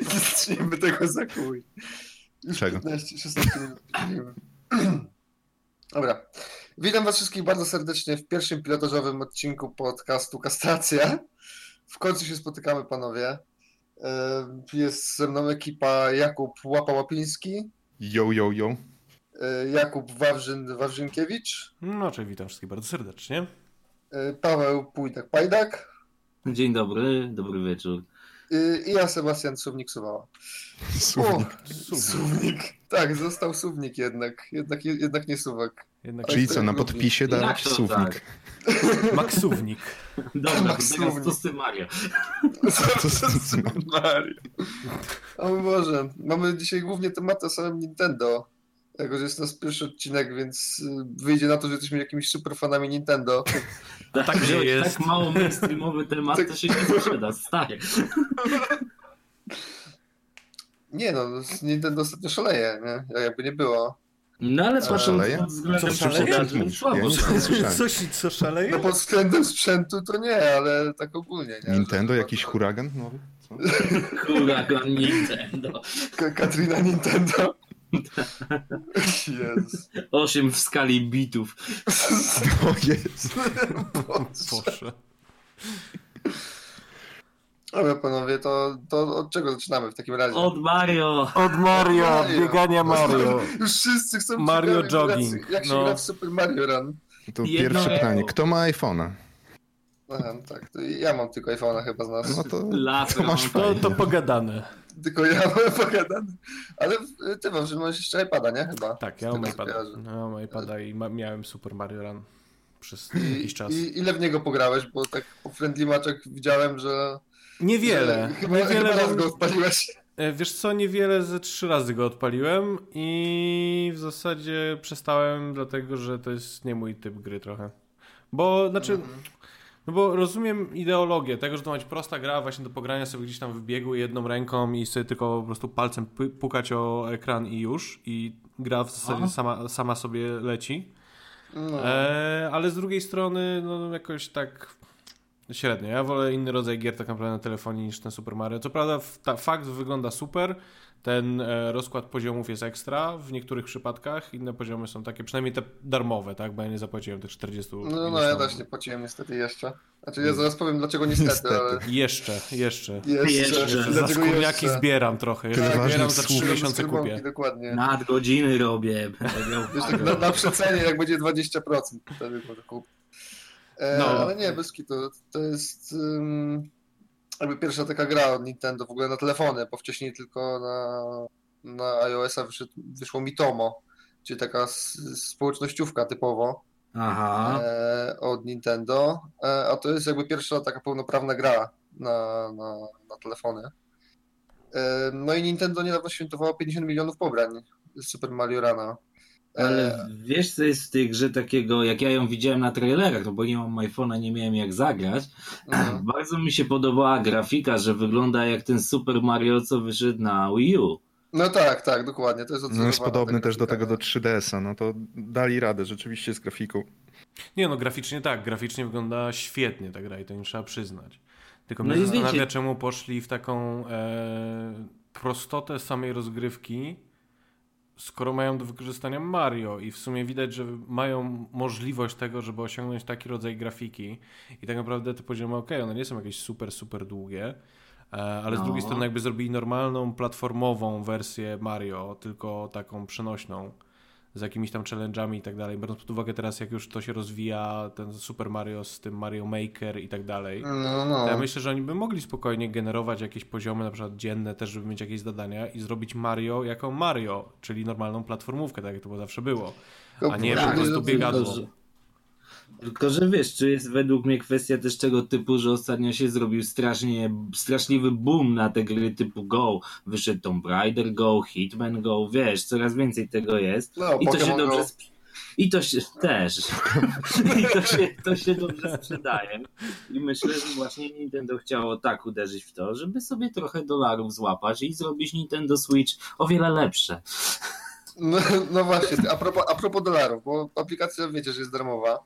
Zacznijmy tego za chuj. Już Czego? 15-16 minut. Dobra. Witam was wszystkich bardzo serdecznie w pierwszym pilotażowym odcinku podcastu Kastracja. W końcu się spotykamy, panowie. Jest ze mną ekipa Jakub Łapa-Łapiński. Yo, yo, yo. Jakub Wawrzynkiewicz. No, cześć, witam wszystkich bardzo serdecznie. Paweł Pujdak-Pajdak. Dzień dobry, dobry wieczór. I ja, Sebastian Suwnik-Suwała. Suwnik. Tak, został Suwnik jednak nie Suwak. Czyli co, na podpisie dać Suwnik? Tak? Maksównik. Dobra, Maksównik. teraz to z tym Mario. Mario. O Boże, mamy dzisiaj głównie tematy o samym Nintendo. Jako, że jest nasz pierwszy odcinek, więc wyjdzie na to, że jesteśmy jakimiś super fanami Nintendo. Tak, że jest. Tak mało mainstreamowy temat, to się nie sprzeda, stary. Nie no, Nintendo ostatnio szaleje, nie? Jakby nie było. No ale patrząc szaleje? pod względem Co szaleje? sprzedaży, Ja słabo nic nie szaleje. słyszałem. Co szaleje? No pod względem sprzętu to nie, ale tak ogólnie, nie? Nintendo, Że- jakiś huragan nowy? Co? Huragan Nintendo. Katrina Nintendo. Jezus. 8 w skali bitów. O Jezu. Boże. Dobra panowie, to od czego zaczynamy w takim razie? Od Mario. Od Mario, Mario. biegania Mario. Już wszyscy chcą Mario ciekawe jogging, relacje. Jak się no. gra w Super Mario Run? To Jedno pierwsze euro. pytanie. Kto ma iPhone'a? Aha, tak, to ja mam tylko iPhone'a chyba z nas. No to Laser. masz To fajnie. pogadane. Tylko ja mam pogadane. Ale ty masz, że masz jeszcze iPada, nie? Chyba. Tak, ja Z mam tego, co iPada. kojarzę. No, mam iPada i miałem Super Mario Run przez I, jakiś czas. I ile w niego pograłeś? Bo tak po Friendly Matchach widziałem, że... Niewiele. że chyba raz go odpaliłeś. Wiesz co, niewiele, ze 3 razy go odpaliłem i w zasadzie przestałem, dlatego że to jest nie mój typ gry trochę. Bo, znaczy, no bo rozumiem ideologię tego, że to ma być prosta gra właśnie do pogrania sobie gdzieś tam w biegu jedną ręką i sobie tylko po prostu palcem pukać o ekran i już. I gra w zasadzie sama sobie leci. No. Ale z drugiej strony, no jakoś tak średnio. Ja wolę inny rodzaj gier tak naprawdę na telefonie niż ten Super Mario. Co prawda fakt wygląda super, ten rozkład poziomów jest ekstra w niektórych przypadkach, inne poziomy są takie, przynajmniej te darmowe, tak? Bo ja nie zapłaciłem tych 40 No ja też nie płaciłem niestety jeszcze. Znaczy ja zaraz powiem dlaczego niestety, ale... Jeszcze. Jeszcze. Za Dlaczego skórniaki jeszcze? zbieram trochę. Tyle Jeszcze ważnych zbieram za 3 słów. miesiące Skarbonki, kupię. Dokładnie. Nadgodziny robię. Będę miał Wiesz, tak na przecenie, jak będzie 20%, wtedy może kupię. No. Ale nie, bez kitu. To jest jakby pierwsza taka gra od Nintendo w ogóle na telefony, bo wcześniej tylko na iOS-a wyszło Mitomo, czyli taka społecznościówka typowo Aha. od Nintendo, a to jest jakby pierwsza taka pełnoprawna gra na telefony. No i Nintendo niedawno świętowało 50 milionów pobrań z Super Mario Runa. Ale wiesz co jest w tej grze takiego, jak ja ją widziałem na trailerach, no bo nie mam iPhone'a, nie miałem jak zagrać. Bardzo mi się podobała grafika, że wygląda jak ten Super Mario, co wyszedł na Wii U. No tak, dokładnie. To jest No jest odwzorowana podobny taka też do tego grafika. do 3DS-a. No to dali radę rzeczywiście z grafiką. Nie no, graficznie tak, graficznie wygląda świetnie ta gra i to im trzeba przyznać. Tylko No mnie i zastanawia, wiecie- czemu poszli w taką prostotę samej rozgrywki, skoro mają do wykorzystania Mario i w sumie widać, że mają możliwość tego, żeby osiągnąć taki rodzaj grafiki i tak naprawdę te poziomy, one nie są jakieś super długie, ale z No. drugiej strony jakby zrobili normalną platformową wersję Mario, tylko taką przenośną, z jakimiś tam challenge'ami i tak dalej, biorąc pod uwagę teraz, jak już to się rozwija, ten Super Mario z tym Mario Maker i tak dalej. No. To ja myślę, że oni by mogli spokojnie generować jakieś poziomy, na przykład dzienne też, żeby mieć jakieś zadania i zrobić Mario jako Mario, czyli normalną platformówkę, tak jak to zawsze było, a nie Tak, po prostu no, biegadło. Tylko, że wiesz, czy jest według mnie kwestia też tego typu, że ostatnio się zrobił straszliwy boom na te gry typu Go. Wyszedł Tomb Raider Go, Hitman Go, wiesz, coraz więcej tego jest. No, I to się Pokémon dobrze Go. I to się też. I to się dobrze sprzedaje. I myślę, że właśnie Nintendo chciało tak uderzyć w to, żeby sobie trochę dolarów złapać i zrobić Nintendo Switch o wiele lepsze. No właśnie, a propos dolarów, bo aplikacja wiecie, że jest darmowa,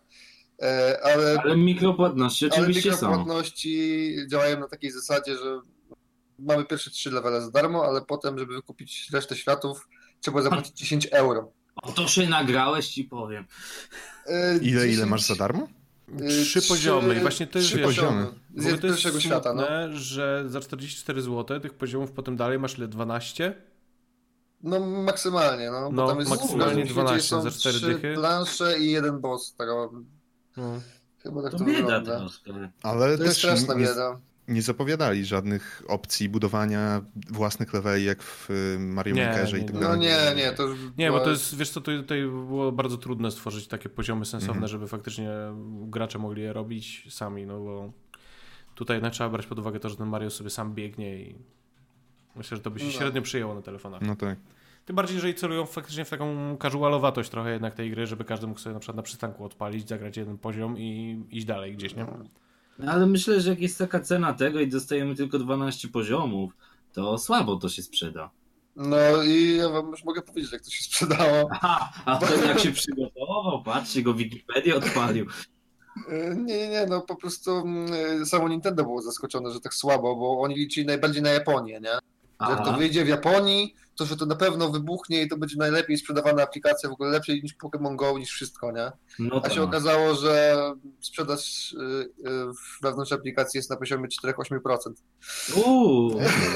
ale Ale mikropłatności oczywiście są. mikropłatności działają na takiej zasadzie, że mamy pierwsze 3 levele za darmo, ale potem, żeby wykupić resztę światów, trzeba zapłacić 10 euro. O to się nagrałeś, ci powiem. Ile masz za darmo? 3 poziomy i właśnie to jest 3 wiesz, poziomy. w ogóle Z to jest pierwszego świata, no. smutne, że za 44 zł tych poziomów potem dalej masz ile? 12? No maksymalnie, no. No, Bo tam jest maksymalnie w świecie 12 są za 4 3 dychy. plansze i 1 boss. Tak, No. chyba tak To to bieda wygląda. troszkę. Ale To jest też straszna bieda. nie zapowiadali żadnych opcji budowania własnych leveli jak w Mario Nie, Makerze nie, i tak nie. No dalej. nie, to już Nie, bo była- to jest, wiesz co, tutaj było bardzo trudne stworzyć takie poziomy sensowne, żeby faktycznie gracze mogli je robić sami, no bo tutaj jednak trzeba brać pod uwagę to, że ten Mario sobie sam biegnie i myślę, że to by się No. średnio przyjęło na telefonach. No tak. Tym bardziej, jeżeli celują faktycznie w taką casualowatość trochę jednak tej gry, żeby każdy mógł sobie na przykład na przystanku odpalić, zagrać jeden poziom i iść dalej gdzieś, nie? No, ale myślę, że jak jest taka cena tego i dostajemy tylko 12 poziomów, to słabo to się sprzeda. No i ja wam już mogę powiedzieć, jak to się sprzedało. Aha, a wtedy jak się przygotował, patrzcie, go Wikipedię odpalił. Nie, no po prostu samo Nintendo było zaskoczone, że tak słabo, bo oni liczyli najbardziej na Japonię, nie? Że jak to Aha. wyjdzie w Japonii, to że to na pewno wybuchnie i to będzie najlepiej sprzedawana aplikacja, w ogóle lepszej niż Pokémon Go, niż wszystko, nie? No A tak. się okazało, że sprzedaż wewnątrz aplikacji jest na poziomie 4-8%. Uuu,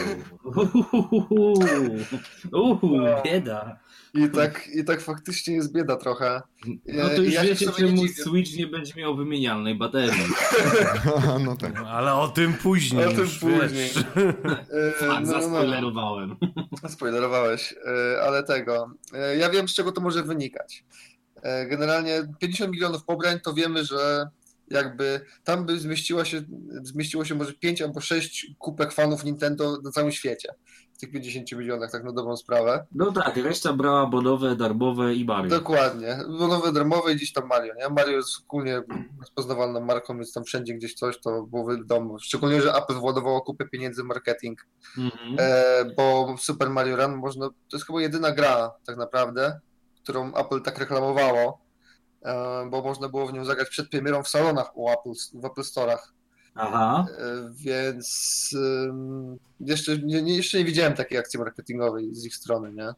bieda. I tak faktycznie jest bieda trochę. No to już Ja się wiecie, w sumie nie czemu dziwię. Switch nie będzie miał wymienialnej baterii. No tak. No, ale o tym później O tym już, później. wiesz. Tak, zaspoilerowałem. Spoilerowałeś, ale tego. Ja wiem, z czego to może wynikać. Generalnie 50 milionów pobrań, to wiemy, że jakby tam by zmieściło się może 5 albo 6 kupek fanów Nintendo na całym świecie. W tych 50 milionach, tak na dobrą sprawę. No tak, reszta brała bonowe, darmowe i Mario. Dokładnie. Nowe darmowe i gdzieś tam Mario, nie? Mario jest ogólnie rozpoznawalną marką, więc tam wszędzie gdzieś coś to było wiadomo. Szczególnie, że Apple władowało kupę pieniędzy w marketing. Mhm. Bo Super Mario Run można, to jest chyba jedyna gra tak naprawdę, którą Apple tak reklamowało, bo można było w nią zagrać przed premierą w salonach w Apple Store'ach. Aha. Więc jeszcze nie widziałem takiej akcji marketingowej z ich strony, nie?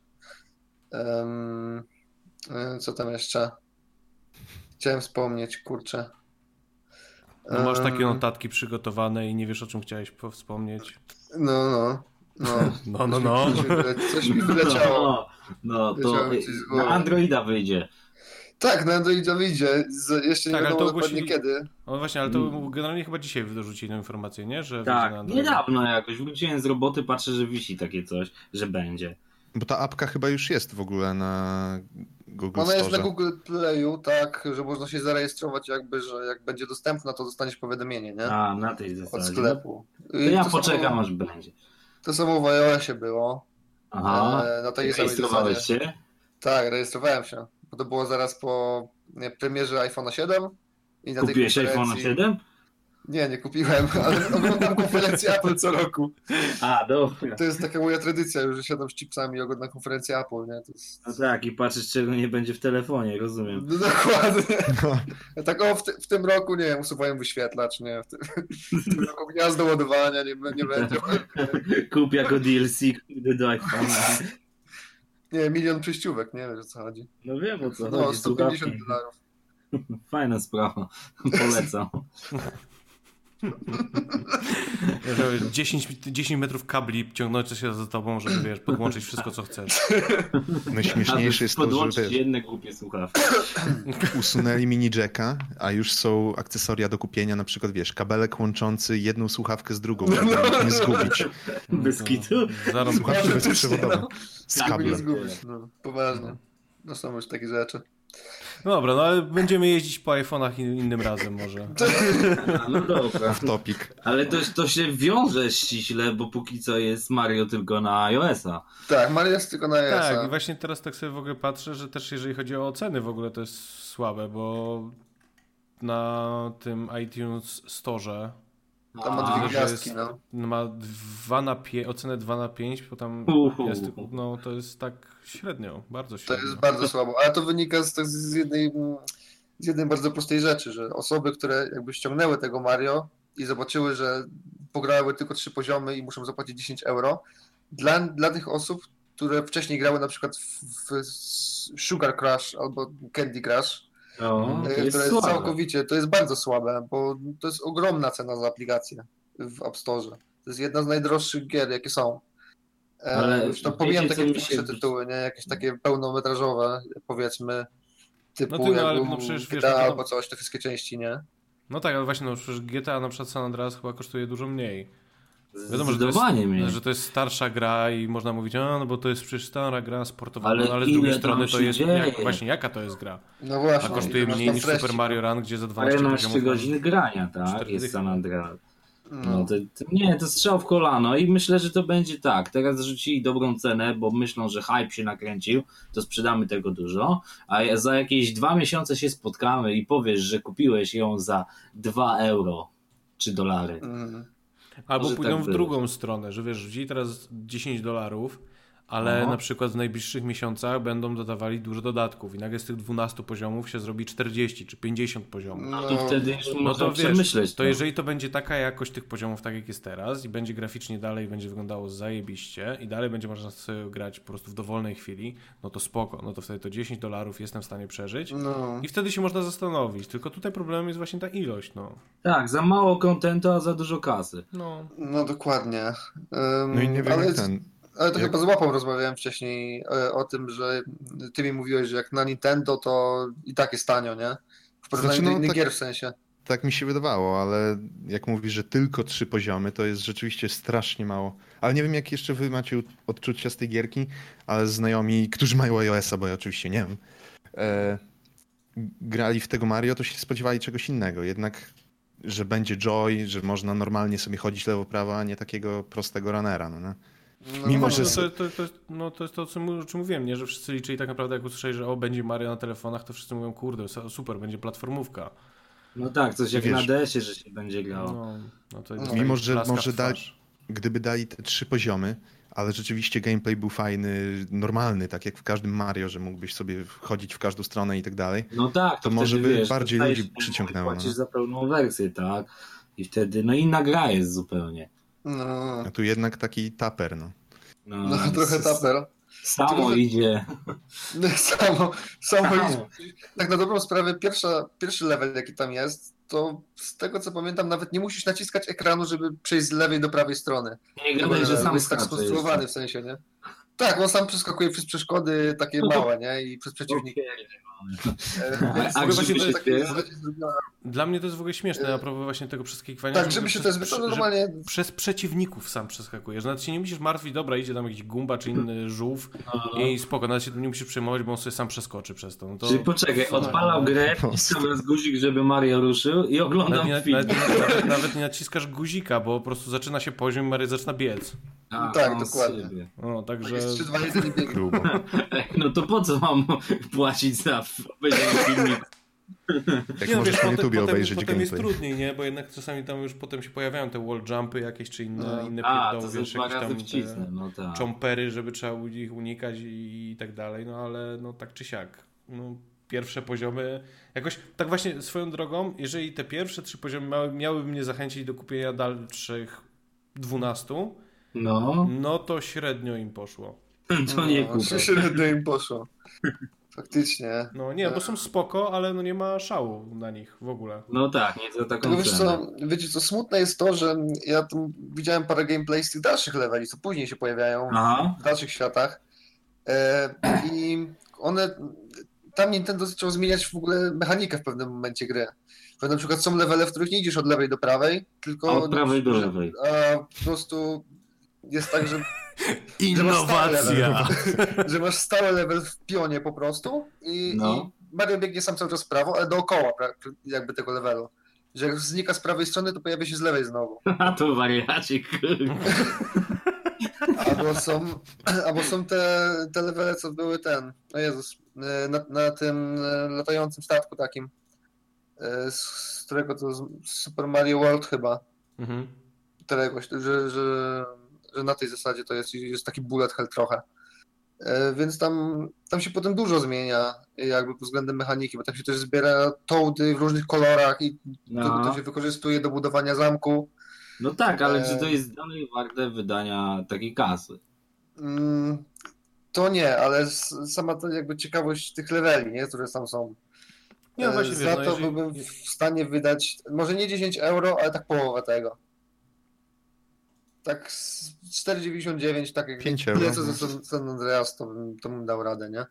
Co tam jeszcze? Chciałem wspomnieć, kurczę. No, masz takie notatki przygotowane i nie wiesz, o czym chciałeś wspomnieć. No. No. Coś mi wyleciało. No to Wiedziałem, coś z głowy. na Androida wyjdzie. Tak, na Androida wyjdzie. Jeszcze nie Tak, ale wiadomo to dokładnie ogłosili- kiedy. No właśnie, ale to generalnie chyba dzisiaj dorzucili tę informację, nie? Że wyjdzie Tak, na Androida. niedawno jakoś. Wróciłem z roboty, patrzę, że wisi takie coś, że będzie. Bo ta apka chyba już jest w ogóle na Google Ona jest na Store. Google Playu, tak, że można się zarejestrować jakby, że jak będzie dostępna, to dostaniesz powiadomienie, nie? A, na tej Od zasadzie. sklepu. To ja to poczekam, samo, aż będzie. to samo w iOSie było. Aha. Na tej samej Rejestrowałeś zasadzie. się? Tak, rejestrowałem się. Bo to było zaraz po premierze iPhone'a 7. I na tej Kupiłeś konferencji- iPhone'a 7? Nie kupiłem, ale oglądam konferencję Apple co roku. A, dobra. To jest taka moja tradycja już, że siadam z chipsami i oglądam konferencję Apple, nie? To jest... No tak, i patrzysz, czego nie będzie w telefonie, rozumiem. No, dokładnie. Ja tak, w tym roku, nie wiem, usuwają wyświetlacz, nie? W tym roku gniazdo ładowania nie będzie. Kup jako DLC do iPhone'a. Nie, 1 milion przejściówek, nie wiesz o co chodzi. No wiem o co No, chodzi. $150. Słuchawki. Fajna sprawa. Polecam. Że 10 metrów kabli ciągnące się za tobą, żeby wiesz, podłączyć wszystko, co chcesz. Najśmieszniejsze jest to, że podłączyć wiesz, jedne głupie słuchawki. usunęli mini jacka, a już są akcesoria do kupienia, na przykład wiesz, kabelek łączący jedną słuchawkę z drugą, żeby ich nie zgubić. Bez kitu. Zarąb... Słuchawki bezprzewodowe z Żeby nie kablem. zgubić, no, poważnie. No są już takie rzeczy. No dobra, no ale będziemy jeździć po iPhone'ach innym razem może. No dobra. Off topic. Ale to się wiąże ściśle, bo póki co jest Mario tylko na iOS-a. Tak, Mario jest tylko na iOS-a. Tak, i właśnie teraz tak sobie w ogóle patrzę, że też jeżeli chodzi o oceny w ogóle to jest słabe, bo na tym iTunes Store Tam ma A, dwie że gwiazdki, jest- no. ma ocenę 2 na 5, bo tam jest, no to jest tak średnio, bardzo To średnio. jest bardzo słabo, ale to wynika z jednej bardzo prostej rzeczy, że osoby, które jakby ściągnęły tego Mario i zobaczyły, że pograły tylko 3 poziomy i muszą zapłacić 10 euro, dla tych osób, które wcześniej grały na przykład w Sugar Crush albo Candy Crush, No, to jest to jest słabe. całkowicie, to jest bardzo słabe, bo to jest ogromna cena za aplikację w App Store. To jest jedna z najdroższych gier, jakie są. Ale Już tam wiecie, pomijam co takie mi większe się- tytuły, nie? Jakieś takie pełnometrażowe, powiedzmy, typu No ty, no, jak ale był no przecież wiesz, GTA no to- albo coś, te wszystkie części, nie? No tak, ale właśnie, no przecież GTA na przykład San Andreas chyba kosztuje dużo mniej. Wiadomo, że to, Zdecydowanie mniej. jest, że to jest starsza gra i można mówić, no bo to jest przecież stara gra sportowa, Ale no, ale z ile drugiej tam strony to się jest, dzieje? właśnie jaka to jest gra? No właśnie. A kosztuje masz mniej tam niż treści, Super Mario Run, gdzie za 12 12 poziomów godzin grania, tak? 4 Jest dychy. San Andreas. No. No nie, to strzał w kolano i myślę, że to będzie tak. Teraz rzucili dobrą cenę, bo myślą, że hype się nakręcił, to sprzedamy tego dużo, a za jakieś 2 miesiące się spotkamy i powiesz, że kupiłeś ją za 2 euro czy dolary. Mm. Albo Może pójdą tak w być. drugą stronę, że wiesz, wzięli teraz $10, ale No. na przykład w najbliższych miesiącach będą dodawali dużo dodatków i nagle z tych 12 poziomów się zrobi 40 czy 50 poziomów. No to wtedy już No można to wiesz, przemyśleć. to jeżeli to będzie taka jakość tych poziomów, tak jak jest teraz i będzie graficznie dalej, będzie wyglądało zajebiście i dalej będzie można sobie grać po prostu w dowolnej chwili, no to spoko, no to wtedy to $10 jestem w stanie przeżyć No. i wtedy się można zastanowić, tylko tutaj problemem jest właśnie ta ilość, no. Tak, za mało kontentu, a za dużo kasy. No dokładnie. No i nie wiem ale, jak ten... ale to jak- chyba z Łapą rozmawiałem wcześniej o tym, że ty mi mówiłeś, że jak na Nintendo to i tak jest tanio, nie? W porównaniu Znaczy, do no, innych tak- gier w sensie. Tak mi się wydawało, ale jak mówisz, że tylko 3 poziomy, to jest rzeczywiście strasznie mało. Ale nie wiem, jak jeszcze wy macie odczucia z tej gierki, ale znajomi, którzy mają iOS-a, bo ja oczywiście nie wiem, grali w tego Mario, to się spodziewali czegoś innego. Jednak, że będzie joy, że można normalnie sobie chodzić lewo-prawo, a nie takiego prostego runnera. No, nie? No, Mimo, No, że- to jest to, o czym mówiłem, nie? Że wszyscy liczyli tak naprawdę, jak usłyszeli, że będzie Mario na telefonach, to wszyscy mówią, kurde, super, będzie platformówka. No tak, coś jak Wiesz- na DS-ie, że się będzie grało. No to jest Mimo, taki że klaska w może twarz. gdyby dali te 3 poziomy, ale rzeczywiście gameplay był fajny, normalny, tak jak w każdym Mario, że mógłbyś sobie chodzić w każdą stronę i tak dalej. No tak, To może wtedy, by wiesz, bardziej dostajesz ludzi ten, przyciągnęło, Płacisz no. za pełną wersję, tak? I wtedy, no inna gra jest zupełnie. No, A tu jednak taki taper, no. no trochę taper. Samo Tylko, że- idzie. Samo idzie. Tak na dobrą sprawę, pierwszy level, jaki tam jest, to z tego co pamiętam, nawet nie musisz naciskać ekranu, żeby przejść z lewej do prawej strony. Nie gadaj, że sam jest tak skacze skonstruowany jeszcze. w sensie, nie? Tak, on sam przeskakuje przez przeszkody takie małe, nie? I przez przeciwników. Więc A to właśnie jest to takie jest- zrobione. Dla mnie to jest w ogóle śmieszne, a propos właśnie tego przeskakiwania. Tak, że żeby się przez- to zwykle że normalnie. Przez przeciwników sam przeskakujesz. Nawet się nie musisz martwić, dobra, idzie tam jakiś gumba czy inny żółw No. i spoko, nawet się tym nie musisz przejmować, bo on sobie sam przeskoczy przez to. No to Czyli poczekaj, odpalał grę, wciskam raz guzik, żeby Mario ruszył i oglądam nawet, film. nawet nie naciskasz guzika, bo po prostu zaczyna się poziom i Mario zaczyna biec. A, Tak, on dokładnie. sobie. No, także... Jest 3, 2, 1 i biegnie. Grubo. No to po co mam płacić za obejrzenie filmiku? Jak Nie, no, możesz wiesz, na YouTubie obejrzeć potem jest gameplay. trudniej, nie? Bo jednak czasami tam już potem się pojawiają te wall jumpy jakieś, czy inne A, pierdoły, to ze wiesz, dwa jakieś razy tam wcisnę, te no tak. chompery, żeby trzeba ich unikać i tak dalej, no ale no tak czy siak. No, pierwsze poziomy, jakoś, tak właśnie swoją drogą, jeżeli te pierwsze 3 poziomy miałyby mnie zachęcić do kupienia dalszych 12, No, no to średnio im poszło. to nie No, kupię. średnio im poszło. Faktycznie. No nie, bo są spoko, ale no nie ma szału na nich w ogóle. No tak, nie za taką Tylko wiesz cenę. co, wiecie co, smutne jest to, że ja tam widziałem parę gameplay z tych dalszych leveli, co później się pojawiają Aha, w dalszych światach. I one, tam Nintendo zaczęło zmieniać w ogóle mechanikę w pewnym momencie gry. Bo na przykład są levele, w których nie idziesz od lewej do prawej, tylko od prawej do lewej. a po prostu jest tak, że Innowacja! że masz stały level w pionie po prostu i No. Mario biegnie sam cały czas w prawo, ale dookoła jakby tego levelu. Że jak znika z prawej strony, to pojawia się z lewej znowu. A to wariacik. Albo są te levele, co były o Jezus, na tym latającym statku takim, z którego to z Super Mario World chyba, Mhm. któregoś, że na tej zasadzie to jest taki bullet hell trochę. Więc tam się potem dużo zmienia, jakby pod względem mechaniki, bo tam się też zbiera tołdy w różnych kolorach i to się wykorzystuje do budowania zamku. No tak, ale czy to jest dalej warte wydania takiej kasy? To nie, ale sama to jakby ciekawość tych leveli, nie, które tam są. Nie, właśnie, Za wiesz, to jeżeli... byłbym w stanie wydać, może nie 10 euro, ale tak połowę tego. Tak 4,99, tak jak 5 tyle euro. co za San Andreas, to bym dał radę, nie?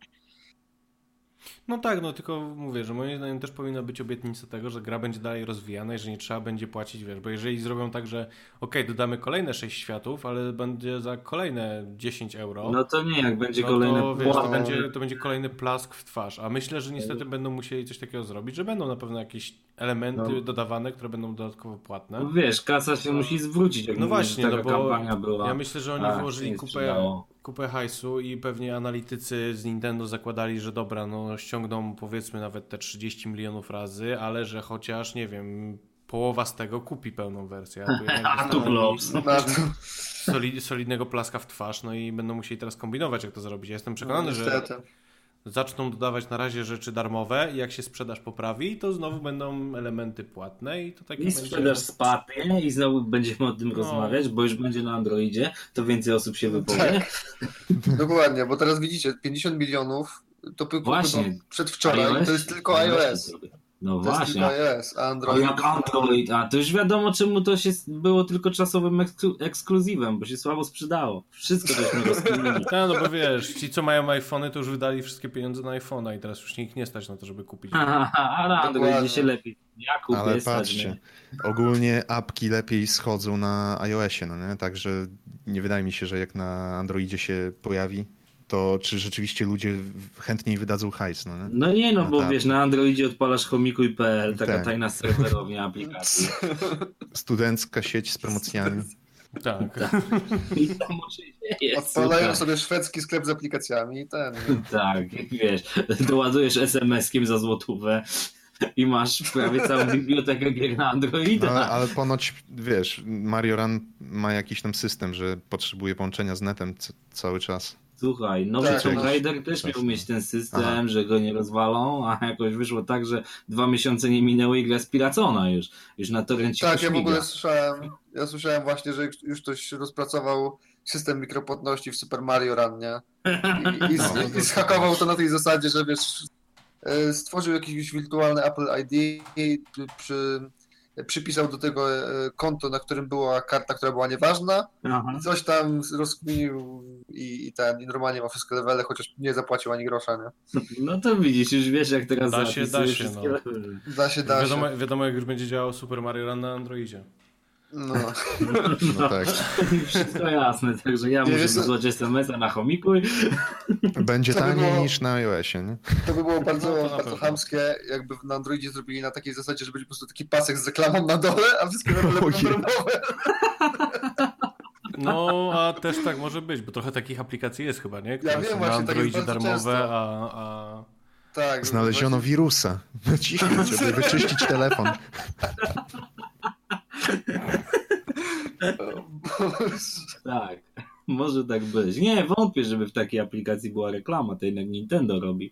No tak, no tylko mówię, że moim zdaniem też powinna być obietnica tego, że gra będzie dalej rozwijana i że nie trzeba będzie płacić, wiesz, bo jeżeli zrobią tak, że dodamy kolejne 6 światów, ale będzie za kolejne 10 euro, No to nie, jak będzie no kolejne to, wiesz, płatne. to będzie kolejny plask w twarz, a myślę, że niestety będą musieli coś takiego zrobić, że będą na pewno jakieś elementy dodawane, które będą dodatkowo płatne. No wiesz, kasa się musi zwrócić, jak No mówisz, właśnie, taka no bo kampania była. ja myślę, że oni wyłożyli kupę hajsu i pewnie analitycy z Nintendo zakładali, że dobra, no ściągną powiedzmy nawet te 30 milionów razy, ale że chociaż, nie wiem, połowa z tego kupi pełną wersję. A tu blops. Solidnego plaska w twarz, no i będą musieli teraz kombinować, jak to zrobić. Ja jestem przekonany, że zaczną dodawać na razie rzeczy darmowe i jak się sprzedaż poprawi, to znowu będą elementy płatne i to takie I sprzedaż spadnie i znowu będziemy o tym rozmawiać, bo już będzie na Androidzie, to więcej osób się wypowie. Tak. Dokładnie, bo teraz widzicie, 50 milionów to Właśnie. przedwczoraj, to jest tylko iOS. No to właśnie. Jest tylko iOS, a Android... A jak Android, to już wiadomo czemu to się było tylko czasowym ekskluzywem, bo się słabo sprzedało. Wszystko żeśmy rozkminili. No bo wiesz, ci co mają iPhony, to już wydali wszystkie pieniądze na iPhone'a i teraz już nikt nie stać na to, żeby kupić. A na Androidzie się lepiej. Ja kupię. Ale patrzcie, ogólnie apki lepiej schodzą na iOSie, no nie? Także nie wydaje mi się, że jak na Androidzie się pojawi, to czy rzeczywiście ludzie chętniej wydadzą hajs, no nie? No nie, bo wiesz, na Androidzie odpalasz homikuj.pl, taka tajna serwerownia aplikacji. Studencka sieć z promocjami. Tak. I tam oczywiście jest. Odpalają sobie szwedzki sklep z aplikacjami i ten. Tak, wiesz, doładujesz SMS-kiem za złotówę i masz prawie całą bibliotekę gier na Androida. No, ale ponoć, wiesz, Mario Run ma jakiś tam system, że potrzebuje połączenia z netem cały czas. Słuchaj, nowy Tomb Raider też miał mieć ten system, że go nie rozwalą, a jakoś wyszło tak, że 2 miesiące nie minęły i gra spiracona już na torrencie. Tak, ja w ogóle słyszałem właśnie, że już ktoś rozpracował system mikropłatności w Super Mario Run, nie? I zhakował to na tej zasadzie, że wiesz, stworzył jakiś wirtualny Apple ID i przypisał do tego konto, na którym była karta, która była nieważna. I coś tam rozkminił i normalnie ma wszystkie levele, chociaż nie zapłacił ani grosza, nie? No to widzisz, już wiesz jak teraz da się. Da się. Wiadomo jak już będzie działał Super Mario Run na Androidzie. No tak. Wszystko jasne, także ja muszę wysłać SMS-a na chomikuj. Będzie taniej niż na iOSie, nie? To by było bardzo chamskie, jakby na Androidzie zrobili na takiej zasadzie, że będzie po prostu taki pasek z reklamą na dole, a wszystkie levele będą darmowe. No, a też tak może być, bo trochę takich aplikacji jest chyba, nie? Które są na Androidzie darmowe, a... Tak, znaleziono wirusa. Naciśnij, żeby wyczyścić telefon. Tak, może tak być. Nie, wątpię, żeby w takiej aplikacji była reklama, to jednak Nintendo robi.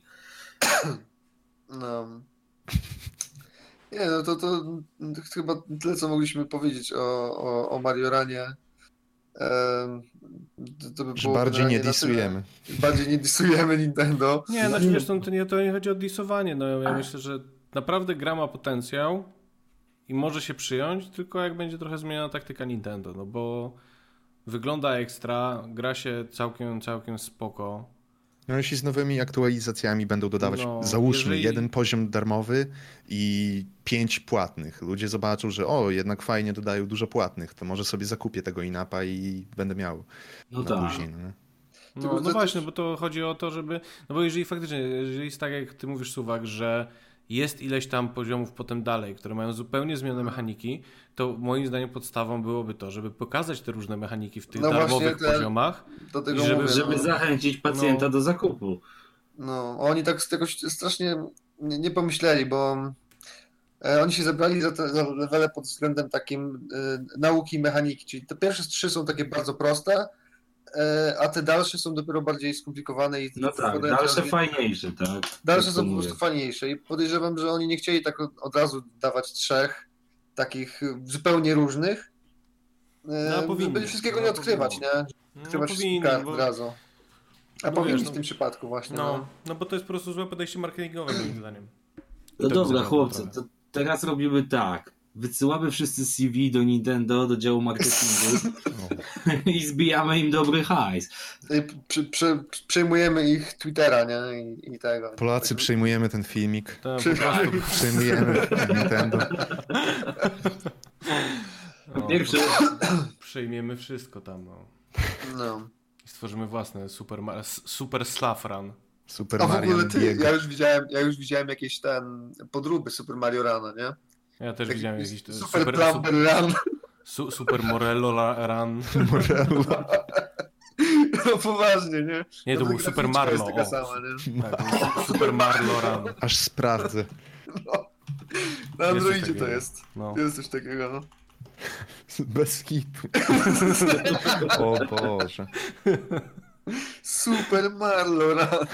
No. Nie, no to chyba tyle, co mogliśmy powiedzieć o Mariorunie. To by było bardziej nie disujemy. Bardziej nie disujemy Nintendo. Nie, znaczy wiesz, to nie chodzi o disowanie. No, ja myślę, że naprawdę gra ma potencjał i może się przyjąć, tylko jak będzie trochę zmieniona taktyka Nintendo, no bo wygląda ekstra, gra się całkiem spoko. No jeśli z nowymi aktualizacjami będą dodawać, załóżmy, jeden poziom darmowy i 5 płatnych. Ludzie zobaczą, że jednak fajnie dodają dużo płatnych, to może sobie zakupię tego in-appa i będę miał później. No właśnie, bo to chodzi o to, żeby... No bo jeżeli faktycznie, jeżeli jest tak, jak ty mówisz, Suwak, że jest ileś tam poziomów potem dalej, które mają zupełnie zmienione mechaniki, to moim zdaniem podstawą byłoby to, żeby pokazać te różne mechaniki w tych darmowych poziomach. I żeby zachęcić pacjenta do zakupu. No, oni tak z tego strasznie nie pomyśleli, bo oni się zebrali za levele pod względem takim nauki mechaniki, czyli te pierwsze 3 są takie bardzo proste, a te dalsze są dopiero bardziej skomplikowane. No tak, dalsze fajniejsze, tak. Dalsze są po prostu fajniejsze i podejrzewam, że oni nie chcieli tak od razu dawać 3 takich zupełnie różnych, żeby wszystkiego nie odkrywać, nie? Odkrywać wszystkich kart od razu. A powinni w tym przypadku właśnie. No bo to jest po prostu złe podejście marketingowe moim zdaniem. No dobra, chłopcy, to teraz robimy tak. Wysyłamy wszyscy CV do Nintendo, do działu marketingu i zbijamy im dobry hajs. Przejmujemy ich Twittera, nie? I tego. Polacy przejmujemy ten filmik. Przejmujemy Nintendo. Pierwszy. Przejmiemy wszystko tam, No. I stworzymy własne super Slav Run. Super Mario. Ja już widziałem jakieś podróby Super Mario Runa, nie? Ja też widziałem jakiś Super Plumber Run. Super Morello Run. Morello. No poważnie, nie? Nie, to był Super Marlo. Taka sama, nie? Tak, Super Marlo Run. Aż sprawdzę. No. Na Androidzie to jest. No. Jest coś takiego, no. Bez hitu. O Boże. Super Marlo Run.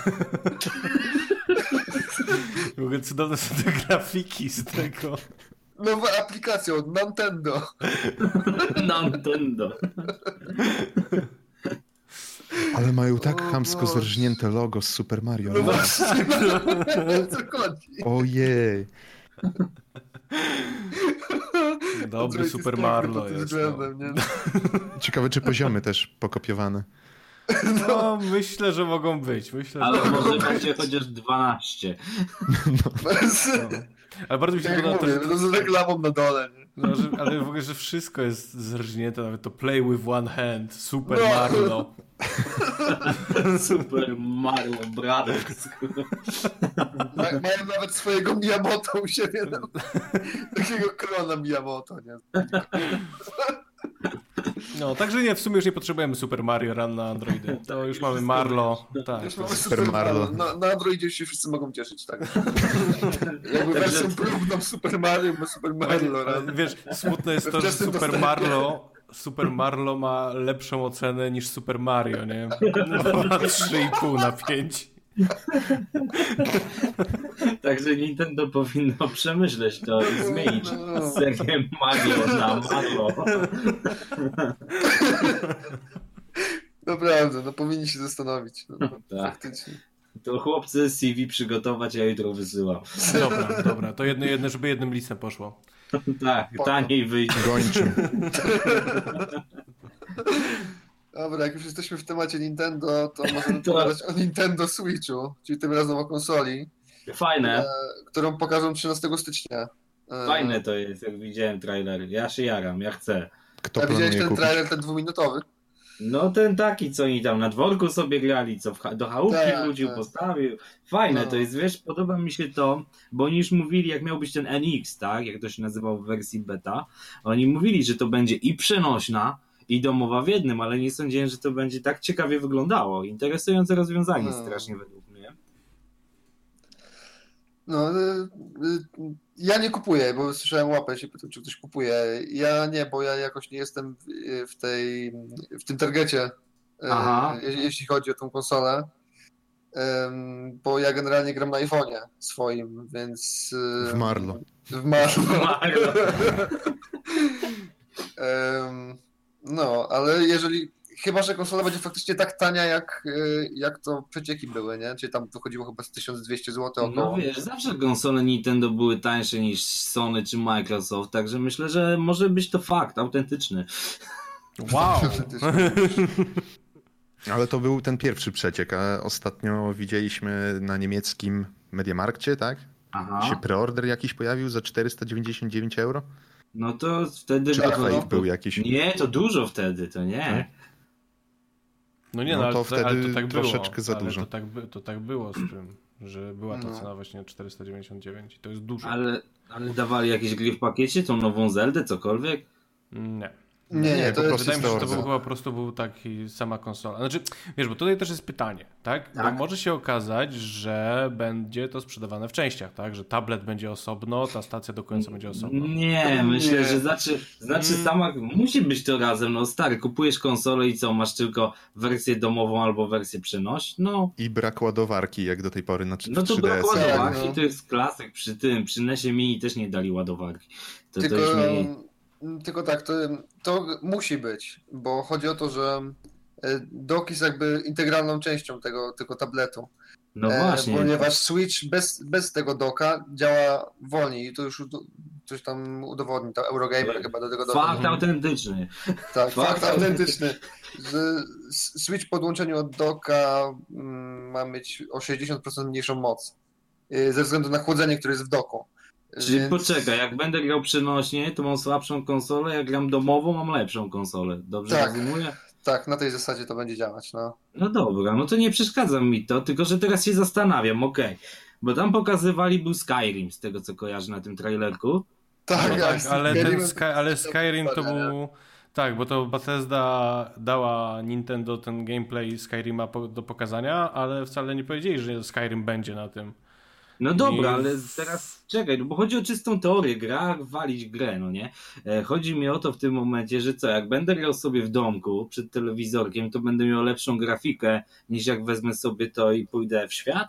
W ogóle cudowne są te grafiki z tego. Nowa aplikacja od Nintendo. Nintendo. Ale mają tak chamsko zerżnięte logo z Super Mario. No właśnie, co chodzi? Ojej. Dobry Super Marlo jest. Nie? Ciekawe, czy poziomy też pokopiowane. No, myślę, że mogą być. Ale może będzie chociaż 12. No. Ale bardzo mi się podoba to z reklamą na dole. Nie? No, ale w ogóle, że wszystko jest zerżnięte, nawet to play with one hand, Super Marlo. Super Mario Brothers. Mają nawet swojego Miyamoto u siebie. No. Takiego klona Miyamoto, nie? No, także nie, w sumie już nie potrzebujemy Super Mario Run na Androidy. To już mamy Marlo. Tak, już mamy Super Mario. Na Androidzie się wszyscy mogą cieszyć, tak? Jakby wersją próbną Super Mario, bo Super Mario Run. Wiesz, smutne jest to, że Super Marlo ma lepszą ocenę niż Super Mario, nie? Ma 3,5 na 5. Także Nintendo powinno przemyśleć to i zmienić serię Mario na Marlo. Naprawdę, no powinni się zastanowić. No, tak. Faktycznie. To chłopcy CV przygotować, ja jutro wysyłam. Dobra, to jedno, żeby jednym listem poszło. Tak, taniej wyjdzie. Gończym. Dobra, jak już jesteśmy w temacie Nintendo, to możemy pogadać o Nintendo Switchu, czyli tym razem o konsoli. Fajne. Którą pokażą 13 stycznia. Fajne to jest, jak widziałem trailer. Ja się jaram, ja chcę. A widziałeś ten trailer, ten 2-minutowy? No ten taki, co oni tam na dworku sobie grali, co do chałupki wrócił, postawił. Fajne to jest, wiesz, podoba mi się to, bo oni już mówili, jak miał być ten NX, tak, jak to się nazywał w wersji beta, oni mówili, że to będzie i przenośna, i domowa w jednym, ale nie sądziłem, że to będzie tak ciekawie wyglądało. Interesujące rozwiązanie strasznie według mnie. No, ja nie kupuję, bo słyszałem łapę się pytał, czy ktoś kupuje. Ja nie, bo ja jakoś nie jestem w tym targecie, jeśli chodzi o tą konsolę. Bo ja generalnie gram na iPhone'ie swoim, więc... W Marlo. W Marlo. No, ale chyba że konsola będzie faktycznie tak tania, jak to przecieki były, nie? Czyli tam wychodziło chyba z 1200 zł około. No wiesz, zawsze konsole Nintendo były tańsze niż Sony czy Microsoft, także myślę, że może być to fakt autentyczny. Wow! Ale to był ten pierwszy przeciek, a ostatnio widzieliśmy na niemieckim Mediamarkcie, tak? Się preorder jakiś pojawił za 499 euro? No to wtedy... Czy to fake był jakiś? Nie, to dużo wtedy, to nie. No nie, no to wtedy ale to tak troszeczkę było, za dużo. To tak było z tym, że była ta cena właśnie 499 i to jest dużo. Ale dawali jakieś gry w pakiecie, tą nową Zeldę, cokolwiek? Nie. Nie, po prostu wydaje mi się, że to był po prostu był taki sama konsola. Znaczy, wiesz, bo tutaj też jest pytanie, tak? Bo może się okazać, że będzie to sprzedawane w częściach, tak? Że tablet będzie osobno, ta stacja do końca będzie osobno. Nie, myślę, że sama musi być to razem. No stary, kupujesz konsolę i co, masz tylko wersję domową albo wersję przenośną? I brak ładowarki, jak do tej pory na 3DS. No to brak ładowarki, to jest klasyk. Przy NES-ie Mini też nie dali ładowarki. Tylko tak, to musi być, bo chodzi o to, że dock jest jakby integralną częścią tego tabletu. No właśnie. Ponieważ Switch bez tego docka działa wolniej i to już coś tam udowodni, to Eurogamer chyba do tego Fakt autentyczny. Tak, fakt autentyczny, że Switch po podłączeniu od docka ma mieć o 60% mniejszą moc ze względu na chłodzenie, które jest w docku. Czyli poczekaj, jak będę grał przenośnie, to mam słabszą konsolę, jak gram domową, mam lepszą konsolę. Dobrze rozumuję? Tak, na tej zasadzie to będzie działać, no. No dobra, no to nie przeszkadza mi to, tylko że teraz się zastanawiam, bo tam pokazywali był Skyrim, z tego co kojarzę na tym trailerku. Tak, ale Skyrim to był... Tak, bo to Bethesda dała Nintendo ten gameplay Skyrima do pokazania, ale wcale nie powiedzieli, że Skyrim będzie na tym. No dobra, ale teraz czekaj, bo chodzi o czystą teorię, walić grę, no nie? Chodzi mi o to w tym momencie, że co, jak będę grał sobie w domku przed telewizorkiem, to będę miał lepszą grafikę niż jak wezmę sobie to i pójdę w świat?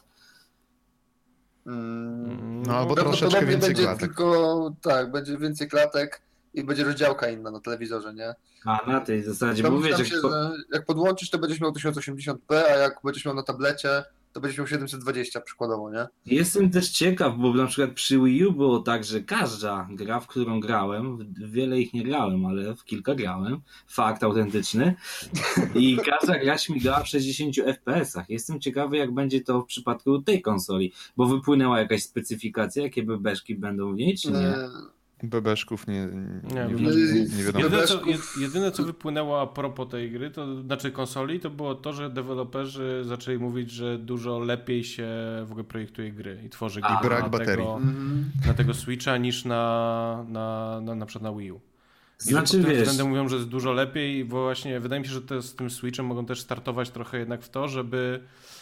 No albo troszeczkę więcej będzie klatek. Będzie więcej klatek i będzie rozdziałka inna na telewizorze, nie? A, na tej zasadzie, bo wiesz, jak podłączysz, to będziesz miał 1080p, a jak będziesz miał na tablecie, to będziesz miał 720 przykładowo, nie? Jestem też ciekaw, bo na przykład przy Wii U było tak, że każda gra, w którą grałem, w wiele ich nie grałem, ale w kilka grałem, fakt autentyczny, i każda gra śmigała w 60 FPS-ach. Jestem ciekawy, jak będzie to w przypadku tej konsoli, bo wypłynęła jakaś specyfikacja, jakie bebeszki będą w niej, czy nie? Bebeszków nie wiadomo. Jedyne co wypłynęło a propos tej gry, to znaczy konsoli, to było to, że deweloperzy zaczęli mówić, że dużo lepiej się w ogóle projektuje gry i tworzy gry brak baterii na tego Switcha niż na przykład na Wii U. Znaczy, wiesz, względem mówią, że jest dużo lepiej, bo właśnie wydaje mi się, że z tym Switchem mogą też startować trochę jednak w to, żeby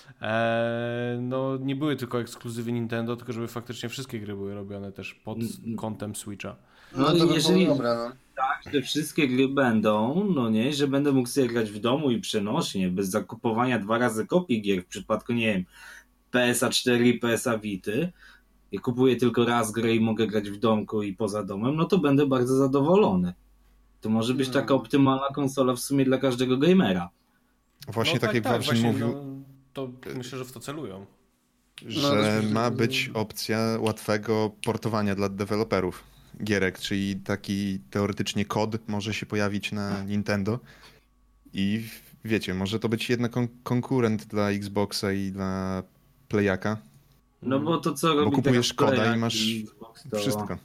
nie były tylko ekskluzywy Nintendo, tylko żeby faktycznie wszystkie gry były robione też pod kątem Switcha. No to jeżeli tak, że wszystkie gry będą, no nie, że będę mógł sobie grać w domu i przenośnie, bez zakupowania 2 razy kopii gier w przypadku, nie wiem, PSA 4 i PSA Vity, i kupuję tylko raz grę i mogę grać w domku i poza domem, no to będę bardzo zadowolony. To może być taka optymalna konsola w sumie dla każdego gamera. Właśnie tak jak Wawrzyn mówił, to myślę, że w to celują. Że ma być opcja łatwego portowania dla deweloperów gierek, czyli taki teoretycznie kod może się pojawić na Nintendo i wiecie, może to być jednak konkurent dla Xboxa i dla Playaka. No bo to co robi, bo kupujesz koda i masz wszystko.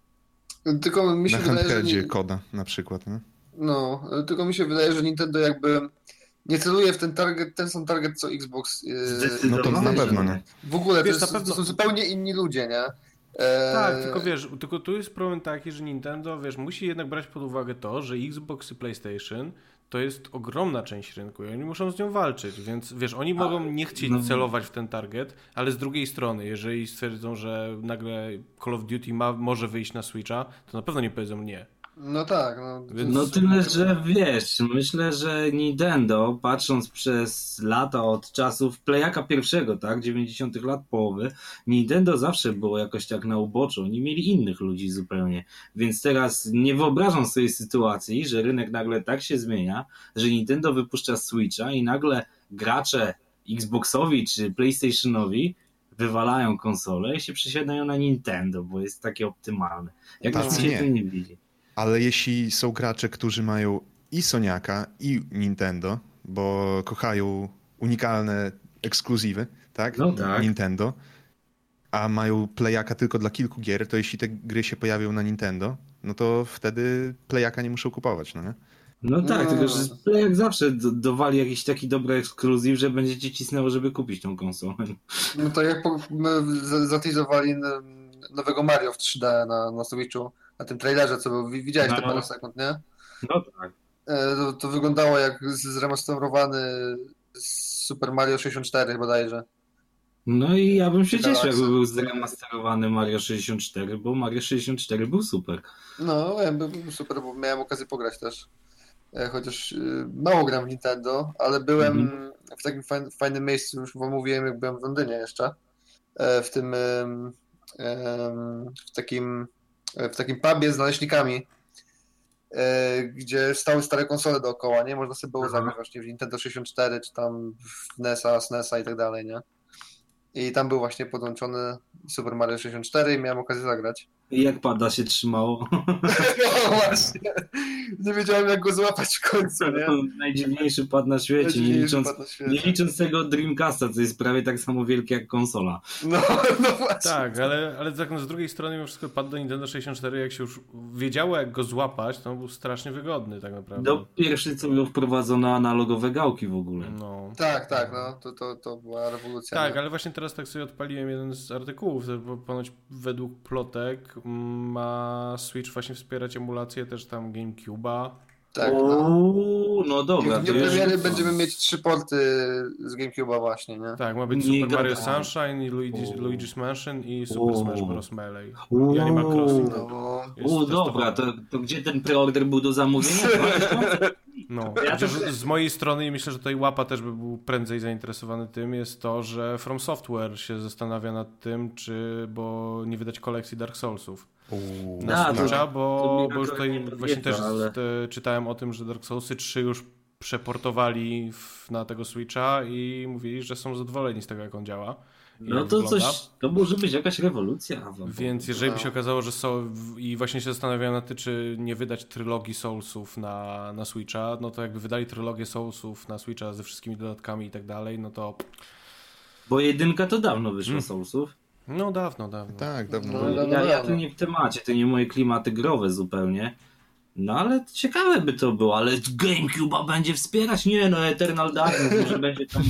Tylko mi się na handheldzie koda na przykład. Nie? No, tylko mi się wydaje, że Nintendo jakby nie celuje w ten sam target co Xbox. No to na pewno nie. W ogóle to są zupełnie inni ludzie, nie? Tak, tylko tu jest problem taki, że Nintendo, musi jednak brać pod uwagę to, że Xbox i PlayStation to jest ogromna część rynku i oni muszą z nią walczyć, więc oni mogą nie chcieć celować w ten target, ale z drugiej strony, jeżeli stwierdzą, że nagle Call of Duty może wyjść na Switcha, to na pewno nie powiedzą nie. No tak. No tyle, że wiesz, myślę, że Nintendo, patrząc przez lata od czasów Playaka pierwszego, tak, 90 lat połowy, Nintendo zawsze było jakoś tak na uboczu, oni mieli innych ludzi zupełnie, więc teraz nie wyobrażam sobie sytuacji, że rynek nagle tak się zmienia, że Nintendo wypuszcza Switcha i nagle gracze Xboxowi czy PlayStationowi wywalają konsolę i się przesiadają na Nintendo, bo jest takie optymalne. Jak mi się to nie widzi. Ale jeśli są gracze, którzy mają i Soniaka, i Nintendo, bo kochają unikalne ekskluzywy, tak? No tak. Nintendo, a mają Playaka tylko dla kilku gier, to jeśli te gry się pojawią na Nintendo, no to wtedy Playaka nie muszą kupować, no nie? No tak, tylko że Playak zawsze dowali jakiś taki dobry ekskluzyw, że będzie ci cisnęło, żeby kupić tą konsolę. No to jak zateasowali nowego Mario w 3D na Switchu, na tym trailerze, co był, widziałeś te parę sekund, nie? No tak. To wyglądało jak zremasterowany Super Mario 64 bodajże. No i ja bym się cieszył, jakby był zremasterowany Mario 64, bo Mario 64 był super. No, był super, bo miałem okazję pograć też. Chociaż mało gram w Nintendo, ale byłem w takim fajnym miejscu, już wam mówiłem, jak byłem w Londynie jeszcze. W tym w takim pubie z naleśnikami, gdzie stały stare konsole dookoła, nie? Można sobie było zagrać właśnie w Nintendo 64, czy tam w NES-a, SNES-a i tak dalej, nie? I tam był właśnie podłączony Super Mario 64 i miałem okazję zagrać. I jak pada się trzymało? No właśnie. Nie wiedziałem, jak go złapać w końcu, nie? Najdziwniejszy pad na świecie, nie licząc tego Dreamcasta, co jest prawie tak samo wielkie jak konsola. No właśnie. Tak, ale tak z drugiej strony mimo wszystko pad do Nintendo 64, jak się już wiedziało, jak go złapać, to był strasznie wygodny tak naprawdę. No pierwszy, co było wprowadzono analogowe gałki w ogóle. No. Tak, no. To była rewolucja. Tak, nie? ale właśnie teraz tak sobie odpaliłem jeden z artykułów, bo ponoć według plotek ma Switch właśnie wspierać emulację też tam GameCube'a. Tak, no. No dobra. I w dniu premiery będziemy mieć 3 porty z GameCube'a właśnie, nie? Tak, ma być Nie Super Mario gadałem. Sunshine i Luigi's Mansion i Super Smash Bros. Melee. I Animal Crossing. No. Jest Dobra, to gdzie ten preorder był do zamówienia? No, chociaż z mojej strony i myślę, że tutaj Łapa też by był prędzej zainteresowany tym, jest to, że From Software się zastanawia nad tym, bo nie wydać kolekcji Dark Soulsów na Switcha, bo już tutaj właśnie też czytałem o tym, że Dark Soulsy 3 już przeportowali na tego Switcha i mówili, że są zadowoleni z tego, jak on działa. No to coś, to może być jakaś rewolucja. Więc jeżeli by się okazało, że są i właśnie się zastanawiałem nad tym, czy nie wydać trylogii Soulsów na Switcha, no to jakby wydali trylogię Soulsów na Switcha ze wszystkimi dodatkami i tak dalej, no to... Bo jedynka to dawno wyszła Soulsów. No dawno. Tak, dawno. Ja tu nie w temacie, to nie moje klimaty growe zupełnie. No ale ciekawe by to było, ale GameCube'a będzie wspierać? Nie no, Eternal Darkness może będzie tam...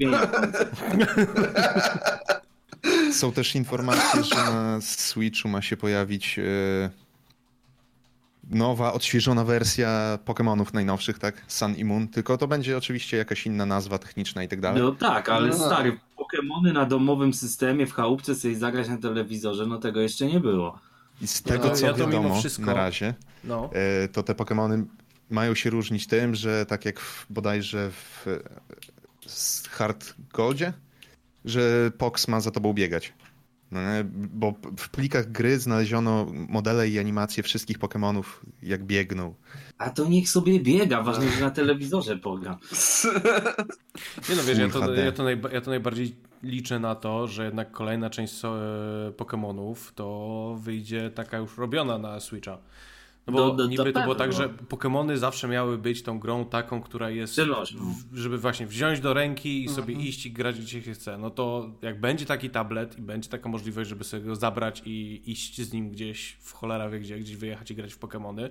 Są też informacje, że na Switchu ma się pojawić nowa, odświeżona wersja Pokemonów najnowszych, tak? Sun i Moon, tylko to będzie oczywiście jakaś inna nazwa techniczna i tak dalej. No tak, ale stary, Pokemony na domowym systemie w chałupce sobie zagrać na telewizorze, no tego jeszcze nie było. I z tego, co wiadomo na razie, no. to te Pokemony mają się różnić tym, że tak jak bodajże w Hard Goldzie, że Pox ma za tobą biegać. No, bo w plikach gry znaleziono modele i animacje wszystkich Pokemonów, jak biegną. A to niech sobie biega, ważne, że na telewizorze pogra. Nie no wiesz, ja to najbardziej liczę na to, że jednak kolejna część Pokemonów to wyjdzie taka już robiona na Switcha. No bo niby to było tak, że Pokemony zawsze miały być tą grą taką, która jest, żeby właśnie wziąć do ręki i sobie iść i grać gdzie się chce. No to jak będzie taki tablet i będzie taka możliwość, żeby sobie go zabrać i iść z nim gdzieś w cholera wie gdzieś wyjechać i grać w Pokemony,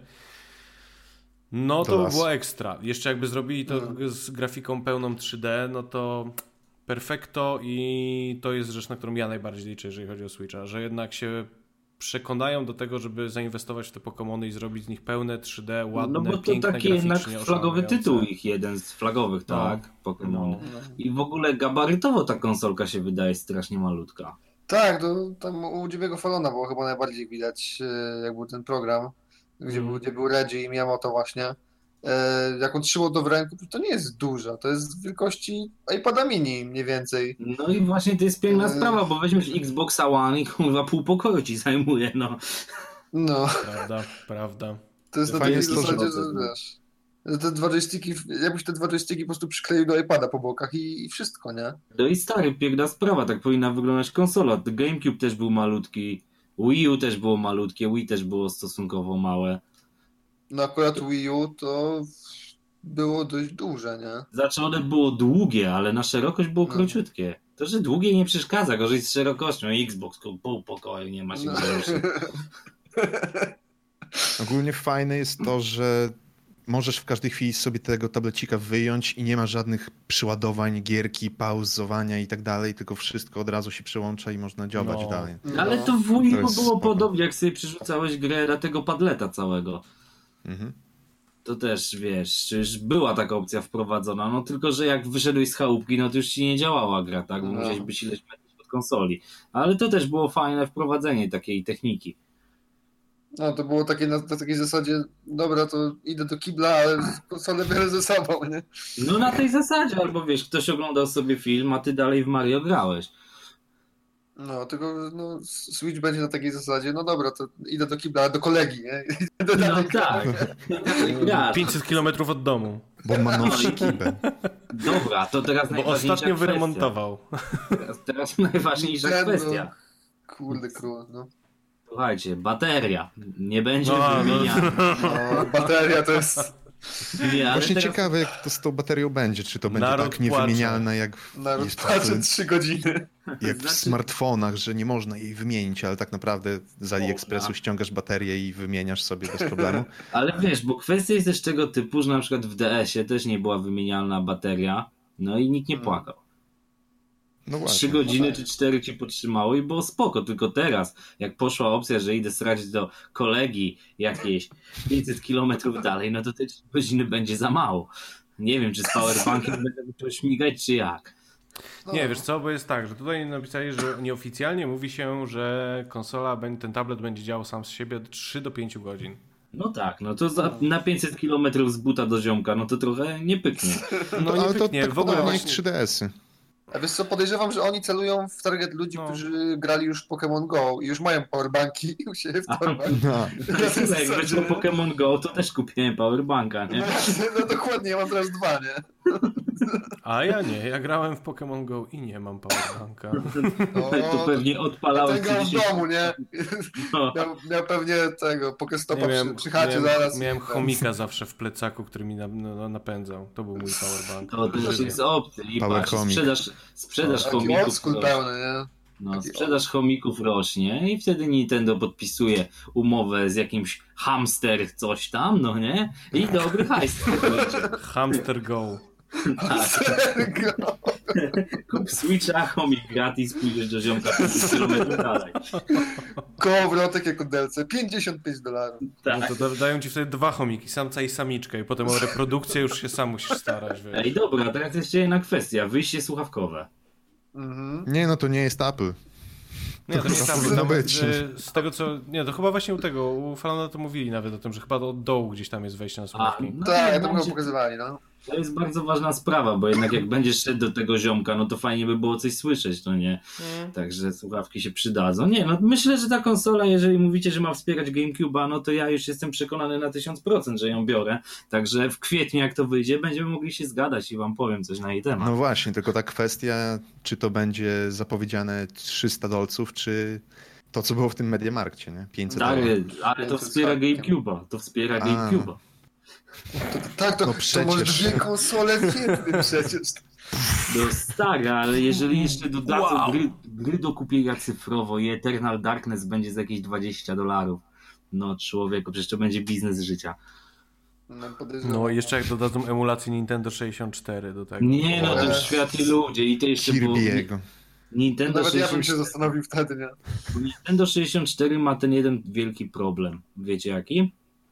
no to by było ekstra. Jeszcze jakby zrobili to z grafiką pełną 3D, no to perfekto i to jest rzecz, na którą ja najbardziej liczę, jeżeli chodzi o Switcha, że jednak się przekonają do tego, żeby zainwestować w te Pokemony i zrobić z nich pełne 3D, ładne, piękne, graficznie. No bo to taki jednak flagowy tytuł ich, jeden z flagowych, tak, Pokemony. I w ogóle gabarytowo ta konsolka się wydaje strasznie malutka. Tak, tam u Jimmy'ego Fallona było chyba najbardziej widać, jak był ten program, gdzie był Reggie i Miyamoto właśnie. Jak on trzymał to w ręku, to nie jest duża, to jest wielkości iPada mini mniej więcej. No i właśnie to jest piękna sprawa, bo weźmiesz Xboxa One i kurwa pół pokoju ci zajmuje, no. No. Prawda. To jest na takiej zasadzie, że wiesz, te dwa joysticki, jakbyś te dwa joysticki po prostu przykleił do iPada po bokach i wszystko, nie? No i stary, piękna sprawa, tak powinna wyglądać konsola. GameCube też był malutki, Wii U też było malutkie, Wii też było stosunkowo małe. No akurat Wii U to było dość duże, nie? Znaczy one było długie, ale na szerokość było króciutkie. To, że długie nie przeszkadza, gorzej z szerokością. Xbox pół pokoju, nie ma się gdzie. Ogólnie fajne jest to, że możesz w każdej chwili sobie tego tablecika wyjąć i nie ma żadnych przyładowań, gierki, pauzowania i tak dalej, tylko wszystko od razu się przełącza i można działać dalej. Ale to w Wii U było podobnie, jak sobie przerzucałeś grę na tego padleta całego. To też, wiesz, już była taka opcja wprowadzona, no tylko, że jak wyszedłeś z chałupki, no to już ci nie działała gra, tak? Bo musiałeś być ileś metrów od konsoli. Ale to też było fajne wprowadzenie takiej techniki. No to było takie na takiej zasadzie, dobra, to idę do kibla, ale konsolę biorę ze sobą, nie? No na tej zasadzie, albo wiesz, ktoś oglądał sobie film, a ty dalej w Mario grałeś. No, tylko no, Switch będzie na takiej zasadzie, no dobra, to idę do kibla, do kolegi, nie? No tak. 500 km od domu. Bo ma nowszy kibel. Dobra, to teraz Bo najważniejsza ostatnio kwestia. wyremontował. Teraz najważniejsza kwestia. Kurde, król, no. Słuchajcie, bateria. Nie będzie No, wymieniana. No, bateria to jest... Nie, ale Właśnie teraz... ciekawe, jak to z tą baterią będzie. Czy to będzie Naród tak niewymienialne, jak Naród jest patrzy 3 godziny. jak w smartfonach, że nie można jej wymienić, ale tak naprawdę z AliExpressu ściągasz baterię i wymieniasz sobie bez problemu. Ale wiesz, bo kwestia jest też tego typu, że na przykład w DS-ie też nie była wymienialna bateria, no i nikt nie płakał. No 3 właśnie. godziny czy 4 cię podtrzymało i było spoko, tylko teraz, jak poszła opcja, że idę srać do kolegi jakieś 500 kilometrów dalej, no to te 3 godziny będzie za mało. Nie wiem, czy z powerbankiem będę musiał śmigać, czy jak. No. Nie, wiesz co, bo jest tak, że tutaj napisali, że nieoficjalnie mówi się, że konsola, ten tablet będzie działał sam z siebie od 3 do 5 godzin. No tak, no to na 500 kilometrów z buta do ziomka, no to trochę nie pyknie. No nie ale to pyknie, tak w ogóle podobnie jak właśnie... 3DS-y. A wiesz co, podejrzewam, że oni celują w target ludzi, którzy grali już w Pokémon Go i już mają powerbanki u siebie w torbach. No. Jak wyszło Pokémon Go, to też kupiłem powerbanka, nie? No dokładnie, ja mam teraz 2, nie? A ja nie, ja grałem w Pokémon Go i nie mam powerbanka. To pewnie odpalałem Ten grał w domu, nie? No. Miał pewnie tego Pokestopa przy chacie miałem, zaraz. miałem chomika zawsze w plecaku, który mi napędzał. To był mój powerbank. To też jest opcja. I Power patrz, chomik. sprzedaż Taki chomików old school pełny, nie? no, sprzedaż chomików rośnie i wtedy Nintendo podpisuje umowę z jakimś hamster coś tam, no nie? I dobry hajs. Hamster Go. Kup Switcha, chomik gratis, pójdziesz do ziomka 5 km dalej. Kołowrotek jako DLC, $55. No to dają ci wtedy 2 chomiki, samca i samiczkę i potem o reprodukcję już się sam musisz starać. Wiesz. Ej, dobra, teraz jeszcze jedna kwestia. Wyjście słuchawkowe. Nie, no to nie jest Apple. Nie, to nie chyba tam, powinno tam być. z tego co... Nie, to chyba właśnie u tego, u Falona to mówili nawet o tym, że chyba od dołu gdzieś tam jest wejście na słuchawki. No Tak, to będzie- było pokazywali, no. To jest bardzo ważna sprawa, bo jednak jak będziesz szedł do tego ziomka, no to fajnie by było coś słyszeć, no nie? Także słuchawki się przydadzą. Nie, no myślę, że ta konsola, jeżeli mówicie, że ma wspierać GameCube'a, no to ja już jestem przekonany na 1000%, że ją biorę. Także w kwietniu, jak to wyjdzie, będziemy mogli się zgadać i wam powiem coś na jej temat. No właśnie, tylko ta kwestia, czy to będzie zapowiedziane $300, czy to, co było w tym Mediamarkcie, nie? $500. Ale to wspiera GameCube'a. To wspiera GameCube'a. Tak, to No może przecież. 2 konsole w jednym przecież. No stary, ale jeżeli jeszcze dodadzą gry do kupienia cyfrowo i Eternal Darkness będzie za jakieś $20, no człowieku, przecież to będzie biznes życia. No, podejrzewam. No i jeszcze jak dodadzą emulację Nintendo 64 do tego. Nie, no to już świat i ludzie i to jeszcze było... Kirby'ego. Nintendo Nawet ja bym 64, się zastanowił wtedy, nie? Nintendo 64 ma ten jeden wielki problem. Wiecie jaki?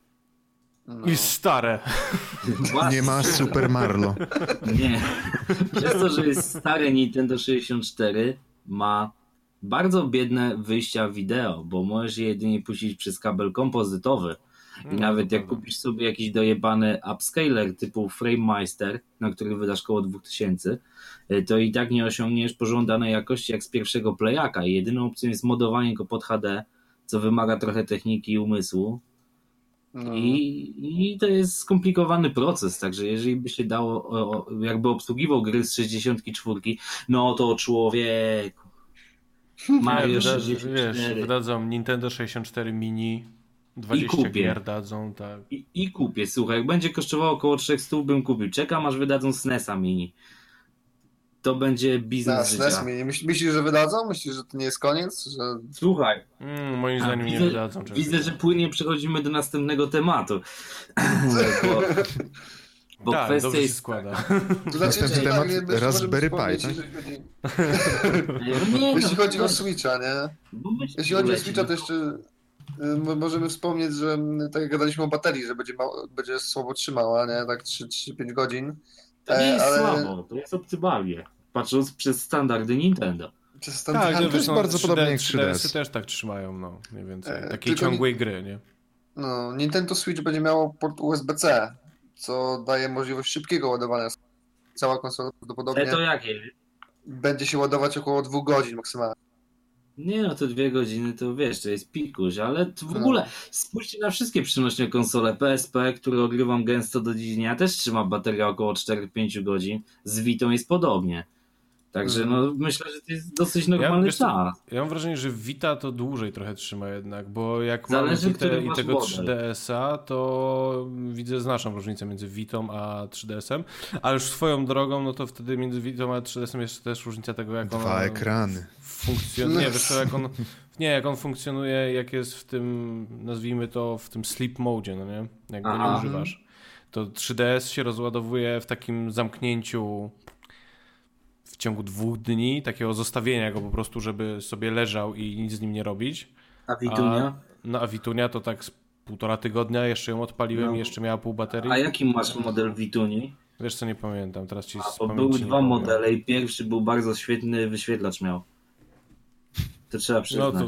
No. I stare. Nie ma Super Marlo. Nie. Przez to, że jest stare Nintendo 64 ma bardzo biedne wyjścia wideo, bo możesz je jedynie puścić przez kabel kompozytowy. I nawet jak kupisz sobie jakiś dojebany upscaler typu FrameMeister, na który wydasz koło 2000, to i tak nie osiągniesz pożądanej jakości jak z pierwszego playaka. I jedyną opcją jest modowanie go pod HD, co wymaga trochę techniki i umysłu. No. I to jest skomplikowany proces, także jeżeli by się dało, jakby obsługiwał gry z 64, no to człowieku. Mario 64. Wiesz, wydadzą Nintendo 64 mini, 20 kupię. gier dadzą, tak. I kupię, słuchaj, jak będzie kosztowało około 300, bym kupił. Czekam, aż wydadzą SNES-a mini. To będzie biznes życia. SNES mi. Myślisz, że wydadzą? Myślisz, że to nie jest koniec? Że... Słuchaj, Moim zdaniem nie wydadzą czegoś. widzę, że płynnie przechodzimy do następnego tematu. Bo Tak, kwestia dobrze się jest... składa. To Następny temat Raspberry Pi, tak? Nie, Jeśli no, chodzi o Switcha, nie? bo myślę, Jeśli chodzi o lecimy. Switcha, to jeszcze możemy wspomnieć, że tak jak gadaliśmy o baterii, że będzie słabo trzymała, nie? Tak 3-5 godzin. To nie jest słabo, to jest optymalnie. Patrząc przez standardy Nintendo. Tak, to jest bardzo podobnie jak 3DS. też tak trzymają, no, mniej więcej. Takiej ciągłej gry, nie? No, Nintendo Switch będzie miało port USB-C, co daje możliwość szybkiego ładowania. Cała konsola prawdopodobnie To jakie? będzie się ładować około 2 godzin maksymalnie. Nie no, to 2 godziny to wiesz, to jest pikuś, ale w ogóle spójrzcie na wszystkie przynośne konsole. PSP, które ogrywam gęsto do dziś dnia, też trzyma bateria około 4-5 godzin. Z Vitą jest podobnie. Także no myślę, że to jest dosyć normalny czas. Ja mam wrażenie, że Vita to dłużej trochę trzyma jednak, bo jak zależy, mam Vita i tego model. 3DS-a, to widzę znaczną różnicę między Vitą a 3DS-em, ale już swoją drogą, no to wtedy między Vitą a 3DS-em jest też różnica tego, jak on... 2 ekrany. Funkcjonuje, wiesz co, jak on funkcjonuje, jak jest w tym, nazwijmy to, w tym sleep mode, no nie? Jak go nie używasz. To 3DS się rozładowuje w takim zamknięciu w ciągu 2 dni, takiego zostawienia go po prostu, żeby sobie leżał i nic z nim nie robić. A Vitunia? A Vitunia to tak z 1,5 tygodnia, jeszcze ją odpaliłem i jeszcze miała pół baterii. A jaki masz model Vituni? Wiesz co, nie pamiętam, teraz ci z Bo pamięci były nie 2 powiem. modele i pierwszy był bardzo świetny wyświetlacz miał. To trzeba przyznać. No to...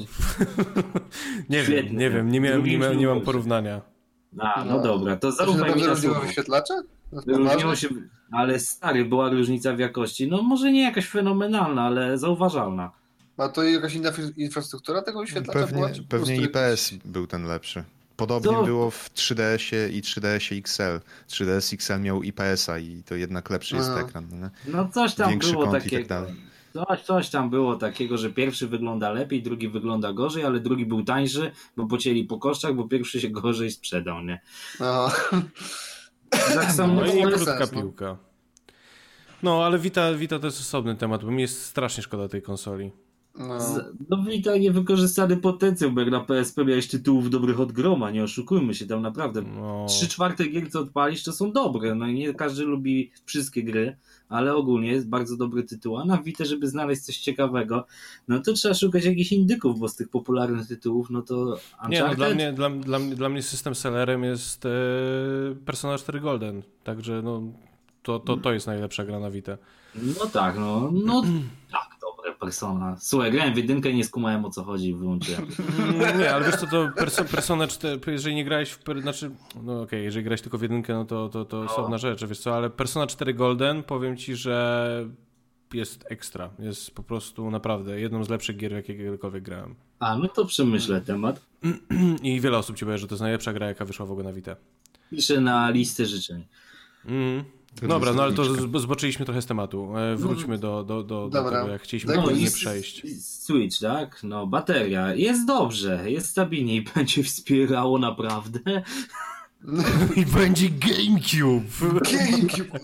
nie wiem, nie mam porównania. No dobra, to zaufaj mi na słowo. Wyświetlacze? Różniło się, ale stary, była różnica w jakości. No może nie jakaś fenomenalna, ale zauważalna. A to jakaś inna infrastruktura tego wyświetlacza była? Pewnie IPS był ten lepszy. Podobnie było w 3DS-ie i 3DS-ie XL. 3DS XL miał IPS-a i to jednak lepszy jest ekran. Nie? No coś tam Większy było kąt takiego. I tak dalej. Coś tam było takiego, że pierwszy wygląda lepiej, drugi wygląda gorzej, ale drugi był tańszy, bo pocięli po kosztach, bo pierwszy się gorzej sprzedał, nie? No. Tak samo No i krótka piłka. No, ale Vita to jest osobny temat, bo mi jest strasznie szkoda tej konsoli. No Vita niewykorzystany potencjał, bo jak na PSP miałeś tytułów dobrych od groma, nie oszukujmy się, tam naprawdę 3/4 gier, co odpalisz, to są dobre, no i nie każdy lubi wszystkie gry, ale ogólnie jest bardzo dobry tytuł, a na Vita, żeby znaleźć coś ciekawego, no to trzeba szukać jakichś indyków, bo z tych popularnych tytułów, no to Uncharted... Nie, no dla mnie system sellerem jest Persona 4 Golden, także no to jest najlepsza gra na Vita. No tak, tak, dobre Persona. Słuchaj, grałem w 1 i nie skumałem, o co chodzi, wyłączyłem. Nie, ale wiesz co, to Persona 4, jeżeli nie grałeś jeżeli grałeś tylko w 1, no to osobna rzecz, wiesz co, ale Persona 4 Golden, powiem ci, że jest ekstra. Jest po prostu naprawdę jedną z lepszych gier, w jakiekolwiek grałem. No to przemyślę temat. I wiele osób ci powie, że to jest najlepsza gra, jaka wyszła w ogóle na Vita. Piszę na listę życzeń. Dobra, no ale to zboczyliśmy trochę z tematu. Wróćmy do tego, jak chcieliśmy nie przejść. Switch, tak? No, bateria. Jest dobrze, jest stabilnie i będzie wspierało naprawdę. I będzie GameCube! GameCube!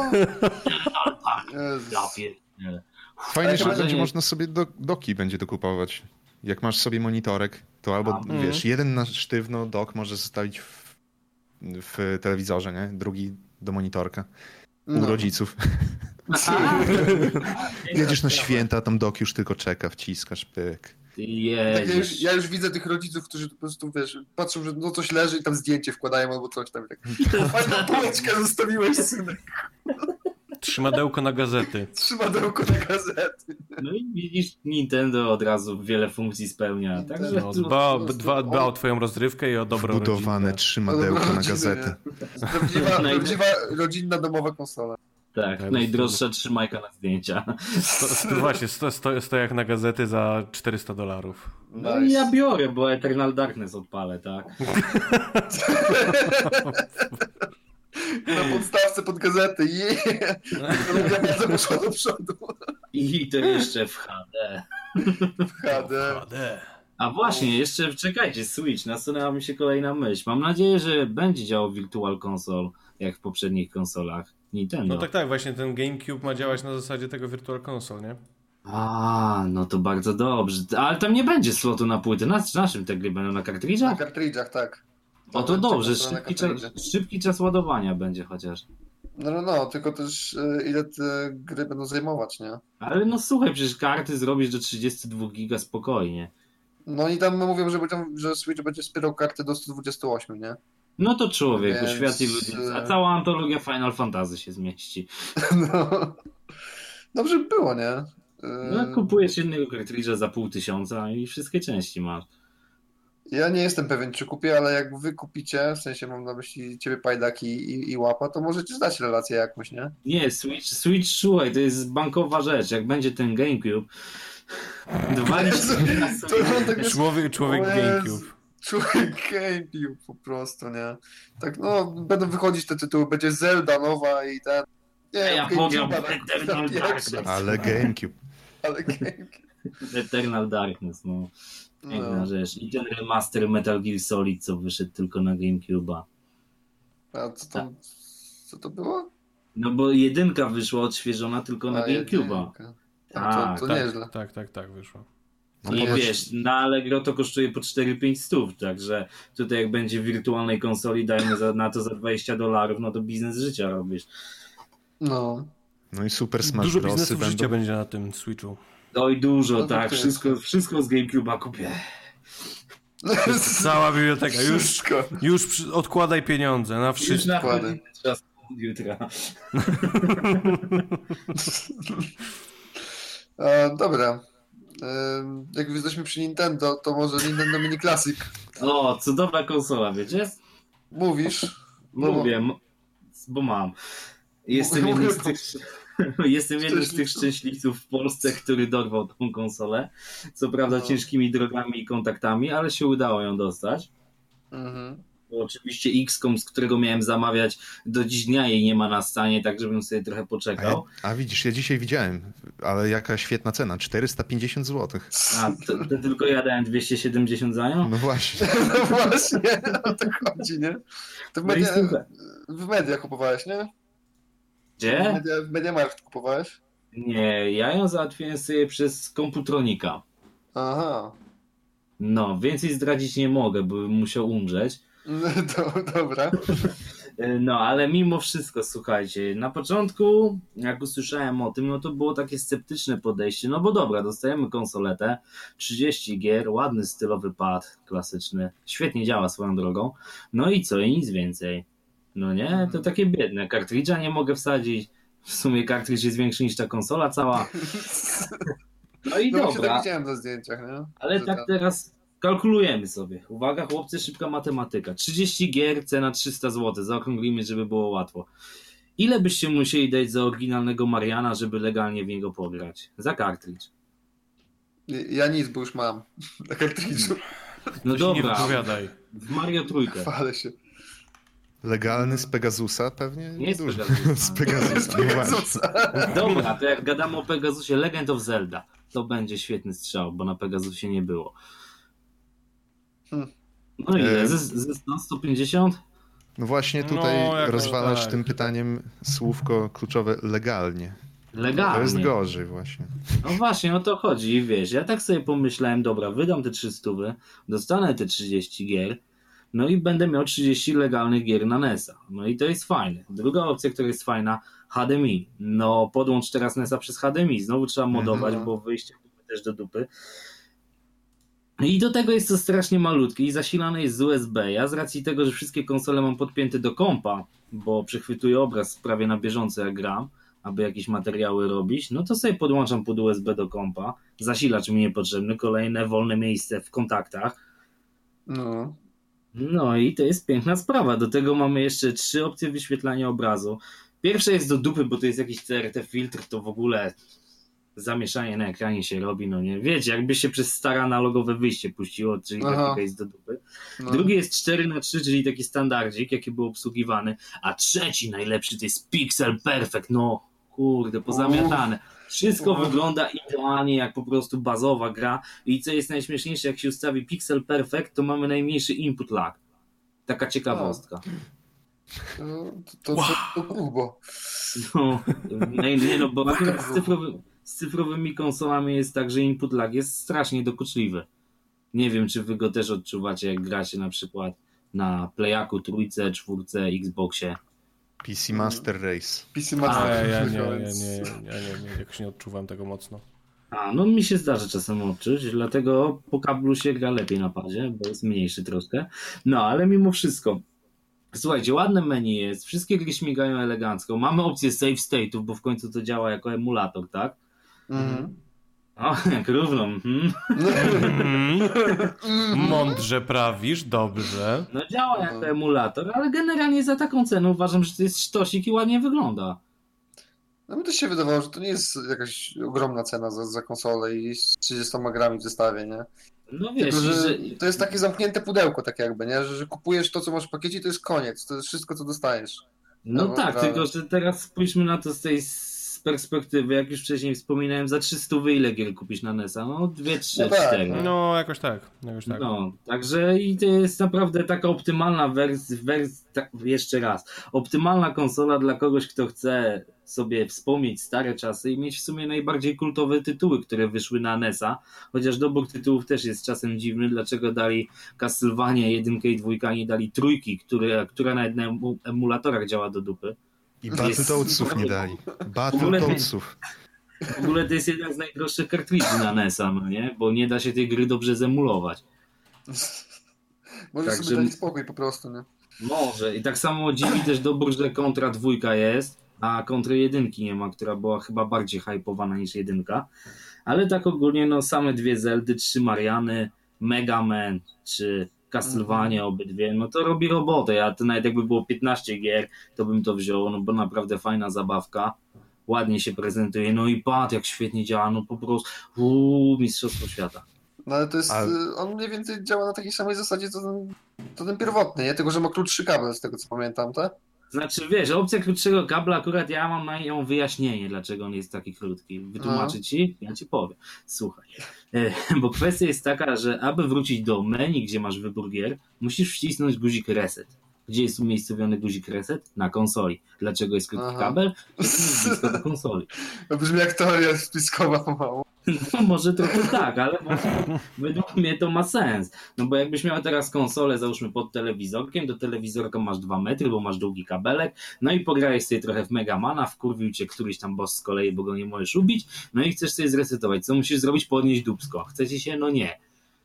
Fajnie, że będzie można sobie doki będzie dokupować. Jak masz sobie monitorek, to albo wiesz, jeden na sztywno dok możesz zostawić w telewizorze, nie? Drugi do monitorka. U rodziców. Jedziesz na święta, tam dok już tylko czeka, wciskasz, pyk. Ja już widzę tych rodziców, którzy po prostu, wiesz, patrzą, że no coś leży i tam zdjęcie wkładają albo coś tam. Tak. Fajną półeczkę zostawiłeś, synek. Trzymadełko na gazety. Trzymadełko na gazety. No i widzisz, Nintendo od razu wiele funkcji spełnia. Także dba o twoją rozrywkę i o dobrą rodzinę. Budowane trzymadełko na gazety. Prawdziwa rodzinna domowa konsola. Tak, najdroższa trzymajka na zdjęcia. Właśnie, 100 jak na gazety za $400. No i ja biorę, bo Eternal Darkness odpalę, tak? Na podstawce pod gazety. Ja muszę do przodu. I to jeszcze w HD. W HD. A właśnie, jeszcze czekajcie, Switch, nasunęła mi się kolejna myśl. Mam nadzieję, że będzie działał Virtual Console, jak w poprzednich konsolach Nintendo. No tak, właśnie ten GameCube ma działać na zasadzie tego Virtual Console, nie? No to bardzo dobrze. Ale tam nie będzie slotu na płyty. Na czym te gry będą? Na kartridżach? Na kartridżach, tak. No to dobrze, szybki czas ładowania będzie chociaż. No, tylko też ile te gry będą zajmować, nie? Ale no słuchaj, przecież karty zrobisz do 32 giga spokojnie. No i tam mówią, że Switch będzie wspierał karty do 128, nie? No to człowieku, Więc... świat i ludzie, a cała antologia Final Fantasy się zmieści. No, dobrze by było, nie? No kupujesz jednego kartridża za 500 i wszystkie części masz. Ja nie jestem pewien, czy kupię, ale jak wy kupicie, w sensie mam na myśli ciebie Pajdak i Łapa, to możecie zdać relację jakąś, nie? Nie, Switch, słuchaj, to jest bankowa rzecz. Jak będzie ten GameCube, Człowiek GameCube. Człowiek GameCube po prostu, nie? Tak, no, będą wychodzić te tytuły, będzie Zelda nowa i ten... Nie, ja powiem Ale GameCube. Ale GameCube. Eternal Darkness, no. Piękna rzecz. I ten remaster Metal Gear Solid, co wyszedł tylko na GameCube'a. A co to było? No bo 1 wyszła odświeżona tylko na GameCube'a. To nieźle. Tak, wyszło. I wiesz, na Allegro to kosztuje po 4-5 stów, także tutaj jak będzie w wirtualnej konsoli, dajmy na to za $20, no to biznes życia robisz. No i Super Smash Dużo Bros. biznesów życia będzie na tym Switchu. Oj, dużo, No tak, wszystko z GameCube'a kupię. Cała biblioteka, już odkładaj pieniądze na wszystko. Jutra. Dobra. Jak jesteśmy przy Nintendo, to może Nintendo Mini Classic. O, cudowna konsola, wiecie? Mówisz? Mówię, bo mam. Jestem jednym z tych szczęśliwców w Polsce, który dorwał tą konsolę. Co prawda ciężkimi drogami i kontaktami, ale się udało ją dostać. Bo oczywiście XCOM, z którego miałem zamawiać, do dziś dnia jej nie ma na stanie, tak żebym sobie trochę poczekał. A widzisz, ja dzisiaj widziałem, ale jaka świetna cena, 450 zł. A to tylko ja dałem 270 za nią? No właśnie. No właśnie, o to chodzi, nie? To w mediach kupowałeś, nie? Gdzie? W MediaMarkt kupowałeś? Nie, ja ją załatwiłem sobie przez Komputronika. Aha. No, więcej zdradzić nie mogę, bo bym musiał umrzeć. Dobra. No, ale mimo wszystko, słuchajcie, na początku, jak usłyszałem o tym, no to było takie sceptyczne podejście, no bo dobra, dostajemy konsoletę, 30 gier, ładny stylowy pad klasyczny, świetnie działa swoją drogą, no i co, i nic więcej. No nie, to takie biedne, kartridża nie mogę wsadzić, w sumie kartridż jest większy niż ta konsola cała. No i dobra. Tak widziałem na zdjęciach, nie? Ale tak teraz kalkulujemy sobie. Uwaga, chłopcy, szybka matematyka. 30 gier, cena 300 zł. Zaokrąglimy, żeby było łatwo. Ile byście musieli dać za oryginalnego Mariana, żeby legalnie w niego pograć? Za kartridż. Ja nic, bo już mam na kartridżu. No dobra. Nie wypowiadaj. W Mario Trójkę. Chwalę się. Legalny z Pegasusa pewnie? Nie z dużo. Pegasusa. Z Pegasusa. Dobra, to jak gadamy o Pegasusie, Legend of Zelda. To będzie świetny strzał, bo na Pegasusie nie było. No ile? Ze 150? No właśnie tutaj rozwalasz tak. tym pytaniem słówko kluczowe legalnie. Legalnie. To jest gorzej właśnie. No właśnie, o to chodzi. I wiesz, ja tak sobie pomyślałem, dobra, wydam te 300, dostanę te 30 gier, no i będę miał 30 legalnych gier na NES-a. No i to jest fajne. Druga opcja, która jest fajna, HDMI. No podłącz teraz NES-a przez HDMI. Znowu trzeba modować, bo wyjście też do dupy. I do tego jest to strasznie malutkie i zasilane jest z USB. Ja z racji tego, że wszystkie konsole mam podpięte do kompa, bo przechwytuję obraz prawie na bieżąco jak gram, aby jakieś materiały robić, no to sobie podłączam pod USB do kompa. Zasilacz mi niepotrzebny, kolejne wolne miejsce w kontaktach. No i to jest piękna sprawa. Do tego mamy jeszcze 3 opcje wyświetlania obrazu. Pierwsza jest do dupy, bo to jest jakiś CRT filtr, to w ogóle zamieszanie na ekranie się robi, no nie. Wiecie, jakby się przez stare analogowe wyjście puściło, czyli grafika jest do dupy. Drugi jest 4:3, czyli taki standardzik, jaki był obsługiwany, a trzeci najlepszy to jest Pixel Perfect, no kurde, pozamiatane. Wszystko wygląda idealnie jak po prostu bazowa gra i co jest najśmieszniejsze, jak się ustawi Pixel Perfect, to mamy najmniejszy input lag. Taka ciekawostka. To kurbo. No, no bo akurat z cyfrowymi konsolami jest tak, że input lag jest strasznie dokuczliwy. Nie wiem, czy wy go też odczuwacie, jak gracie na przykład na Playaku, trójce, 4, Xboxie. PC Master Race. PC Master Ja nie, jakoś nie odczuwam tego mocno. No mi się zdarza czasem odczuć, dlatego po kablu się gra lepiej na padzie, bo jest mniejszy troszkę. No, ale mimo wszystko. Słuchajcie, ładne menu jest, wszystkie gry śmigają elegancko. Mamy opcję save state'ów, bo w końcu to działa jako emulator, tak? O, jak równo. Mądrze prawisz, dobrze. No działa jako emulator, ale generalnie za taką cenę uważam, że to jest sztosik i ładnie wygląda. No mi też się wydawało, że to nie jest jakaś ogromna cena za konsolę i z 30 grami w zestawie, nie? No wiesz, tylko, że to jest takie zamknięte pudełko, tak jakby, nie? Że kupujesz to, co masz w pakiecie i to jest koniec. To jest wszystko, co dostajesz. No tak, tylko że teraz spójrzmy na to z tej perspektywy, jak już wcześniej wspominałem, za 300 ile gier kupisz na NES-a? No 2, 3, 4. No jakoś tak. No, także i to jest naprawdę taka optymalna jeszcze raz, optymalna konsola dla kogoś, kto chce sobie wspomnieć stare czasy i mieć w sumie najbardziej kultowe tytuły, które wyszły na NES-a, chociaż dobór tytułów też jest czasem dziwny, dlaczego dali Castlevania 1 i 2, nie dali trójki, która nawet na emulatorach działa do dupy. I Battletoadsów nie dali. Battletoadsów. W ogóle to jest jeden z najdroższych kartridży na NES-a, no nie? Bo nie da się tej gry dobrze zemulować. Może sobie dać spokój po prostu, nie? Może. I tak samo dziwi też dobór, że Contra 2 jest, a Contry 1 nie ma, która była chyba bardziej hypowana niż 1. Ale tak ogólnie, no same 2 Zeldy, 3 Mariany, Mega Man czy Castlevania obydwie, no to robi robotę. Ja to nawet jakby było 15 gier, to bym to wziął, no bo naprawdę fajna zabawka. Ładnie się prezentuje, no i pad jak świetnie działa, no po prostu mistrzostwo świata. No ale to jest, on mniej więcej działa na takiej samej zasadzie, to ten pierwotny, nie? Tylko, że ma krótszy kabel, z tego co pamiętam, tak? Znaczy wiesz, opcja krótszego kabla, akurat ja mam na nią wyjaśnienie, dlaczego on jest taki krótki. Wytłumaczę ci? Ja ci powiem. Słuchaj, bo kwestia jest taka, że aby wrócić do menu, gdzie masz wybór gier, musisz wcisnąć guzik reset. Gdzie jest umiejscowiony guzik reset? Na konsoli. Dlaczego jest krótki kabel? Jest blisko do konsoli. To brzmi jak teoria spiskowa pomału. No może trochę tak, ale według mnie to ma sens. No bo jakbyś miał teraz konsolę, załóżmy pod telewizorkiem, do telewizorka masz 2 metry, bo masz długi kabelek, no i pograłeś sobie trochę w Megamana, wkurwił cię któryś tam boss z kolei, bo go nie możesz ubić, no i chcesz sobie zresetować. Co musisz zrobić? Podnieść dupsko. Chce ci się? No nie.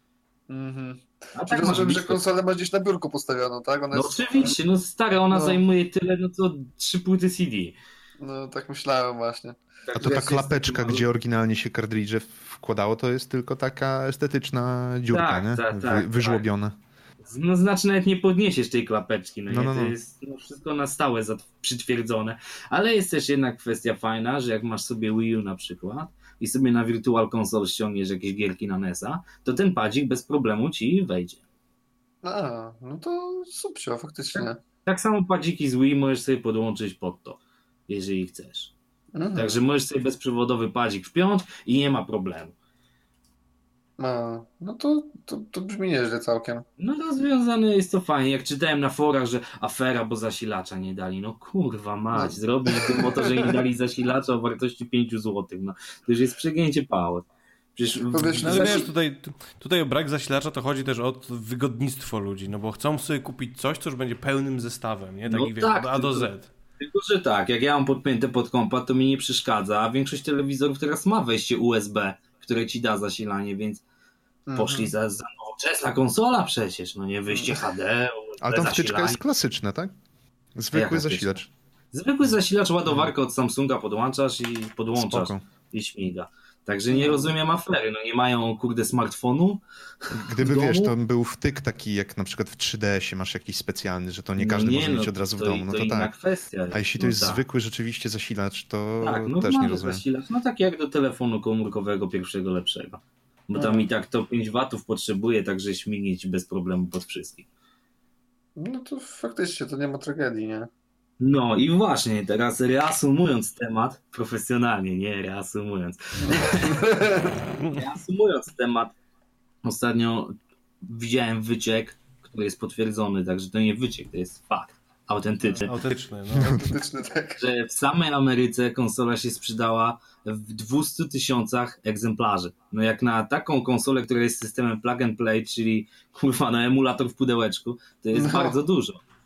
A tak rozumiem, że konsolę masz gdzieś na biurku postawioną, tak? No oczywiście, no stara, ona zajmuje tyle, no co 3 płyty CD. No tak myślałem właśnie. A to ta klapeczka, gdzie oryginalnie się kartridże wkładało, to jest tylko taka estetyczna dziurka, nie? Wyżłobiona. No znaczy nawet nie podniesiesz tej klapeczki, no. To jest wszystko na stałe przytwierdzone. Ale jest też jednak kwestia fajna, że jak masz sobie Wii U na przykład i sobie na Virtual Console ściągniesz jakieś gierki na NES-a, to ten padzik bez problemu ci wejdzie. No to super, faktycznie. Tak samo padziki z Wii możesz sobie podłączyć pod to, jeżeli chcesz. Także możesz sobie bezprzewodowy padzik wpiąć i nie ma problemu. No to brzmi nieźle całkiem. No rozwiązane jest to fajnie. Jak czytałem na forach, że afera, bo zasilacza nie dali. No kurwa mać, zrobić po to, że nie dali zasilacza o wartości 5 zł. No to już jest przegięcie pały. Przecież ale wiesz, tutaj o brak zasilacza to chodzi też o wygodnictwo ludzi, no bo chcą sobie kupić coś, co już będzie pełnym zestawem, nie? Taki wiesz, A do Z. Tylko, że tak, jak ja mam podpięte pod kompa, to mi nie przeszkadza, a większość telewizorów teraz ma wejście USB, które ci da zasilanie, więc poszli za nowoczesna konsola przecież, no nie wyjście HD. Ale ta wtyczka jest klasyczna, tak? Zwykły zasilacz. Zwykły zasilacz, ładowarkę od Samsunga podłączasz i podłączasz. Spoko. I śmiga. Także nie rozumiem afery, no nie mają smartfonu. Gdyby wiesz, to był wtyk taki jak na przykład w 3DS-ie masz jakiś specjalny, że to nie każdy może mieć od razu w domu, no to tak. Kwestia. A jeśli to jest zwykły rzeczywiście zasilacz, to tak, też nie rozumiem. Zasilacz, no tak jak do telefonu komórkowego pierwszego lepszego. Bo tam i tak to 5 watów potrzebuje, także śmignieć bez problemu pod wszystkim. No to faktycznie to nie ma tragedii, nie? No i właśnie, teraz reasumując temat, profesjonalnie, nie reasumując. Reasumując temat, ostatnio widziałem wyciek, który jest potwierdzony, także to nie wyciek, to jest fakt. Autentyczny. Autentyczny, tak. Że w samej Ameryce konsola się sprzedała w 200 000 egzemplarzy. No jak na taką konsolę, która jest systemem plug and play, czyli kurwa na emulator w pudełeczku, to jest bardzo dużo.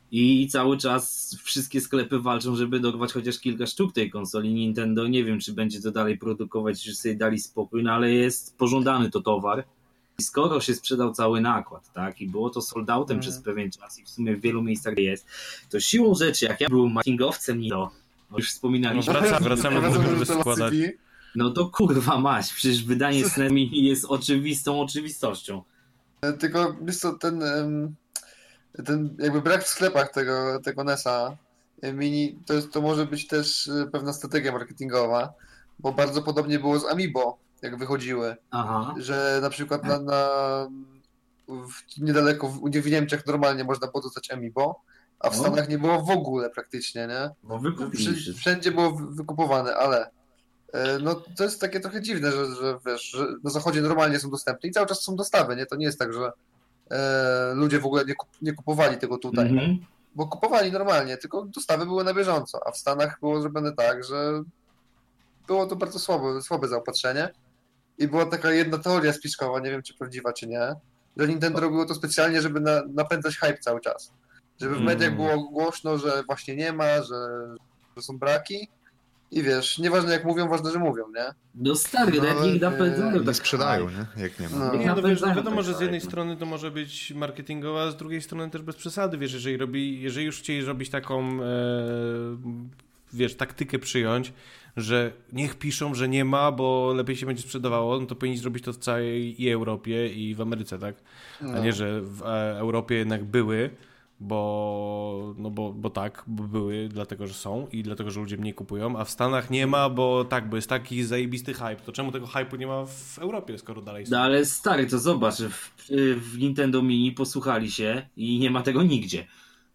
I cały czas wszystkie sklepy walczą, żeby dorwać chociaż kilka sztuk tej konsoli. Nintendo nie wiem, czy będzie to dalej produkować, czy sobie dali spokój, no ale jest pożądany to towar. I skoro się sprzedał cały nakład, tak, i było to sold outem przez pewien czas i w sumie w wielu miejscach jest, to siłą rzeczy, jak ja byłem marketingowcem Nintendo, już wspominaliśmy. No wracamy do tego, żeby składać. No to kurwa mać, przecież wydanie SNES jest oczywistą oczywistością. Tylko wiesz co, ten jakby brak w sklepach tego NES-a mini, to może być też pewna strategia marketingowa, bo bardzo podobnie było z Amiibo, jak wychodziły. Aha. Że na przykład niedaleko w Niemczech normalnie można było dostać Amiibo, a w Stanach nie było w ogóle praktycznie, nie? Bo Wszędzie było wykupowane, ale no to jest takie trochę dziwne, że wiesz, że na zachodzie normalnie są dostępne i cały czas są dostawy, nie? To nie jest tak, że ludzie w ogóle nie kupowali tego tutaj, bo kupowali normalnie, tylko dostawy były na bieżąco, a w Stanach było zrobione tak, że było to bardzo słabe zaopatrzenie i była taka jedna teoria spiskowa, nie wiem czy prawdziwa czy nie, że Nintendo robiło to specjalnie, żeby napędzać hype cały czas. Żeby w mediach było głośno, że właśnie nie ma, że są braki i wiesz, nieważne jak mówią, ważne, że mówią, nie? No stary, niech napędzają. Nie sprzedają, nie? Jak nie ma. Nie, no wiesz, wiadomo, że z jednej strony to może być marketingowa, a z drugiej strony też bez przesady, wiesz, jeżeli już chcieli robić taką, wiesz, taktykę przyjąć, że niech piszą, że nie ma, bo lepiej się będzie sprzedawało, no to powinni zrobić to w całej Europie i w Ameryce, tak? A nie, że w Europie jednak były, bo były, dlatego że są i dlatego, że ludzie mniej kupują, a w Stanach nie ma, bo jest taki zajebisty hype. To czemu tego hype'u nie ma w Europie, skoro dalej są? No ale stary, to zobacz, w Nintendo Mini posłuchali się i nie ma tego nigdzie.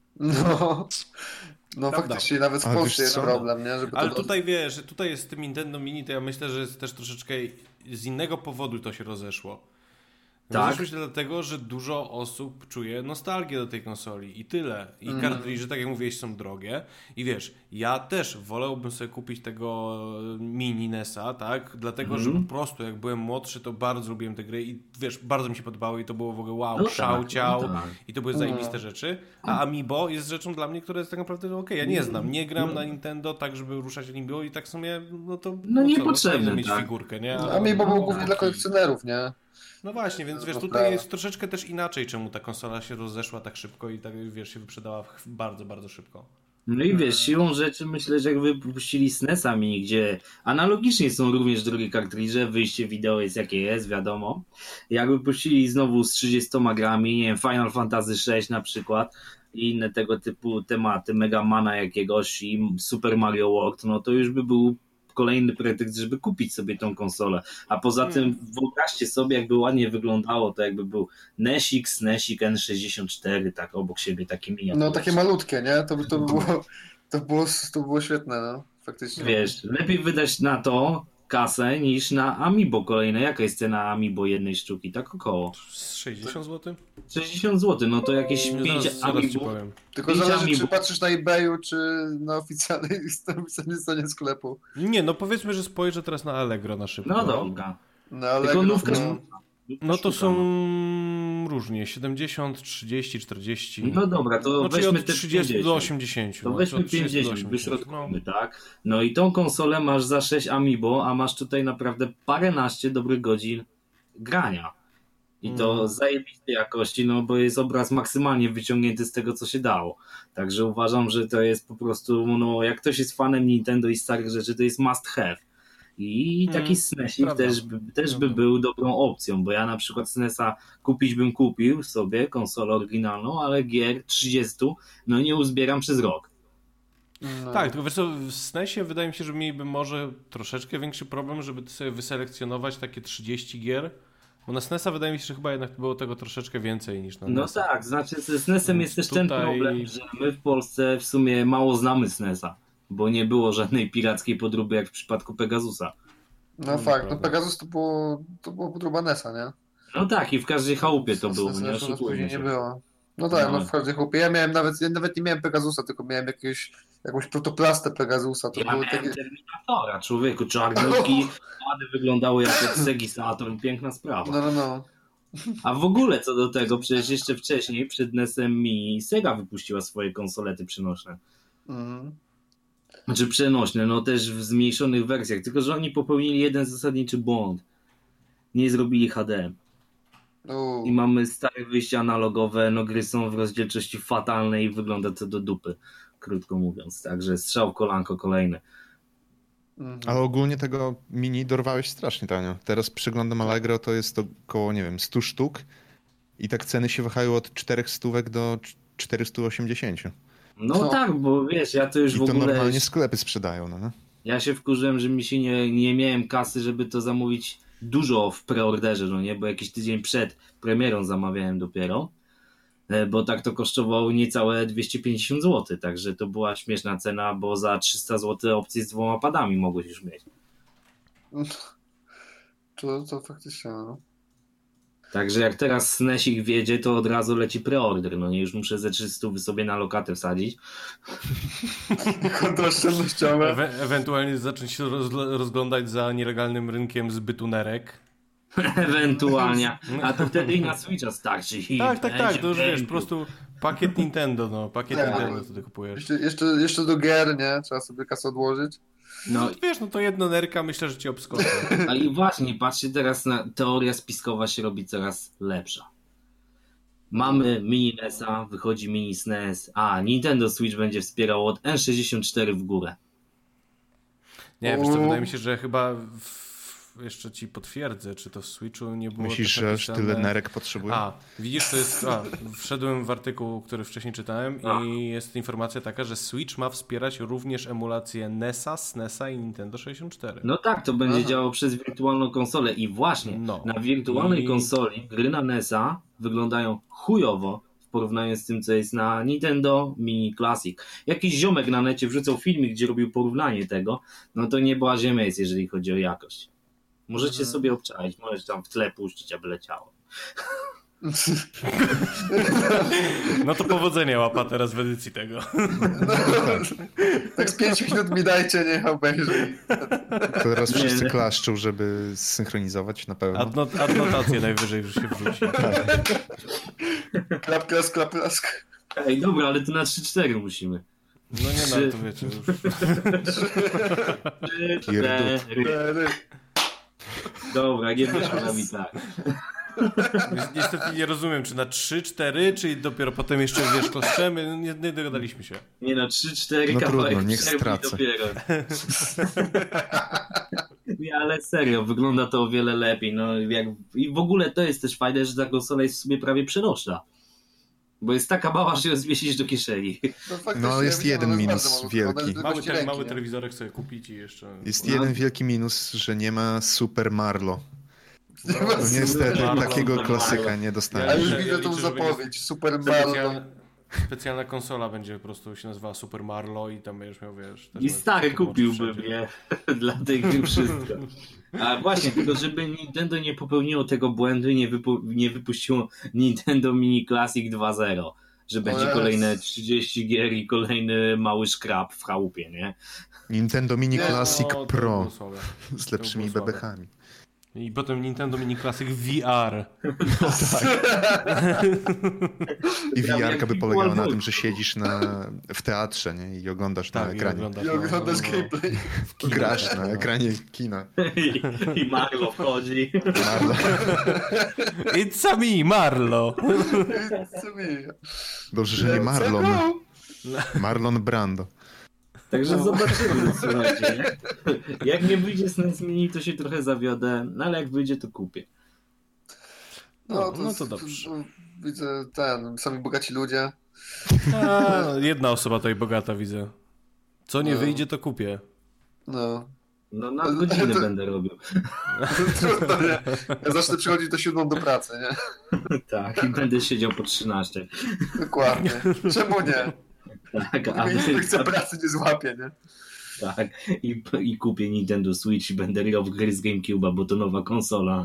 No faktycznie, nawet w Polsce jest problem, nie? Żeby ale tutaj wiesz, tutaj jest z tym Nintendo Mini, to ja myślę, że jest też troszeczkę z innego powodu to się rozeszło. Tak? Rozeszło się dlatego, że dużo osób czuje nostalgię do tej konsoli i tyle. I kartridże, tak jak mówiłeś, są drogie. I wiesz, ja też wolałbym sobie kupić tego mini NES-a, tak? Dlatego, że po prostu jak byłem młodszy, to bardzo lubiłem te gry i wiesz, bardzo mi się podobały i to było w ogóle wow, szałciał i to były zajebiste rzeczy. A Amiibo jest rzeczą dla mnie, która jest tak naprawdę okej, ja nie znam, nie gram na Nintendo tak, żeby ruszać Amiibo i tak w sumie, no to niepotrzebne, mieć figurkę, nie? Amiibo był głównie dla kolekcjonerów, nie? No właśnie, więc wiesz, tutaj jest troszeczkę też inaczej, czemu ta konsola się rozeszła tak szybko i tak, wiesz, się wyprzedała bardzo, bardzo szybko. No i wiesz, siłą rzeczy myślę, że jak wypuścili SNES-a Mini, gdzie analogicznie są również drogie kartridże, wyjście wideo jest jakie jest, wiadomo. Jak wypuścili znowu z 30 grami, nie wiem, Final Fantasy VI na przykład i inne tego typu tematy, Mega Mana jakiegoś i Super Mario World, no to już by był kolejny pretekst, żeby kupić sobie tą konsolę. A poza tym wyobraźcie sobie, jakby ładnie wyglądało, to jakby był NESik, SNESik, N64, tak obok siebie, takie miniatury. No takie malutkie, nie? To było świetne, no. Faktycznie. Wiesz, lepiej wydać na to kasę niż na Amiibo kolejne. Jaka jest cena Amiibo jednej sztuki? Tak około 60 zł? 60 zł, no to jakieś 5 Amiibo. Tylko zależy, czy patrzysz na eBayu, czy na oficjalnej stronie sklepu. Nie, no powiedzmy, że spojrzę teraz na Allegro na szybko. No dobra. Na Allegro, no to są różnie, 70, 30, 40. No dobra, to weźmy te 30 50. do 80. To weźmy 50, wyśrodkujmy, tak? No i tą konsolę masz za 6 Amiibo, a masz tutaj naprawdę paręnaście dobrych godzin grania. I to zajebistej jakości, no bo jest obraz maksymalnie wyciągnięty z tego, co się dało. Także uważam, że to jest po prostu, no jak ktoś jest fanem Nintendo i starych rzeczy, to jest must have. I taki SNESik też by był dobrą opcją, bo ja na przykład SNESa bym kupił sobie konsolę oryginalną, ale gier 30 no nie uzbieram przez rok. No. Tak, tylko wiesz co, w SNESie wydaje mi się, że mieliby może troszeczkę większy problem, żeby sobie wyselekcjonować takie 30 gier, bo na SNESa wydaje mi się, że chyba jednak było tego troszeczkę więcej niż na NES-a. No tak, znaczy ze SNESem jest też ten problem, że my w Polsce w sumie mało znamy SNESa. Bo nie było żadnej pirackiej podróby jak w przypadku Pegasusa. No fakt, no Pegasus to było podróba NES-a, nie? No tak, i w każdej chałupie to było, nie oszukujmy się. Nie było. No tak, no w każdej chałupie. Ja nawet nie miałem Pegasusa, tylko miałem jakąś protoplastę Pegasusa. To ja miałem Terminatora, człowieku, czarnówki, ładnie wyglądały jak od Segi Saturn, piękna sprawa. No. A w ogóle co do tego, przecież jeszcze wcześniej, przed NES-em Mini, Sega wypuściła swoje konsolety przenośne. Znaczy przenośne, no też w zmniejszonych wersjach, tylko że oni popełnili jeden zasadniczy błąd. Nie zrobili HD. I mamy stare wyjścia analogowe, no gry są w rozdzielczości fatalnej i wygląda to do dupy, krótko mówiąc. Także strzał w kolanko kolejny. Ale ogólnie tego Mini dorwałeś strasznie tanio. Teraz przeglądam Allegro, to jest około, nie wiem, 100 sztuk i tak ceny się wahają od 400 do 480. No tak, bo wiesz, ja to już w ogóle... I to normalnie sklepy sprzedają, no nie? Ja się wkurzyłem, że mi się nie miałem kasy, żeby to zamówić dużo w preorderze, no nie? Bo jakiś tydzień przed premierą zamawiałem dopiero, bo tak to kosztowało niecałe 250 zł, także to była śmieszna cena, bo za 300 zł opcję z 2 padami mogłeś już mieć. To faktycznie, no. Także jak teraz SNESik wiedzie, to od razu leci preorder, no nie? Już muszę ze 300 sobie na lokatę wsadzić. Konto oszczędnościowe. Ewentualnie zacząć się rozglądać za nielegalnym rynkiem zbytu nerek. Ewentualnie. A to wtedy i na Switcha starczy. Tak, to już wiesz, po prostu pakiet Nintendo, Nintendo wtedy kupujesz. Jeszcze do gier, nie? Trzeba sobie kasę odłożyć. No wiesz, no to jedno nerka myślę, że ci obskoczy. A i właśnie, patrzcie teraz na teoria spiskowa się robi coraz lepsza. Mamy mini NES-a, wychodzi mini SNES, a Nintendo Switch będzie wspierał od N64 w górę. Nie, wiesz co, wydaje mi się, że chyba jeszcze ci potwierdzę, czy to w Switchu nie było. Myślisz, że aż tyle nerek potrzebuje? Widzisz, to jest... wszedłem w artykuł, który wcześniej czytałem i jest informacja taka, że Switch ma wspierać również emulację NES-a, SNES-a i Nintendo 64. No tak, to będzie działało przez wirtualną konsolę i właśnie na wirtualnej konsoli gry na NES-a wyglądają chujowo w porównaniu z tym, co jest na Nintendo Mini Classic. Jakiś ziomek na necie wrzucał filmik, gdzie robił porównanie tego, no to nie była ziemiec, jeżeli chodzi o jakość. Możecie sobie obczaić, możecie tam w tle puścić, aby leciało. No to powodzenia łapa teraz w edycji tego. Tak z 5 minut mi dajcie, niech obejrzy. To teraz wszyscy klaszczą, żeby zsynchronizować na pewno. Adnotację najwyżej już się wrzuci. Klaplask. Ej, dobra, ale to na 3-4 musimy. No nie, no to wiecie już. 3-4. Dobra, nie wyszło nam i tak. Niestety nie rozumiem, czy na 3-4, czy dopiero potem jeszcze wiesz, klaszczemy. Nie dogadaliśmy się. Nie no, 3-4 no kawałek trudno, niech stracę. Dopiero. Nie, ale serio, wygląda to o wiele lepiej. No, i w ogóle to jest też fajne, że ta konsola jest w sumie prawie przenośna. Bo jest taka mała, że ją zmieścisz do kieszeni. No jest jeden minus wielki. Mały telewizorek sobie kupić i jeszcze... Jest jeden wielki minus, że nie ma Super Marlo. No niestety takiego klasyka nie dostałem. Ale już widzę tą zapowiedź, Super Marlo. Specjalna konsola będzie po prostu się nazywała Super Marlo i tam będziesz miał, wiesz... I stary kupiłbym, nie? Dla tej gry wszystko. A właśnie, tylko żeby Nintendo nie popełniło tego błędu i nie wypuściło Nintendo Mini Classic 2.0, że będzie kolejne 30 gier i kolejny mały szkrab w chałupie, nie? Nintendo Mini Classic Pro z lepszymi słabe. bebechami. I potem Nintendo Mini Classic VR. I VR-ka by polegała na tym, że siedzisz w teatrze, nie? I oglądasz na ekranie. I oglądasz gameplay. Grasz na ekranie kina. I Marlo wchodzi. Marlo. It's me, Marlo. Dobrze, że nie Marlon. Marlon Brando. Także zobaczymy, słuchajcie. Jak nie wyjdzie SNES Mini, to się trochę zawiodę, no ale jak wyjdzie, to kupię. No to dobrze. Widzę sami bogaci ludzie. Jedna osoba tutaj bogata widzę. Co nie wyjdzie, to kupię. No na godzinę będę robił. Trudno, nie? Ja zacznę przychodzić do 7 do pracy, nie? Tak, i będę siedział po 13. Dokładnie. Czemu nie? Tak, chcę pracy nie złapie, nie? Tak, i kupię Nintendo Switch i będę grał w gry z GameCube'a, bo to nowa konsola.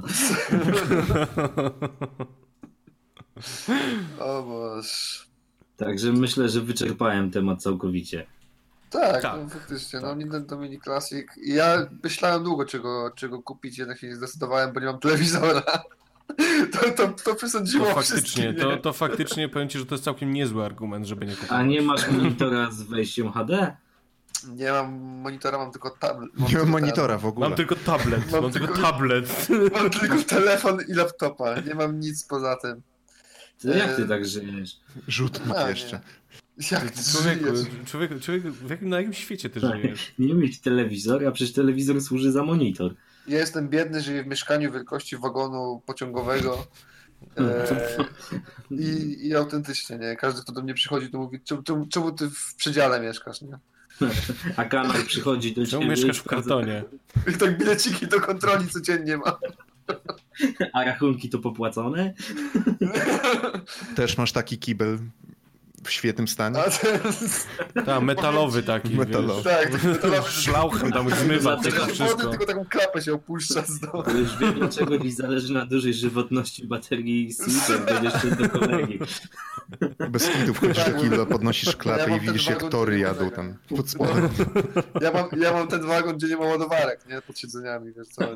O Boże. Także myślę, że wyczerpałem temat całkowicie. Tak. No, faktycznie. No, Nintendo Mini Classic. Ja myślałem długo, czego kupić, jednak się nie zdecydowałem, bo nie mam telewizora. To przesądziło to faktycznie powiem ci, że to jest całkiem niezły argument, żeby nie kupować. A nie masz monitora z wejściem HD? Nie mam monitora, mam tylko tablet. Nie mam monitora w ogóle. Mam tylko tablet. Mam tylko telefon i laptopa. Nie mam nic poza tym. Jak ty tak żyjesz? Rzut jeszcze. Jak ty Człowieku, na jakim świecie ty żyjesz? Nie mieć telewizora, przecież telewizor służy za monitor. Ja jestem biedny, żyję w mieszkaniu wielkości wagonu pociągowego i autentycznie, nie? Każdy, kto do mnie przychodzi, to mówi, czemu ty w przedziale mieszkasz, nie? A kamer przychodzi do ciebie. Czemu mieszkasz w kartonie? I tak bileciki do kontroli codziennie ma. A rachunki to popłacone? Też masz taki kibel w świetnym stanie? Tak, metalowy taki. Metalowy. Tak, taki metalowy. Szlauchem tam zmywa tego wszystko. Tylko taką klapę się opuszcza z domu. Już wiem, dlaczego mi zależy na dużej żywotności baterii Switcher, będziesz szedł do kolegi. Bez kitu wchodzisz do kibla, podnosisz klapę i widzisz, jak tory jadą tam pod spodem. Ja mam ten wagon, gdzie nie ma ładowarek, nie? Pod siedzeniami, wiesz co?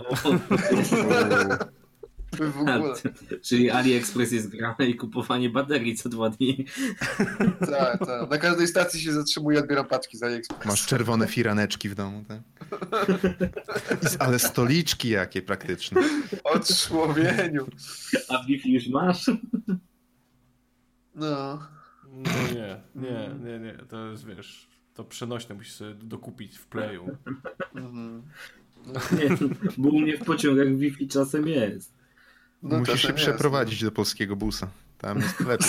W ogóle. Czyli AliExpress jest grane i kupowanie baterii co 2 dni. Tak. Na każdej stacji się zatrzymuję i odbieram paczki z AliExpress. Masz czerwone firaneczki w domu, tak? Ale stoliczki jakie praktyczne. O człowieniu. A Wi-Fi już masz? No. No nie. To jest, wiesz, to przenośne musisz sobie dokupić w Playu. Nie, bo u mnie w pociągach Wi-Fi czasem jest. No, musisz się przeprowadzić do polskiego busa. Tam jest lepiej.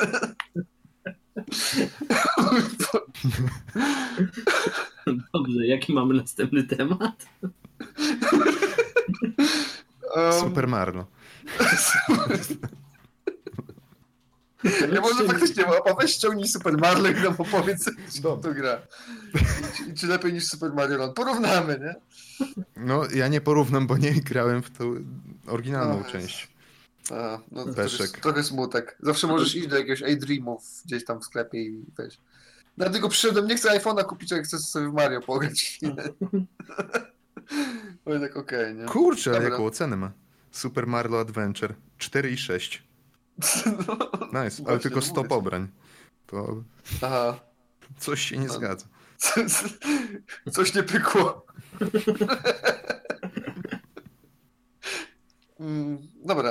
Dobrze, jaki mamy następny temat? Super Marlo. Ja może faktycznie, weź ściągnij Super Mario i nam opowiedz, co to gra. I czy lepiej niż Super Mario Land. Porównamy, nie? No, ja nie porównam, bo nie grałem w tą oryginalną część. No to trochę smutek. Zawsze możesz iść do jakiegoś iDreamów gdzieś tam w sklepie i weź. Dlatego przyszedłem, nie chcę iPhone'a kupić, jak chcę sobie w Mario pograć. Oj, tak okej, nie? Kurczę, ale jaką ocenę ma? Super Mario Adventure 4,6. Nice, ale tylko 100 pobrań. To aha. Coś się nie zgadza. Coś nie pykło. Dobra.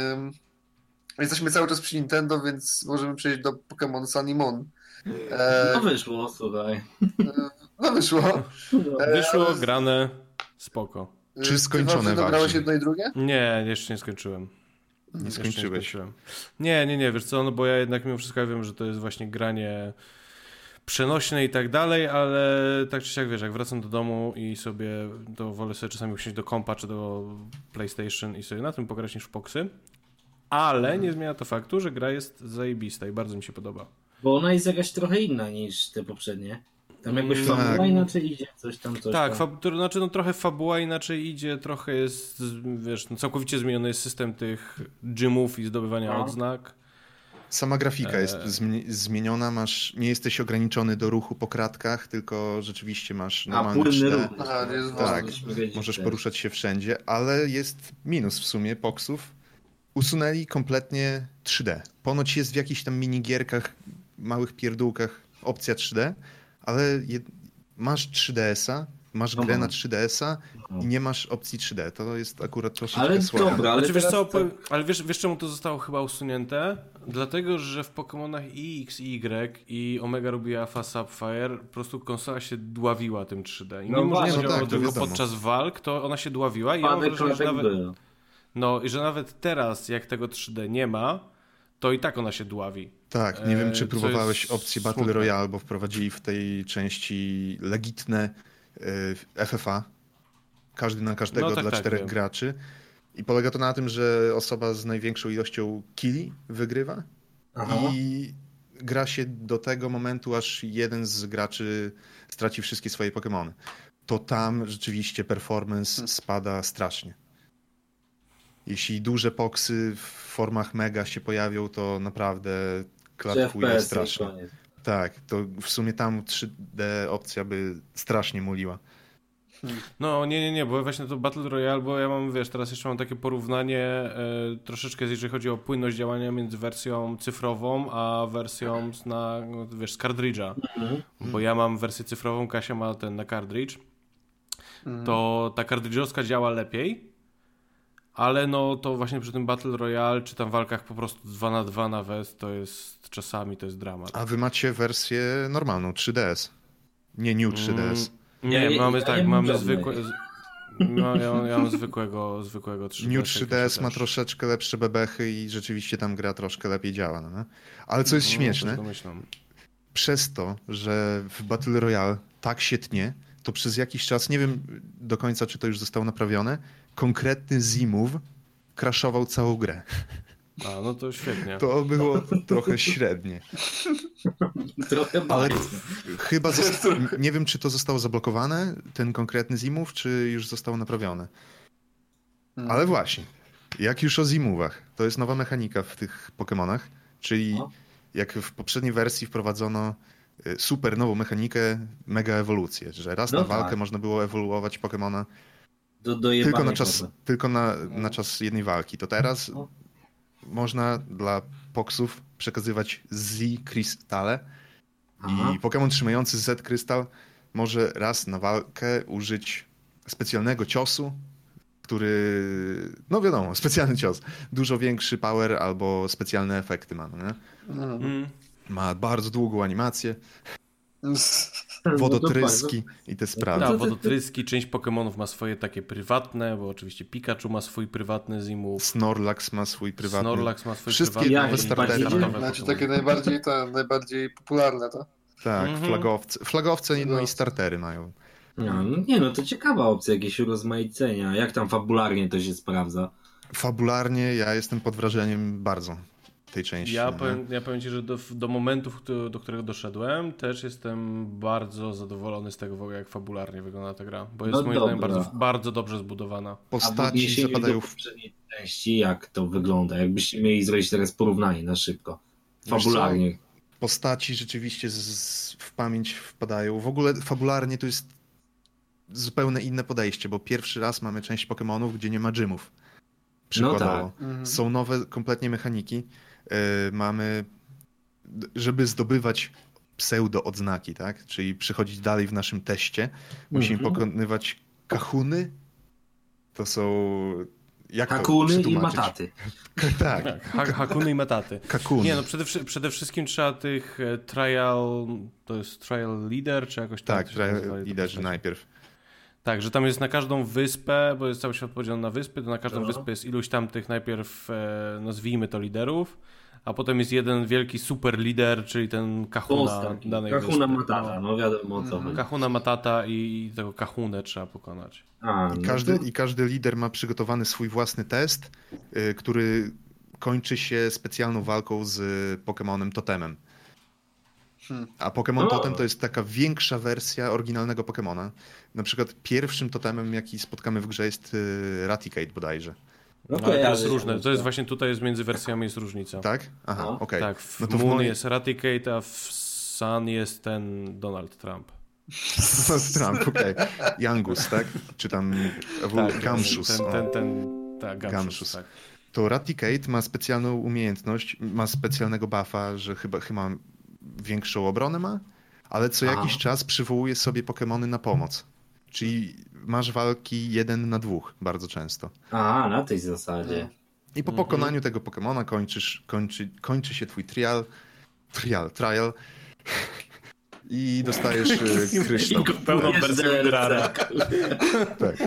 Jesteśmy cały czas przy Nintendo, więc możemy przejść do Pokémon Sun i Moon. No wyszło, słuchaj. No wyszło. Wyszło, grane, spoko. Czy skończone właśnie? Grałeś jedno i drugie? Nie, jeszcze nie skończyłem. Nie skończyłeś. Nie, wiesz co, no bo ja jednak mimo wszystko wiem, że to jest właśnie granie przenośne i tak dalej, ale tak czy siak, wiesz, jak wracam do domu i sobie, to wolę sobie czasami usiąść do kompa czy do PlayStation i sobie na tym pograć niż w Poxy, ale nie zmienia to faktu, że gra jest zajebista i bardzo mi się podoba. Bo ona jest jakaś trochę inna niż te poprzednie. Tam jakoś fabuła inaczej idzie, coś tam. Tak, znaczy no trochę fabuła inaczej idzie, trochę jest, wiesz, no całkowicie zmieniony jest system tych gymów i zdobywania odznak. Sama grafika jest zmieniona, nie jesteś ograniczony do ruchu po kratkach, tylko rzeczywiście masz normalny 3D. Tak, możesz poruszać się wszędzie, ale jest minus w sumie Poxów. Usunęli kompletnie 3D. Ponoć jest w jakichś tam minigierkach, małych pierdółkach opcja 3D, ale masz 3DS-a, masz grę na 3DS-a i nie masz opcji 3D. To jest akurat troszeczkę słabe. Dobra, ale wiesz czemu to zostało chyba usunięte? Dlatego, że w Pokémonach X, Y i Omega Ruby Alpha Sapphire po prostu konsola się dławiła tym 3D. I mimo, że działało tylko podczas walk, to ona się dławiła i ja mam wrażenie, że że nawet teraz, jak tego 3D nie ma, to i tak ona się dławi. Tak, nie wiem, czy próbowałeś opcję Battle Royale, bo wprowadzili w tej części legitne FFA. Każdy na każdego dla 4 graczy. I polega to na tym, że osoba z największą ilością killi wygrywa. Aha. I gra się do tego momentu, aż jeden z graczy straci wszystkie swoje Pokémony. To tam rzeczywiście performance spada strasznie. Jeśli duże poksy w formach mega się pojawią, to naprawdę klatkuje strasznie. Tak, to w sumie tam 3D opcja by strasznie muliła. No nie, bo właśnie to Battle Royale, bo ja mam, teraz jeszcze mam takie porównanie troszeczkę, jeżeli chodzi o płynność działania między wersją cyfrową, a wersją z kartridża. Bo ja mam wersję cyfrową, Kasia ma ten na kartridż. To ta kartridżowska działa lepiej, ale no to właśnie przy tym Battle Royale, czy tam walkach po prostu 2 na 2 nawet, to jest czasami dramat. A wy macie wersję normalną, 3DS? Nie New 3DS. Mamy zwykłe... No, ja mam zwykłego 3DS. New 3DS ma troszeczkę lepsze bebechy i rzeczywiście tam gra troszkę lepiej działa. No? Ale co jest śmieszne, przez to, że w Battle Royale tak się tnie, to przez jakiś czas, nie wiem do końca, czy to już zostało naprawione, konkretny Z-Move crashował całą grę. A, no to świetnie. To było trochę średnie. Trochę ale chyba nie wiem, czy to zostało zablokowane, ten konkretny Z-Move, czy już zostało naprawione. Ale właśnie, jak już o Z-Move'ach, to jest nowa mechanika w tych Pokémonach, czyli jak w poprzedniej wersji wprowadzono super nową mega ewolucję, że raz na walkę można było ewoluować Pokémona tylko na czas jednej walki. To teraz można dla Poksów przekazywać Z-krystale i Pokémon trzymający Z-krystal może raz na walkę użyć specjalnego ciosu, który, no wiadomo, specjalny cios, dużo większy power albo specjalne efekty ma, nie? Ma bardzo długą animację, wodotryski i te sprawy. Tak, wodotryski, część Pokemonów ma swoje takie prywatne, bo oczywiście Pikachu ma swój prywatny Z-Move. Snorlax ma swój prywatny. Wszystkie nowe startery. Znaczy takie najbardziej popularne, to? Tak, flagowce no i startery mają. No to ciekawa opcja, jakieś urozmaicenia. Jak tam fabularnie to się sprawdza? Fabularnie ja jestem pod wrażeniem bardzo tej części. Ja powiem ci, że do momentu, do którego doszedłem, też jestem bardzo zadowolony z tego, jak fabularnie wygląda ta gra, bo jest moim zdaniem bardzo dobrze zbudowana. Postaci zapadają w poprzedniej części, jak to wygląda? Jakbyście mieli zrobić teraz porównanie na szybko. Fabularnie. Postaci rzeczywiście w pamięć wpadają. W ogóle fabularnie to jest zupełnie inne podejście, bo pierwszy raz mamy część Pokémonów, gdzie nie ma gymów. Przykładowo. No tak. Są nowe kompletnie mechaniki. Mamy, żeby zdobywać pseudo-odznaki, tak? Czyli przechodzić dalej w naszym teście, musimy pokonywać kahuny. To są... Hakuny i mataty. Tak. Hakuny i mataty. Kakuny. Nie, no przede wszystkim trzeba tych trial leader, czy jakoś tak? Tak, trial leaderzy najpierw. Tak, że tam jest na każdą wyspę, bo jest cały świat podzielony na wyspy, to na każdą wyspę jest iluś tam tych najpierw, nazwijmy to liderów, a potem jest jeden wielki super lider, czyli ten Kahuna danej wyspy. Kahuna Matata, no wiadomo o co chodzi. Kahuna Matata i tego Kahunę trzeba pokonać. I każdy lider ma przygotowany swój własny test, który kończy się specjalną walką z Pokemonem Totemem. A Pokémon Totem to jest taka większa wersja oryginalnego Pokémona. Na przykład pierwszym totemem, jaki spotkamy w grze, jest Raticate bodajże. No to jest różne. To jest właśnie tutaj między wersjami jest różnica. Tak? Aha, okej. Tak, w Moon jest Raticate, a w Sun jest ten Donald Trump. Donald Trump, okej. Jangus, tak? Czy tam Gamshus. Gamshus, tak. To Raticate ma specjalną umiejętność, ma specjalnego buffa, że chyba większą obronę ma, ale co jakiś czas przywołuje sobie Pokemony na pomoc. Czyli masz walki 1 na 2 bardzo często. Na tej zasadzie. I po pokonaniu tego Pokemona kończy się twój trial i dostajesz kryształ. I pełną wersję Rara. Tak.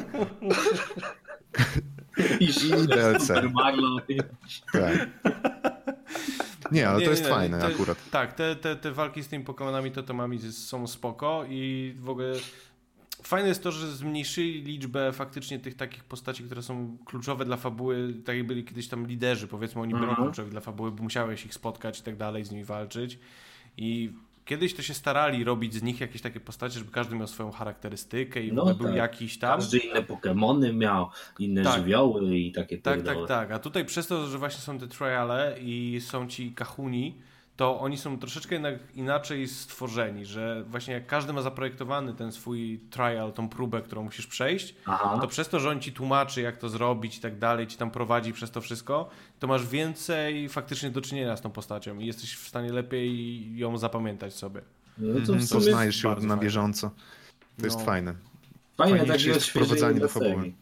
I DLC. Tak. Nie, ale to jest fajne akurat. Tak, te walki z tymi Pokemonami totemami są spoko i w ogóle fajne jest to, że zmniejszyli liczbę faktycznie tych takich postaci, które są kluczowe dla fabuły, tak jak byli kiedyś tam liderzy, powiedzmy, oni byli kluczowi dla fabuły, bo musiałeś ich spotkać i tak dalej, z nimi walczyć i kiedyś to się starali robić z nich jakieś takie postacie, żeby każdy miał swoją charakterystykę i był jakiś tam. Każdy inne Pokemony miał, inne żywioły i takie Tak. A tutaj przez to, że właśnie są te triale i są ci Kahuni, to oni są troszeczkę jednak inaczej stworzeni, że właśnie jak każdy ma zaprojektowany ten swój trial, tą próbę, którą musisz przejść, to przez to, że on ci tłumaczy, jak to zrobić i tak dalej, ci tam prowadzi przez to wszystko, to masz więcej faktycznie do czynienia z tą postacią i jesteś w stanie lepiej ją zapamiętać sobie. No to poznajesz ją na bieżąco. To jest fajne. Fajne takie wprowadzanie do fabuły.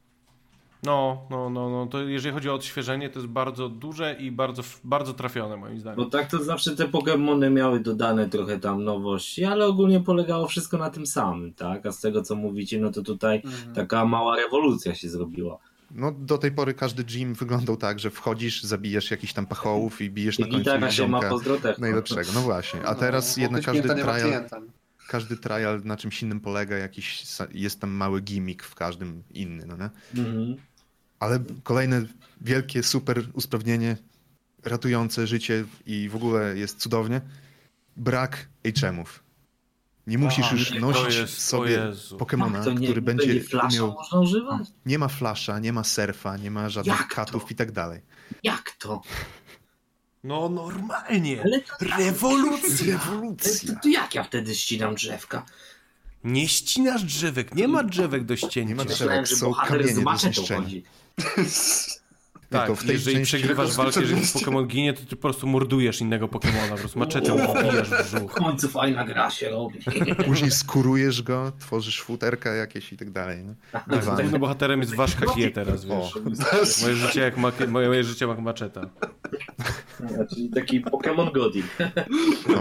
No, to jeżeli chodzi o odświeżenie, to jest bardzo duże i bardzo trafione moim zdaniem. Bo tak to zawsze te Pokemony miały dodane trochę tam nowości, ale ogólnie polegało wszystko na tym samym, tak? A z tego co mówicie, no to tutaj taka mała rewolucja się zrobiła. No do tej pory każdy gym wyglądał tak, że wchodzisz, zabijasz jakichś tam pachołów i bijesz na końcu ziomka najlepszego. No właśnie, a teraz jednak każdy trial na czymś innym polega, jest tam mały gimmick w każdym inny, no nie? Ale kolejne wielkie, super usprawnienie, ratujące życie i w ogóle jest cudownie. Brak HM-ów. Nie musisz już nosić sobie Pokemona, który będzie umiał... Można używać? Nie ma flasha, nie ma surfa, nie ma żadnych katów i tak dalej. Jak to? No normalnie. Rewolucja. To jak ja wtedy ścinam drzewka? Nie ścinasz drzewek, nie ma drzewek do ścięcia. Nie ma drzewek, są kamienie do zniszczenia. Tak, jeżeli przegrywasz walkę, jeżeli Pokémon ginie, to ty po prostu mordujesz innego Pokémona, po prostu maczetą wbijasz w brzuch. W końcu fajna gra się robi. Później skurujesz go, tworzysz futerka jakieś i tak dalej. Głównym bohaterem jest Ważka G teraz, wiesz. Moje życie jak maczeta. Czyli taki Pokémon Godin. No.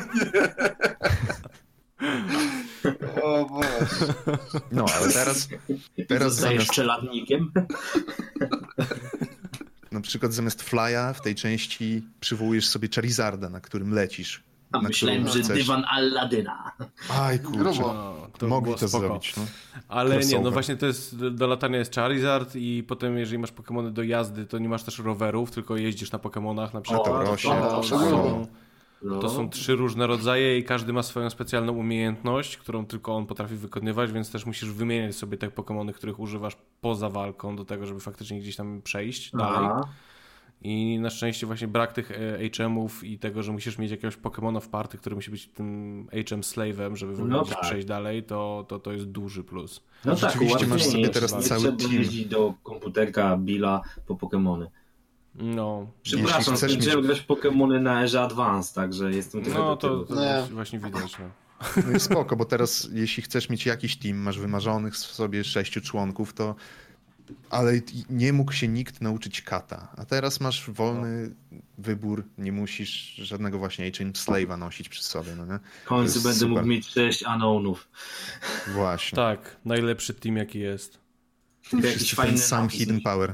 O Boże. No, ale teraz zamiast czeladnikiem. Na przykład zamiast Flya w tej części przywołujesz sobie Charizarda, na którym lecisz. A myślałem, że dywan Alladyna. Aj kurczę, mogli to zrobić. No. Ale nie, no właśnie to jest, do latania jest Charizard i potem jeżeli masz Pokemony do jazdy, to nie masz też rowerów, tylko jeździsz na Pokemonach na przykład. To są 3 różne rodzaje i każdy ma swoją specjalną umiejętność, którą tylko on potrafi wykonywać, więc też musisz wymieniać sobie te Pokemony, których używasz poza walką do tego, żeby faktycznie gdzieś tam przejść dalej. I na szczęście właśnie brak tych HM-ów i tego, że musisz mieć jakiegoś Pokemona w party, który musi być tym HM slave'em, żeby w ogóle przejść dalej, to jest duży plus. No tak, rzeczywiście masz sobie teraz cały team. Jeździć do komputerka Billa po Pokemony. No. Przepraszam, skończyłem grać Pokemony na Erze Advance, także jestem trochę to właśnie widać. No i spoko, bo teraz jeśli chcesz mieć jakiś team, masz wymarzonych sobie 6 członków, to ale nie mógł się nikt nauczyć kata, a teraz masz wolny wybór, nie musisz żadnego właśnie HM Slave'a nosić przy sobie. No nie? W końcu będę mógł mieć 6 Unknownów. Właśnie. Tak, najlepszy team jaki jest. Jakiś fajny sam Hidden Power.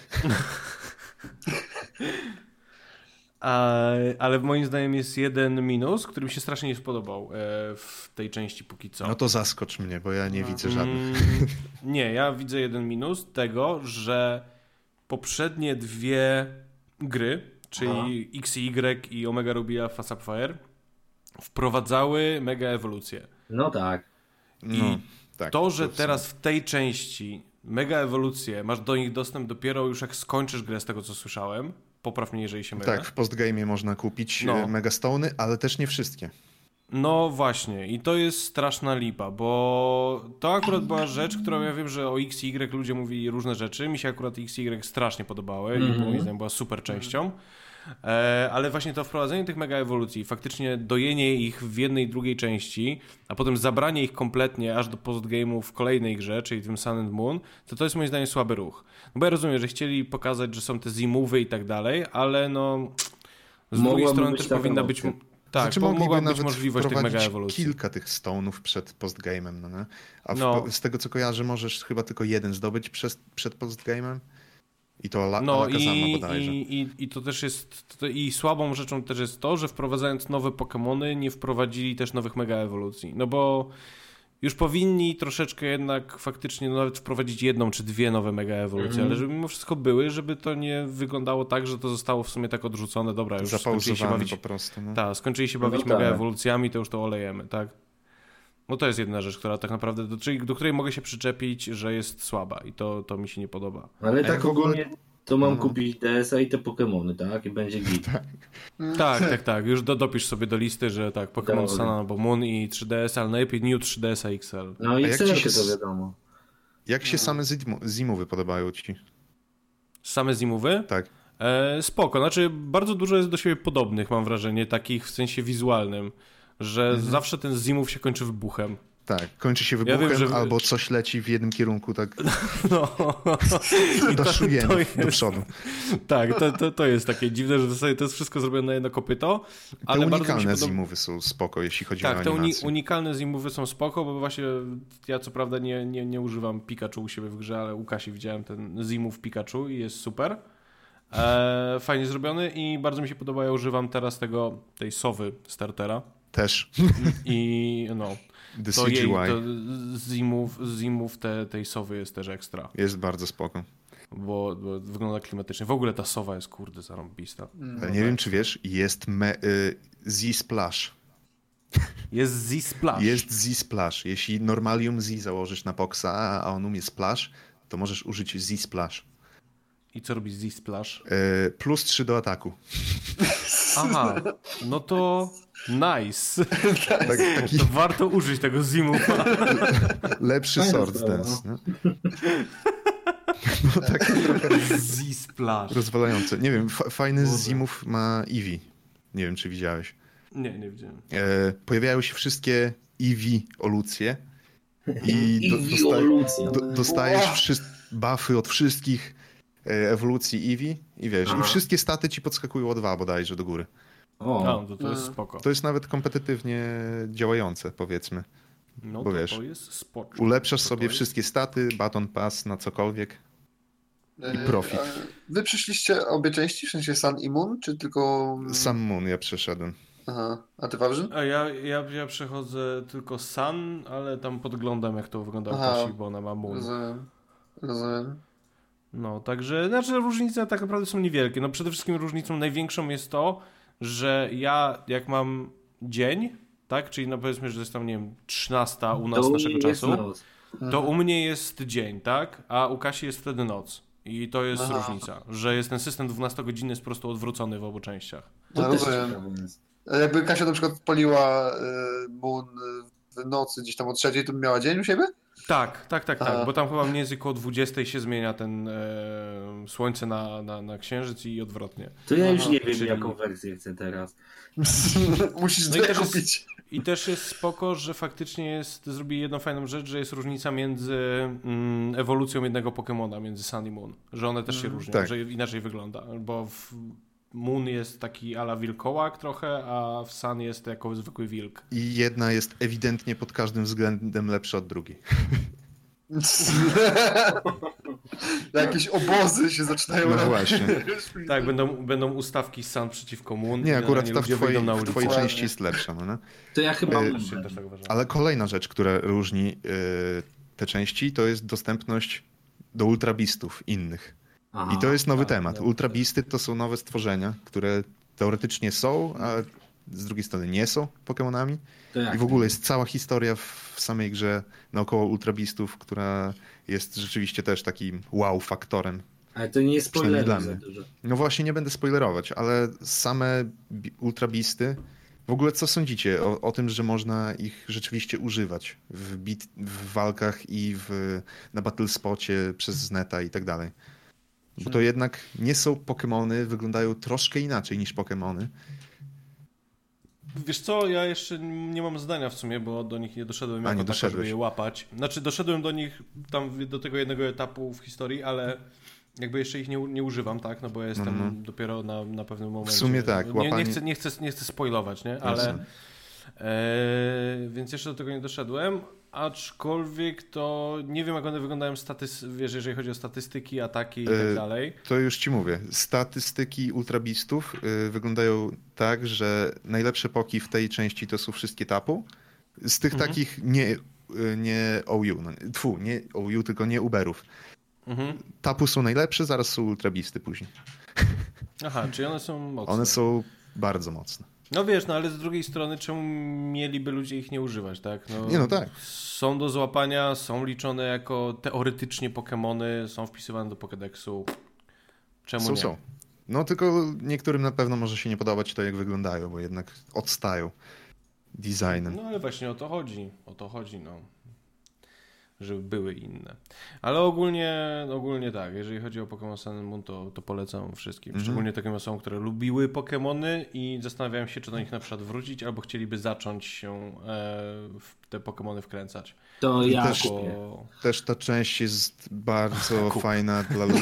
Ale moim zdaniem jest jeden minus, który mi się strasznie nie spodobał w tej części póki co. No to zaskocz mnie, bo ja nie widzę żadnych. Nie, ja widzę jeden minus tego, że poprzednie 2 gry, czyli X i Y i Omega Ruby Alpha Sapphire, wprowadzały mega ewolucję. No tak. I to, że teraz w tej części mega ewolucje masz do nich dostęp dopiero już jak skończysz grę, z tego co słyszałem. Popraw mnie, jeżeli się mylę. Tak, w postgame'ie można kupić Megastony, ale też nie wszystkie. No właśnie i to jest straszna lipa, bo to akurat była rzecz, którą ja wiem, że o X i Y ludzie mówili różne rzeczy. Mi się akurat X i Y strasznie podobały i moim zdaniem była super częścią. Ale właśnie to wprowadzenie tych mega ewolucji, faktycznie dojenie ich w jednej i drugiej części, a potem zabranie ich kompletnie aż do postgame'u w kolejnej grze, czyli tym Sun and Moon, to jest moim zdaniem słaby ruch. No bo ja rozumiem, że chcieli pokazać, że są te Z-move'y i tak dalej, ale no z drugiej strony też powinna być... Tak, znaczy mogłaby być możliwość tych mega ewolucji. Kilka tych stone'ów przed postgame'em, no nie? A z tego co kojarzę, możesz chyba tylko jeden zdobyć przed postgame'em. I to Alakazama bodajże. I to też jest... I słabą rzeczą też jest to, że wprowadzając nowe Pokemony nie wprowadzili też nowych mega ewolucji. No bo już powinni troszeczkę jednak faktycznie nawet wprowadzić 1 czy 2 nowe mega ewolucje, ale żeby mimo wszystko były, żeby to nie wyglądało tak, że to zostało w sumie tak odrzucone. Dobra, już skończyli się bawić... po prostu. No. Tak, skończyli się bawić mega ewolucjami, to już to olejemy, tak? No to jest jedna rzecz, która tak naprawdę, do której mogę się przyczepić, że jest słaba i to mi się nie podoba. Ale tak ogólnie To mam kupić DS-a i te Pokemony, tak? I będzie git. Tak. Już dopisz sobie do listy, że tak, Pokémon Sun albo Moon i 3DS, ale najlepiej New 3DS XL. No i XL to wiadomo. Jak się same zimowy podobają ci? Same zimowy? Tak. Spoko, znaczy bardzo dużo jest do siebie podobnych, mam wrażenie, takich w sensie wizualnym, że zawsze ten zimów się kończy wybuchem. Tak, kończy się wybuchem, wiem, albo coś leci w jednym kierunku, tak daszujemy do przodu. Tak, to jest takie dziwne, że w zasadzie to jest wszystko zrobione na jedno kopyto. Ale te unikalne zimowy są spoko, jeśli chodzi o animację. Tak, te unikalne zimowy są spoko, bo właśnie ja co prawda nie używam Pikachu u siebie w grze, ale u Kasi widziałem ten zimów Pikachu i jest super. Fajnie zrobiony i bardzo mi się podoba, ja używam teraz tej sowy startera. Też. I no... To zimów tej sowy jest też ekstra. Jest bardzo spoko. Bo wygląda klimatycznie. W ogóle ta sowa jest kurde zarąbista. Ale nie wiem, czy wiesz, jest Z-Splash. Jest Z-Splash. Jest Z-Splash. Jeśli Normalium Z założysz na Poxa, a on umie Splash, to możesz użyć Z-Splash. I co robi Z-Splash? Plus 3 do ataku. Aha, no to nice. To warto użyć tego zimufa. Lepszy Sword Dance. No takie trochę Z-Splash. Rozwalające. Nie wiem, fajny z zimów ma Eevee. Nie wiem, czy widziałeś. Nie widziałem. Pojawiają się wszystkie Eevee olucje i dostajesz buffy od wszystkich ewolucji Eevee i wiesz, i wszystkie staty ci podskakują o 2 bodajże do góry. To jest spoko. To jest nawet kompetytywnie działające, powiedzmy. No bo wiesz, to jest spoko. Ulepszasz sobie wszystkie staty, baton pass na cokolwiek i profit. Wy przeszliście obie części, w sensie Sun i Moon, czy tylko... Sam Moon ja przeszedłem. Aha, a ty Wawrzyn? A ja przechodzę tylko Sun, ale tam podglądam jak to wygląda u Kasi, bo ona ma Moon. Rozumiem. No, także, znaczy różnice tak naprawdę są niewielkie. No przede wszystkim różnicą największą jest to, że ja jak mam dzień, tak, czyli no powiedzmy, że jest tam, nie wiem, 13 u nas naszego czasu, to u mnie jest dzień, tak, a u Kasi jest wtedy noc. I to jest różnica, że jest ten system 12-godzinny jest po prostu odwrócony w obu częściach. Jakby Kasia na przykład paliła Moon w nocy gdzieś tam o 3:00, to by miała dzień u siebie? Tak, bo tam chyba mniej więcej koło 20 się zmienia ten słońce na księżyc i odwrotnie. To ja już nie wiem, jaką wersję chcę teraz. Musisz dwie kupić. I też jest spoko, że faktycznie zrobili jedną fajną rzecz, że jest różnica między ewolucją jednego Pokemona, między Sun i Moon. Że one też się różnią, że inaczej wygląda. Bo w Moon jest taki ala wilkołak trochę, a w Sun jest jako zwykły wilk. I jedna jest ewidentnie pod każdym względem lepsza od drugiej. Jakieś obozy się zaczynają. No właśnie. Tak, będą ustawki Sun przeciwko Moon. Nie, akurat ta w twojej części jest lepsza. No, nie? To ja chyba też tak uważam. Ale kolejna rzecz, która różni te części, to jest dostępność do ultrabistów innych. I to jest nowy temat. Ultrabisty to są nowe stworzenia, które teoretycznie są, a z drugiej strony nie są Pokemonami. I w ogóle jest cała historia w samej grze naokoło ultrabistów, która jest rzeczywiście też takim wow-faktorem. Ale to nie jest spoiler za dużo. No właśnie, nie będę spoilerować, ale same ultrabisty, w ogóle co sądzicie o tym, że można ich rzeczywiście używać w walkach i na Battlespocie przez neta i tak dalej? Bo to jednak nie są Pokemony, wyglądają troszkę inaczej niż Pokemony. Wiesz co, ja jeszcze nie mam zdania w sumie, bo do nich nie doszedłem jako tak, żeby je łapać. Znaczy doszedłem do nich tam do tego jednego etapu w historii, ale jakby jeszcze ich nie używam, tak? No bo ja jestem dopiero na pewnym momencie. W sumie tak. Nie chcę spoilować, nie? Ale więc jeszcze do tego nie doszedłem. Aczkolwiek to nie wiem, jak one wyglądają jeżeli chodzi o statystyki, ataki i tak dalej. To już ci mówię. Statystyki ultrabistów wyglądają tak, że najlepsze poki w tej części to są wszystkie tapu. Z tych takich nie OU. Nie OU, tylko nie Uberów. Tapu są najlepsze, zaraz są ultrabisty później. Aha, czyli one są mocne. One są bardzo mocne. No wiesz, no ale z drugiej strony czemu mieliby ludzie ich nie używać, tak? No tak. Są do złapania, są liczone jako teoretycznie Pokemony, są wpisywane do Pokédexu. Czemu nie? Są. No tylko niektórym na pewno może się nie podobać to, jak wyglądają, bo jednak odstają designem. No ale właśnie o to chodzi, no. Żeby były inne. Ale ogólnie tak, jeżeli chodzi o Pokémon Sun and Moon, to polecam wszystkim. Szczególnie takim osobom, które lubiły Pokémony i zastanawiałem się, czy do nich na przykład wrócić, albo chcieliby zacząć się w te Pokémony wkręcać. To ja też ta część jest bardzo fajna dla ludzi,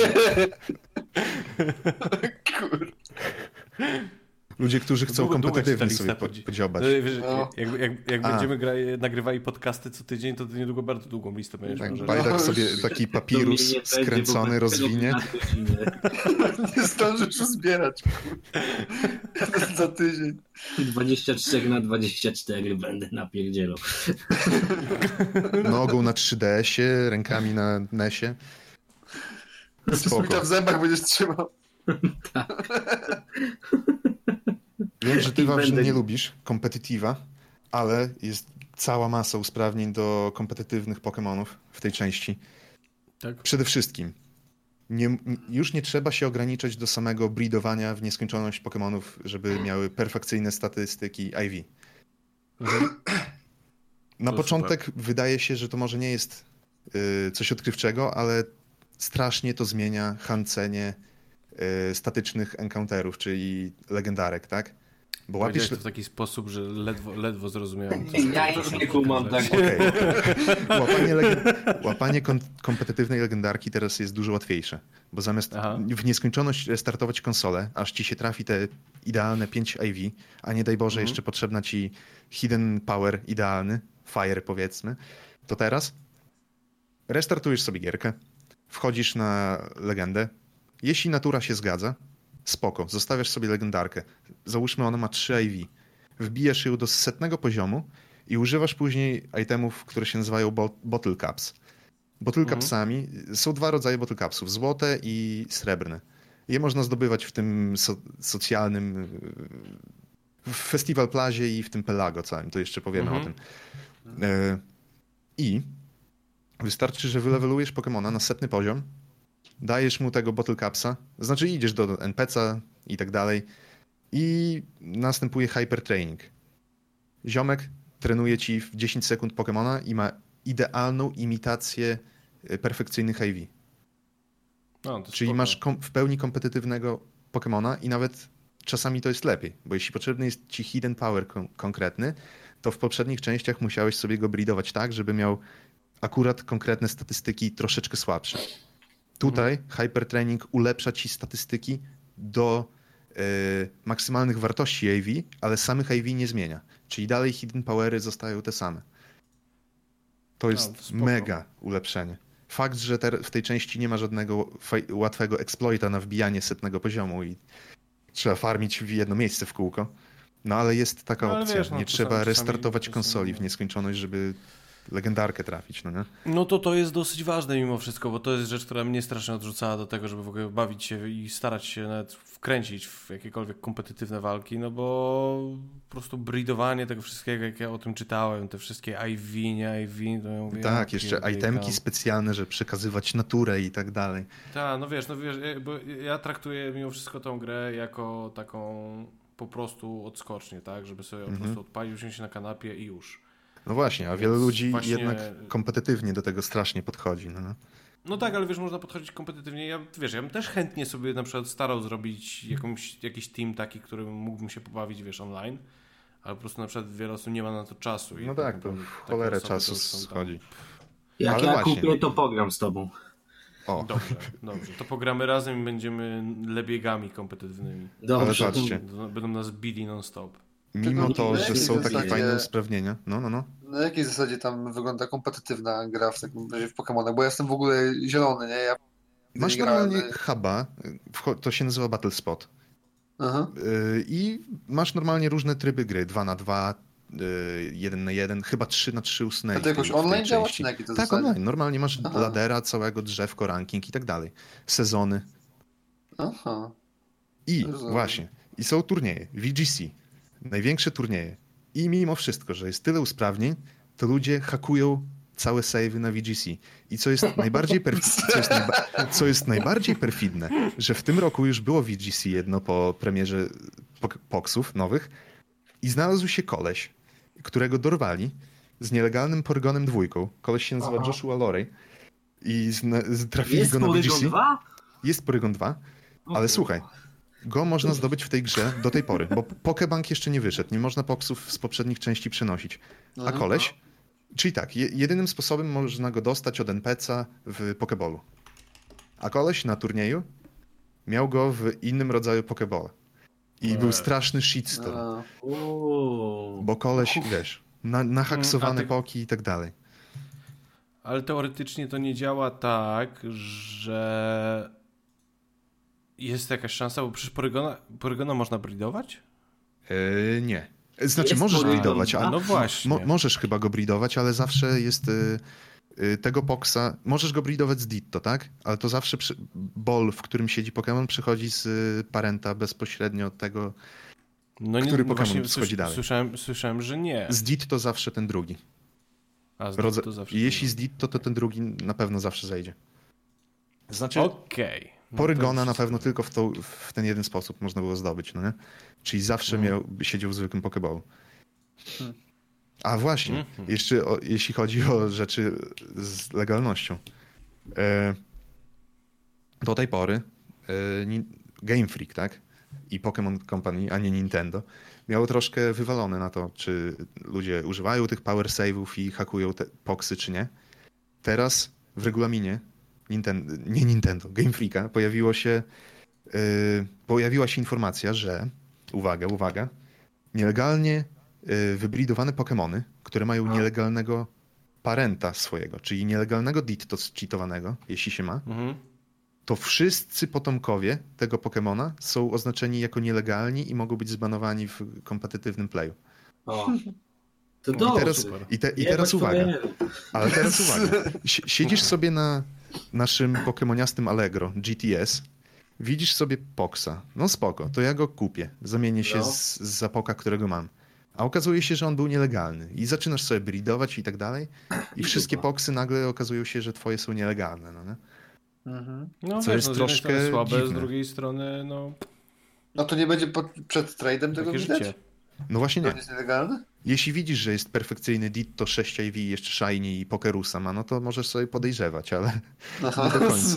Ludzie, którzy chcą kompetytywnie sobie podziobać. Jak będziemy nagrywali podcasty co tydzień, to niedługo bardzo długą listę będziesz miał. Bajdak sobie taki papirus skręcony rozwinie. Nie zdążysz uzbierać. Za tydzień. 24/24 będę napierdzielał. Nogą na 3DS-ie, rękami na NES-ie. Spoko. W zębach będziesz trzymał. Tak. Wiem, że ty Wawrzyn nie lubisz kompetytywa, ale jest cała masa usprawnień do kompetytywnych Pokémonów w tej części. Tak? Przede wszystkim już nie trzeba się ograniczać do samego breedowania w nieskończoność Pokémonów, żeby miały perfekcyjne statystyki IV. Na początek wydaje się, że to może nie jest coś odkrywczego, ale strasznie to zmienia handcenie statycznych encounterów, czyli legendarek, tak? Bo łapiesz to w taki sposób, że ledwo zrozumiałem. Ja już nie kumam tak. Łapanie kompetytywnej legendarki teraz jest dużo łatwiejsze, bo zamiast w nieskończoność restartować konsolę, aż ci się trafi te idealne 5 IV, a nie daj Boże jeszcze potrzebna ci hidden power idealny, fire powiedzmy, to teraz restartujesz sobie gierkę, wchodzisz na legendę, jeśli natura się zgadza, spoko, zostawiasz sobie legendarkę. Załóżmy, ona ma 3 IV. Wbijasz ją do 100 poziomu i używasz później itemów, które się nazywają Bottle Caps. Bottle Capsami są dwa rodzaje Bottle Capsów, złote i srebrne. Je można zdobywać w tym socjalnym w Festival Plazie i w tym Pelago całym, to jeszcze powiemy o tym. I wystarczy, że wylewelujesz Pokemona na 100 poziom, dajesz mu tego Bottle Capsa, znaczy idziesz do NPC-a i tak dalej i następuje hyper training. Ziomek trenuje ci w 10 sekund Pokemona i ma idealną imitację perfekcyjnych IV. Czyli masz w pełni kompetytywnego Pokemona i nawet czasami to jest lepiej, bo jeśli potrzebny jest ci hidden power konkretny, to w poprzednich częściach musiałeś sobie go breedować tak, żeby miał akurat konkretne statystyki troszeczkę słabsze. Tutaj hypertraining ulepsza ci statystyki do maksymalnych wartości IV, ale samych IV nie zmienia. Czyli dalej hidden powery zostają te same. To jest mega ulepszenie. Fakt, że w tej części nie ma żadnego łatwego exploita na wbijanie 100 poziomu i trzeba farmić w jedno miejsce w kółko. No ale jest taka opcja. Wiesz, nie trzeba restartować konsoli w nieskończoność, żeby legendarkę trafić, no nie? No to jest dosyć ważne mimo wszystko, bo to jest rzecz, która mnie strasznie odrzucała do tego, żeby w ogóle bawić się i starać się nawet wkręcić w jakiekolwiek kompetytywne walki, no bo po prostu breedowanie tego wszystkiego, jak ja o tym czytałem, te wszystkie IV, nie IV, to ja mówię... Tak, jeszcze itemki specjalne, żeby przekazywać naturę i tak dalej. Tak, no wiesz, bo ja traktuję mimo wszystko tą grę jako taką po prostu odskocznię, tak, żeby sobie po prostu odpalić, usiąść na kanapie i już. No właśnie, a wiele ludzi jednak kompetytywnie do tego strasznie podchodzi. No tak, ale wiesz, można podchodzić kompetytywnie. Ja bym też chętnie sobie na przykład starał zrobić jakiś team taki, którym mógłbym się pobawić, wiesz, online, ale po prostu na przykład wiele osób nie ma na to czasu. No tak, to w cholerę czasu schodzi. Jak ale ja kupię, to pogram z tobą. O. Dobrze. To pogramy razem i będziemy lebiegami kompetytywnymi. Dobrze. Ale patrzcie. Będą nas bili non-stop. Mimo to, że są takie fajne usprawnienia. No. Na jakiej zasadzie tam wygląda kompetytywna gra w takim razie w Pokémonach? Bo ja jestem w ogóle zielony, nie? Ja masz normalnie huba, to się nazywa Battle Spot. I masz normalnie różne tryby gry. 2x2, 1x1, chyba 3x3 usunęli. A to jakoś online działa, czy na jakiej to tak, zasadzie? Online. Normalnie masz ladera, całego drzewko, ranking i tak dalej. Sezony. I właśnie. I są turnieje. VGC. Największe turnieje. I mimo wszystko, że jest tyle usprawnień, to ludzie hakują całe save'y na VGC. I co jest najbardziej perfidne, że w tym roku już było VGC jedno po premierze Poxów nowych i znalazł się koleś, którego dorwali z nielegalnym Porygonem 2. Koleś się nazywa Joshua Loray i trafili go na VGC. Porygon 2? Jest Porygon 2, ale słuchaj, go można zdobyć w tej grze do tej pory, bo Pokebank jeszcze nie wyszedł, nie można Poxów z poprzednich części przenosić. A koleś, czyli tak, jedynym sposobem można go dostać od NPC-a w Pokeballu. A koleś na turnieju miał go w innym rodzaju Pokeballa. I był straszny shitstorm. Bo koleś, wiesz, nahaksowane poki i tak dalej. Ale teoretycznie to nie działa tak, że jest jakaś szansa, bo przecież Porygona można breedować? Nie. Znaczy możesz breedować, ale no właśnie. Możesz chyba go breedować, ale zawsze jest tego Poxa, możesz go breedować z Ditto, tak? Ale to zawsze ball, w którym siedzi Pokémon, przychodzi z parenta bezpośrednio od tego, który Pokémon schodzi dalej. Słyszałem, że nie. Z Ditto zawsze ten drugi. Jeśli z Ditto, to ten drugi na pewno zawsze zejdzie. Znaczy, Porygona na pewno tylko w ten jeden sposób można było zdobyć, no nie? Czyli zawsze siedział w zwykłym Pokeballu. A właśnie, jeszcze jeśli chodzi o rzeczy z legalnością. Do tej pory Game Freak, tak? I Pokémon Company, a nie Nintendo, miało troszkę wywalone na to, czy ludzie używają tych power save'ów i hakują te Poxy, czy nie. Teraz w regulaminie Game Freaka pojawiła się informacja, że uwaga, nielegalnie wybridowane Pokémony, które mają nielegalnego parenta swojego, czyli nielegalnego Ditto cheatowanego, jeśli się ma, to wszyscy potomkowie tego Pokémona są oznaczeni jako nielegalni i mogą być zbanowani w kompetytywnym playu. To dobrze. I teraz uwaga. Ale teraz uwaga. Siedzisz sobie na naszym pokemoniastym Allegro GTS, widzisz sobie Poxa. No spoko, to ja go kupię. Zamienię się z zapoka, którego mam. A okazuje się, że on był nielegalny. I zaczynasz sobie breedować i tak dalej. I wszystkie Poxy nagle okazują się, że twoje są nielegalne. No, nie? No, co jest troszkę słabe, dziwne. z drugiej strony No to nie będzie przed trade'em tego widać? Życie. No właśnie nie. To jest nielegalne? Jeśli widzisz, że jest perfekcyjny Ditto 6 IV, jeszcze Shiny i Pokerusa ma, no to możesz sobie podejrzewać, ale nie do końca.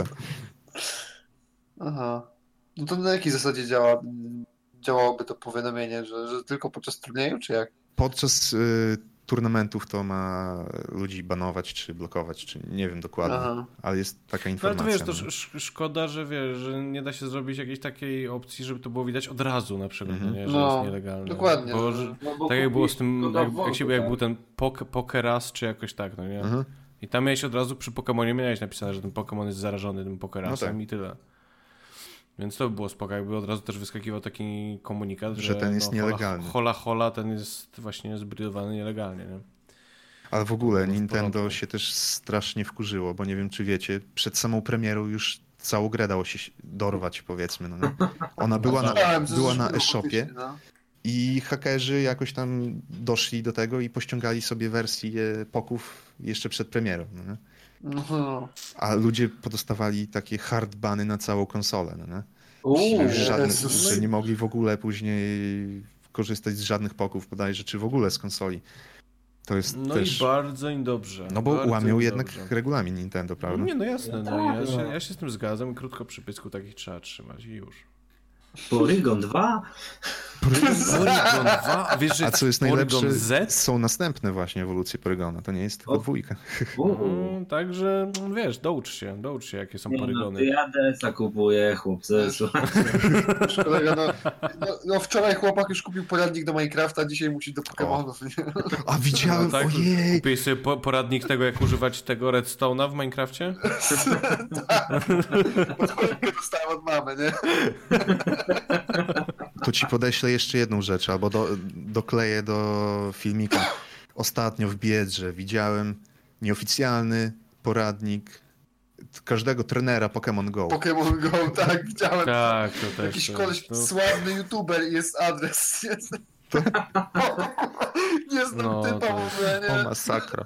Aha. No to na jakiej zasadzie działałoby to powiadomienie, że tylko podczas turnieju, czy jak? Podczas turnamentów to ma ludzi banować, czy blokować, czy nie wiem dokładnie, ale jest taka informacja. Ale to wiesz, to szkoda, że wiesz, że nie da się zrobić jakiejś takiej opcji, żeby to było widać od razu na przykład, nie, że jest nielegalne. Dokładnie. Bo tak jak było z tym, jak był ten Pokeras, czy jakoś tak, no nie? I tam miałeś od razu przy Pokemonie miałeś napisane, że ten Pokemon jest zarażony tym Pokerasem i tyle. Więc to by było spoko, jakby od razu też wyskakiwał taki komunikat, że ten jest nielegalny. Hola, ten jest właśnie zbrydowany nielegalnie, nie? Ale w ogóle Nintendo się też strasznie wkurzyło, bo nie wiem, czy wiecie, przed samą premierą już całą grę dało się dorwać, powiedzmy. No, ona była na e-shopie i hakerzy jakoś tam doszli do tego i pościągali sobie wersję poków jeszcze przed premierą. No, a ludzie podostawali takie hardbany na całą konsolę. No, że nie mogli w ogóle później korzystać z żadnych poków, bodajże, czy w ogóle z konsoli. To jest też... i bardzo im dobrze. No bo łamią jednak regulamin Nintendo, prawda? Nie, no jasne. Ja się z tym zgadzam. Krótko przy pysku takich trzeba trzymać i już. Porygon 2? Porygon 2? A wiesz, że a co jest najlepsze, Z? są następne właśnie ewolucje Porygona. To nie jest tylko dwójka. Także wiesz, doucz się jakie są Porygony. Ja DS-a kupuję, chłopcy. No wczoraj chłopak już kupił poradnik do Minecrafta, dzisiaj musi do Pokemonów. A widziałem, tak, ojej! Kupiłeś sobie poradnik tego, jak używać tego Redstone'a w Minecrafcie? Tak. Bo dostałem od mamy, nie? To ci podeślę jeszcze jedną rzecz, albo dokleję do filmika. Ostatnio w Biedrze widziałem nieoficjalny poradnik każdego trenera Pokémon Go. Pokémon Go, tak, widziałem. Tak, to też. Jakiś koleś, sławny youtuber i jest adres. Nie znam typa w ogóle, nie? O, masakra.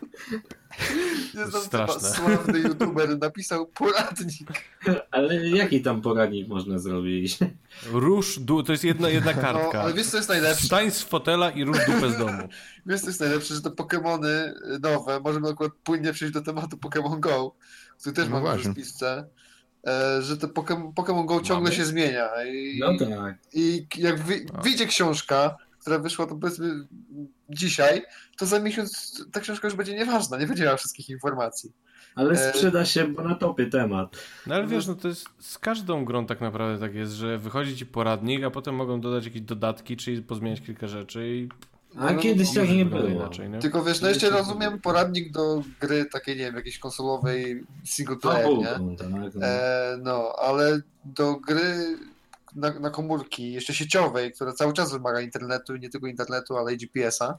Nie znam typa, sławny youtuber napisał poradnik. Ale jaki tam poradnik można zrobić? Rusz, to jest jedna kartka. No, ale wiesz co jest najlepsze? Wstań z fotela i rusz dupę z domu. Wiesz co jest najlepsze, że te Pokemony nowe, możemy akurat płynnie przejść do tematu Pokémon Go, który też mamy w spisce, że te Pokémon Go ciągle się zmienia. No tak. I jak wyjdzie książka, która wyszła to powiedzmy dzisiaj, to za miesiąc ta książka już będzie nieważna, nie będzie miała wszystkich informacji. Ale sprzeda się, bo na topie temat. No ale wiesz, no to jest z każdą grą tak naprawdę tak jest, że wychodzi ci poradnik, a potem mogą dodać jakieś dodatki, czyli pozmieniać kilka rzeczy i... A kiedyś tak nie było. Inaczej, nie? Tylko wiesz, no jeszcze rozumiem poradnik do gry takiej, nie wiem, jakiejś konsolowej single player, nie? No, ale do gry na komórki, jeszcze sieciowej, która cały czas wymaga internetu i nie tylko internetu, ale i GPS-a,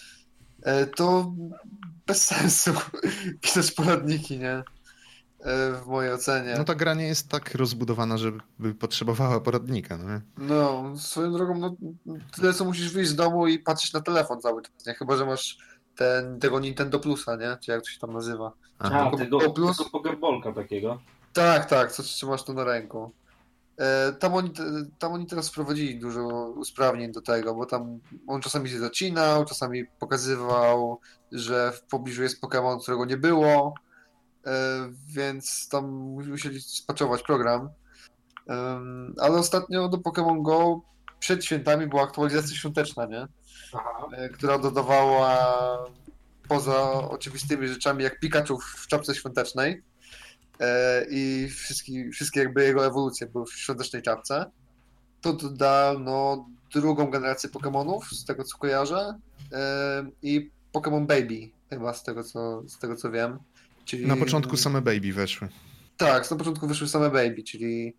to bez sensu pisać poradniki, nie? W mojej ocenie. No ta gra nie jest tak rozbudowana, żeby potrzebowała poradnika, no nie? No, swoją drogą, no tyle co musisz wyjść z domu i patrzeć na telefon cały czas, nie? Chyba że masz tego Nintendo Plusa, nie? Czy jak to się tam nazywa. A, tego Pokeballka takiego. Tak, co trzymasz tu na ręku. Tam oni teraz wprowadzili dużo usprawnień do tego, bo tam on czasami się zacinał, czasami pokazywał, że w pobliżu jest Pokémon, którego nie było, więc tam musieli spatchować program. Ale ostatnio do Pokémon Go przed świętami była aktualizacja świąteczna, nie? Aha. Która dodawała poza oczywistymi rzeczami jak Pikachu w czapce świątecznej i wszystkie jakby jego ewolucje były w świątecznej czapce, to dodał drugą generację Pokémonów, z tego co kojarzę, i Pokémon Baby chyba z tego co wiem. Czyli... Na początku same Baby weszły. Tak, na początku wyszły same Baby, czyli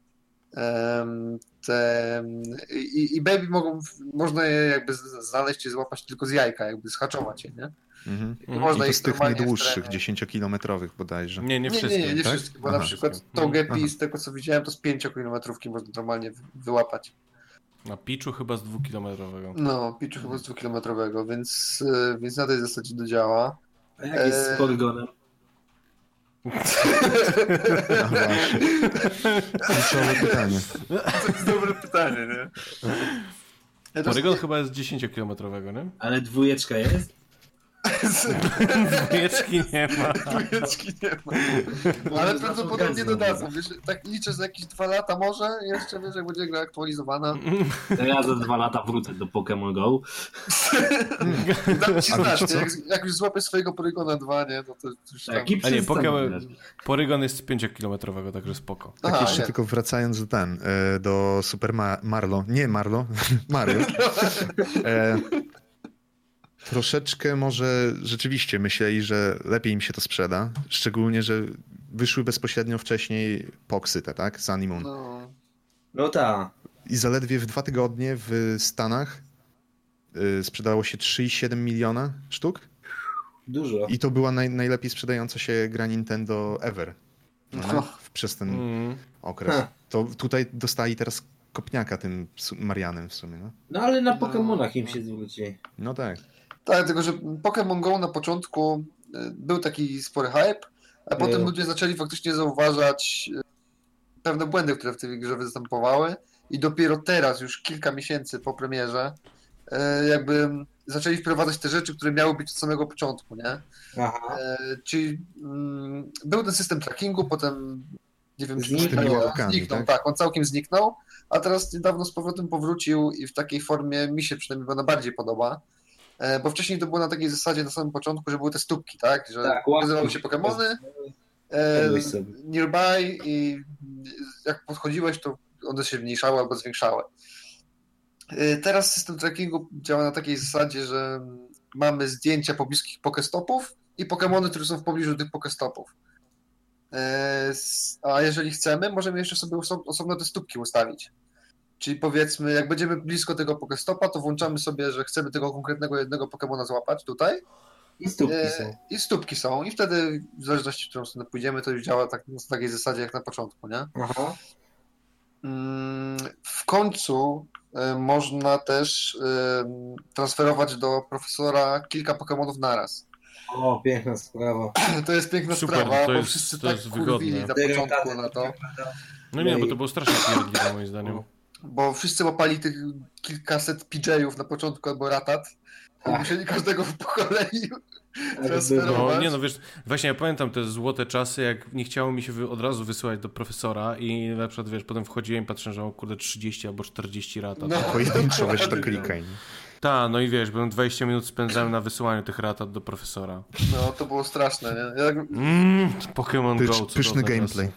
i Baby można je jakby znaleźć i złapać tylko z jajka, jakby zhaczować je, nie? Można I to z tych najdłuższych, 10-kilometrowych bodajże. Nie wszystkie, nie tak? wszystkie, bo na przykład Togepi, z tego co widziałem, to z 5-kilometrówki można normalnie wyłapać. Na Pichu chyba z 2-kilometrowego. No, Pichu chyba z 2-kilometrowego, więc na tej zasadzie to działa. A jak jest z Porygonem? No właśnie. Kluczowe pytanie. To jest dobre pytanie, nie? Porygon chyba jest 10-kilometrowego, nie? Ale dwójeczka jest? Dwójeczki nie ma. Ale prawdopodobnie dodadzą. Wiesz, tak liczę, że jakieś 2 lata może jeszcze, wiesz, jak będzie gra aktualizowana. To ja za 2 lata wrócę do Pokémon Go. Dam ci znać, jak już złapię swojego Polygona 2, nie? To już tam... A nie, Porygon jest z 5-kilometrowego, także spoko. Tak jeszcze tylko wracając do Super Mario. Troszeczkę może rzeczywiście myśleli, że lepiej im się to sprzeda. Szczególnie, że wyszły bezpośrednio wcześniej Poxy te, tak? Sun i Moon. No tak. I zaledwie w 2 tygodnie w Stanach sprzedało się 3,7 miliona sztuk. Dużo. I to była najlepiej sprzedająca się gra Nintendo ever. Przez ten okres. To tutaj dostali teraz kopniaka tym Marianem w sumie. No ale na Pokemonach im się zwróci. No tak. Tak, tylko że Pokémon Go na początku był taki spory hype, a potem ludzie zaczęli faktycznie zauważać pewne błędy, które w tej grze występowały i dopiero teraz, już kilka miesięcy po premierze, jakby zaczęli wprowadzać te rzeczy, które miały być od samego początku, nie? Aha. Czyli był ten system trackingu, potem nie wiem, czy zniknął, tak, on całkiem zniknął, a teraz niedawno z powrotem powrócił i w takiej formie mi się przynajmniej najbardziej podoba. Bo wcześniej to było na takiej zasadzie na samym początku, że były te stópki, tak? Że nazywały się Pokemony nearby i jak podchodziłeś, to one się zmniejszały albo zwiększały. Teraz system trackingu działa na takiej zasadzie, że mamy zdjęcia pobliskich Pokestopów i Pokemony, które są w pobliżu tych Pokestopów. A jeżeli chcemy, możemy jeszcze sobie osobno te stópki ustawić. Czyli powiedzmy, jak będziemy blisko tego Pokestopa, to włączamy sobie, że chcemy tego konkretnego jednego Pokemona złapać tutaj. I stópki są. I stópki są. I wtedy, w zależności w którą stronę pójdziemy, to już działa tak, na takiej zasadzie jak na początku, nie? Aha. W końcu można też transferować do profesora kilka Pokemonów naraz. O, piękna sprawa. To jest piękna sprawa, bo wszyscy tak kurwili na początku na to. No nie, bo to było strasznie pierdliwe moim zdaniem. Bo wszyscy łapali tych kilkaset PJ-ów na początku albo ratat i musieli każdego po kolei transferować. No nie, no wiesz, właśnie ja pamiętam te złote czasy, jak nie chciało mi się od razu wysyłać do profesora i na przykład, wiesz, potem wchodziłem i patrzę, że o kurde 30 albo 40 ratat. No, pojedynczo weź to klikaj. Tak, no i wiesz, byłem 20 minut spędzałem na wysyłaniu tych ratat do profesora. No, to było straszne, nie? Pokémon Go. Pyszny gameplay.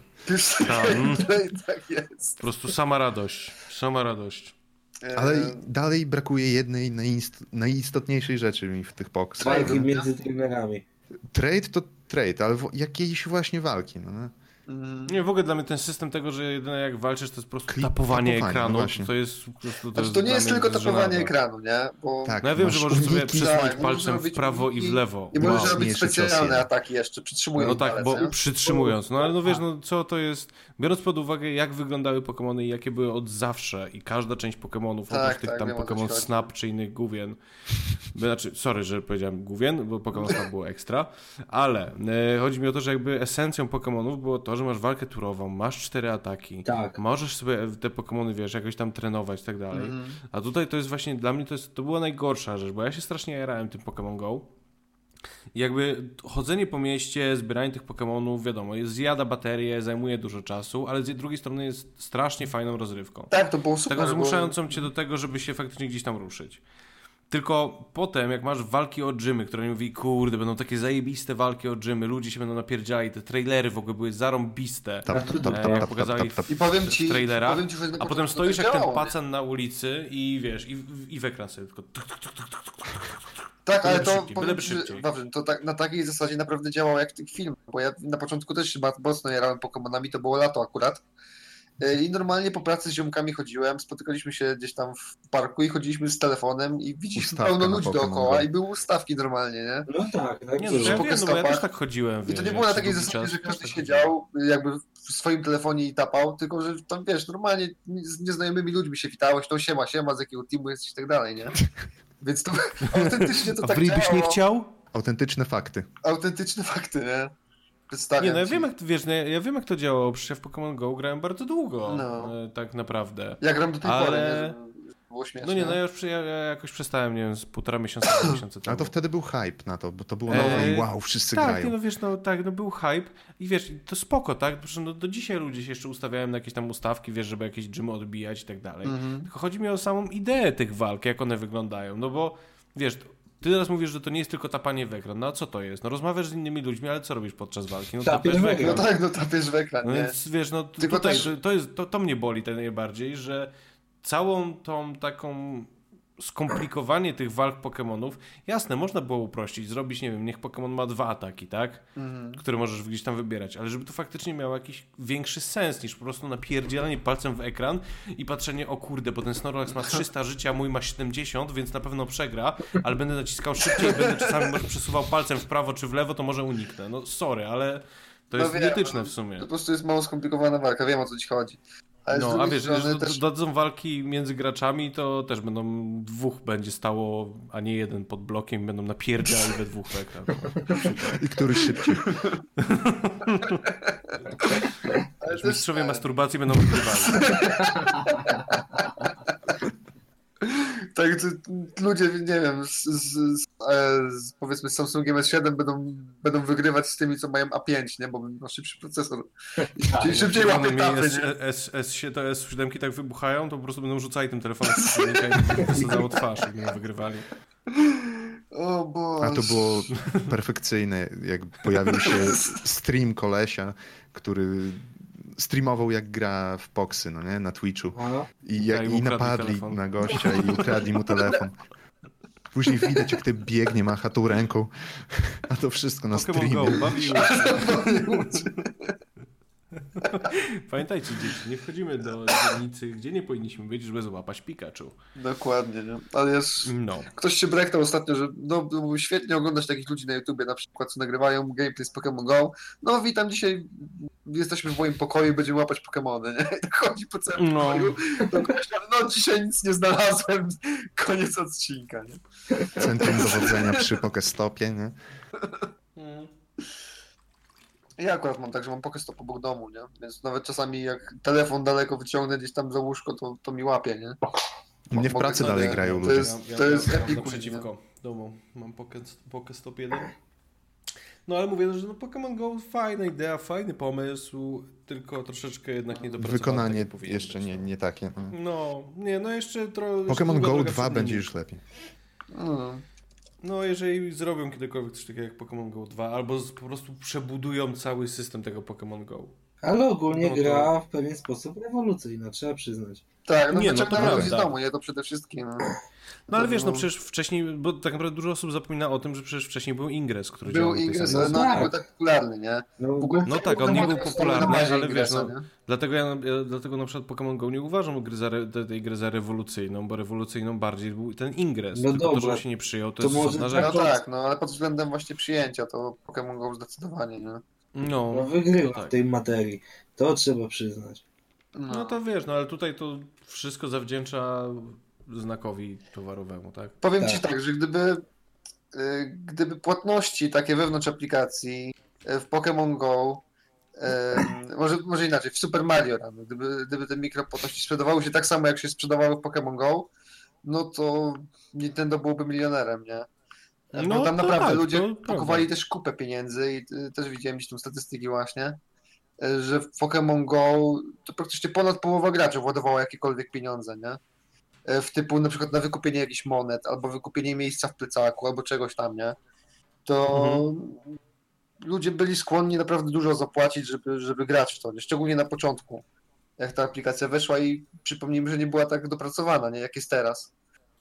Tak jest. Po prostu sama radość. Ale dalej brakuje jednej najistotniejszej rzeczy mi w tych Poksach. Walki między trenerami. Trade to trade, ale jakiejś właśnie walki. No. Nie, w ogóle dla mnie ten system tego, że jedyne jak walczysz, to jest po prostu tapowanie ekranu. No to jest po prostu, to nie jest tylko tapowanie ekranu, nie? Bo... Tak, no ja wiem, że możesz sobie przesunąć palcem w prawo i w lewo. I możesz robić specjalne ataki jeszcze, przytrzymując. No tak, bo przytrzymując. No ale no wiesz, no co to jest... Biorąc pod uwagę, jak wyglądały Pokemony i jakie były od zawsze i każda część Pokemonów, oprócz tych tam Pokemon Snap czy innych gówien. Znaczy, sorry, że powiedziałem gówien, bo Pokemon Snap było ekstra, ale chodzi mi o to, że jakby esencją Pokemonów było to, że masz walkę turową, masz 4 ataki, możesz sobie te Pokemony, wiesz, jakoś tam trenować i tak dalej. A tutaj to jest właśnie, dla mnie to była najgorsza rzecz, bo ja się strasznie jarałem tym Pokémon Go. I jakby chodzenie po mieście, zbieranie tych Pokemonów, wiadomo, zjada baterię, zajmuje dużo czasu, ale z drugiej strony jest strasznie fajną rozrywką. Tak, to było super. Taką zmuszającą cię do tego, żeby się faktycznie gdzieś tam ruszyć. Tylko potem, jak masz walki o gymy, które mówi, kurde, będą takie zajebiste walki o gymy, ludzie się będą napierdziali, te trailery w ogóle były zarąbiste, jak pokazali w trailerach, a potem stoisz jak ten pacan na ulicy i wiesz, i w ekran sobie tylko tak, ale to powiem ci, to tak, na takiej zasadzie naprawdę działało jak ten film, bo ja na początku też się mocno jarałem Pokemonami, to było lato akurat. I normalnie po pracy z ziomkami chodziłem, spotykaliśmy się gdzieś tam w parku i chodziliśmy z telefonem i widzieliśmy pełno ludzi dookoła i były ustawki normalnie, nie? No tak. Nie, no, ja wiem, no bo ja też tak chodziłem. I to nie było na takiej zasadzie, że każdy siedział jakby w swoim telefonie i tapał, tylko że tam wiesz, normalnie z nieznajomymi ludźmi się witałeś, to siema, z jakiego teamu jesteś i tak dalej, nie? Więc to autentycznie to tak działało. A byś nie chciał? Autentyczne fakty, nie? Nie, no ja wiem, ja wiem jak to działało, przecież ja w Pokémon Go grałem bardzo długo, tak naprawdę. Ja gram do tej pory, nie? Było śmieszne. No nie, no ja jakoś przestałem, nie wiem, z 1,5 miesiąca temu. A to wtedy był hype na to, bo to było nowe i wow, wszyscy grają. Tak, no wiesz, był hype i wiesz, to spoko, tak? No, do dzisiaj ludzie się jeszcze ustawiają na jakieś tam ustawki, wiesz, żeby jakieś gymy odbijać i tak dalej. Tylko chodzi mi o samą ideę tych walk, jak one wyglądają, no bo wiesz... Ty teraz mówisz, że to nie jest tylko tapanie w ekran. No a co to jest? No rozmawiasz z innymi ludźmi, ale co robisz podczas walki? No tapiesz w ekran. No tak, no tapiesz w ekran, no więc wiesz, no tylko tutaj też... to mnie boli najbardziej, że całą tą taką skomplikowanie tych walk Pokemonów, jasne, można było uprościć, zrobić, nie wiem, niech Pokemon ma 2 ataki, tak? Które możesz gdzieś tam wybierać, ale żeby to faktycznie miało jakiś większy sens niż po prostu napierdzielanie palcem w ekran i patrzenie, o kurde, bo ten Snorlax ma 300 życia, mój ma 70, więc na pewno przegra, ale będę naciskał szybciej, będę czasami może przesuwał palcem w prawo czy w lewo, to może uniknę. No sorry, ale to jest idiotyczne w sumie. To po prostu jest mało skomplikowana walka, wiem o co ci chodzi. No, a wiesz, że dadzą walki między graczami, to też będą 2 będzie stało, a nie 1 pod blokiem i będą napierdziali we 2 w ekran. I który szybciej. Mistrzowie masturbacji będą wygrywali. Tak, ludzie, nie wiem, powiedzmy z Samsungiem S7 będą wygrywać z tymi, co mają A5, nie? Bo ma szybszy procesor. I szybciej łapie tapy, te S7 tak wybuchają, to po prostu będą rzucali tym telefonem i wysadzało twarz i będą wygrywali. O Boże. A to było perfekcyjne, jak pojawił się stream kolesia, który streamował jak gra w Poksy, no nie? Na Twitchu. I napadli telefon na gościa i ukradli mu telefon. Później widać, jak ty biegnie, macha tą ręką. A to wszystko na streamie. Pamiętajcie, dzieci, nie wchodzimy do dzielnicy, gdzie nie powinniśmy być, żeby złapać Pikachu. Dokładnie, nie? Ale ktoś się brektał ostatnio, że byłoby świetnie oglądać takich ludzi na YouTubie, na przykład, co nagrywają gameplay z Pokémon Go. No witam, dzisiaj jesteśmy w moim pokoju, będziemy łapać Pokemony, nie? I tak chodzi po całym pokoju. No dzisiaj nic nie znalazłem, koniec odcinka, nie? Centrum dowodzenia przy Pokestopie, nie? Ja akurat mam tak, że mam Pokestop obok domu, nie? Więc nawet czasami jak telefon daleko wyciągnę gdzieś tam za łóżko, to mi łapie, nie? Mnie w pracy dalej grają ludzie. To jest naprzeciwko domu. Mam Pokestop 1. No ale mówię, że Pokémon Go fajna idea, fajny pomysł, tylko troszeczkę jednak niedopracowane. Wykonanie jeszcze nie takie. No jeszcze trochę... Pokémon Go 2 będzie już lepiej. No jeżeli zrobią kiedykolwiek coś takiego jak Pokémon Go 2, albo po prostu przebudują cały system tego Pokémon Go. Ale ogólnie gra w pewien sposób rewolucyjna, trzeba przyznać. Tak, wyciągnąłem z domu, to przede wszystkim. No ale wiesz, przecież wcześniej, bo tak naprawdę dużo osób zapomina o tym, że przecież wcześniej był Ingress, który był Ingress, ale nie był tak popularny, nie? On nie był popularny, ale wiesz, dlatego na przykład Pokémon Go nie uważam tej gry za rewolucyjną, bo rewolucyjną bardziej był ten Ingress. Tylko to, że się nie przyjął, to jest osobna rzecz. No tak, ale pod względem właśnie przyjęcia to Pokémon Go zdecydowanie, nie? Wygrywa w tej materii, to trzeba przyznać. No to wiesz, ale tutaj to wszystko zawdzięcza znakowi towarowemu, tak? Powiem ci tak, że gdyby płatności takie wewnątrz aplikacji w Pokémon Go, może inaczej, w Super Mario Run, gdyby te mikropłatności sprzedawały się tak samo, jak się sprzedawały w Pokémon Go, no to Nintendo byłoby milionerem, nie? Bo tam naprawdę ludzie pakowali też kupę pieniędzy i też widziałem gdzieś tam statystyki właśnie, że w Pokémon Go to praktycznie ponad połowa graczy władowała jakiekolwiek pieniądze, nie? W typu na przykład na wykupienie jakichś monet, albo wykupienie miejsca w plecaku, albo czegoś tam, nie? To ludzie byli skłonni naprawdę dużo zapłacić, żeby grać w to, nie? Szczególnie na początku, jak ta aplikacja weszła i przypomnijmy, że nie była tak dopracowana, nie? Jak jest teraz.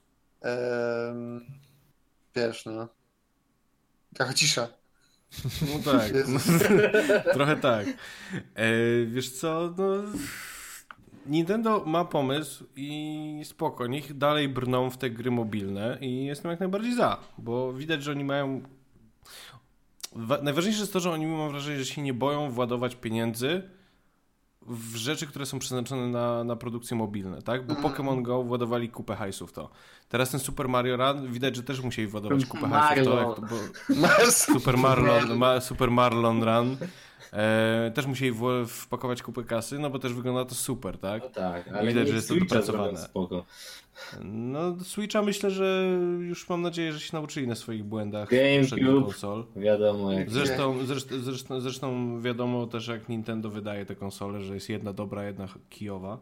Wiesz, no. Jaka cisza. No tak, trochę tak. Wiesz co, Nintendo ma pomysł i spoko, niech dalej brną w te gry mobilne i jestem jak najbardziej za, bo widać, że oni mają... Najważniejsze jest to, że oni mam wrażenie, że się nie boją władować pieniędzy w rzeczy, które są przeznaczone na produkcje mobilne, tak? Bo Pokémon Go władowali kupę hajsów w to. Teraz ten Super Mario Run, widać, że też musieli władować kupę hajsów w to, Super Marlon Run. Też musieli wpakować kupę kasy, no bo też wygląda to super, tak? No tak, ale widać, że jest to dopracowane. Spoko. No Switcha myślę, że już mam nadzieję, że się nauczyli na swoich błędach GameCube, konsol. Wiadomo jak Zresztą wiadomo też jak Nintendo wydaje te konsole, że jest jedna dobra, jedna kijowa.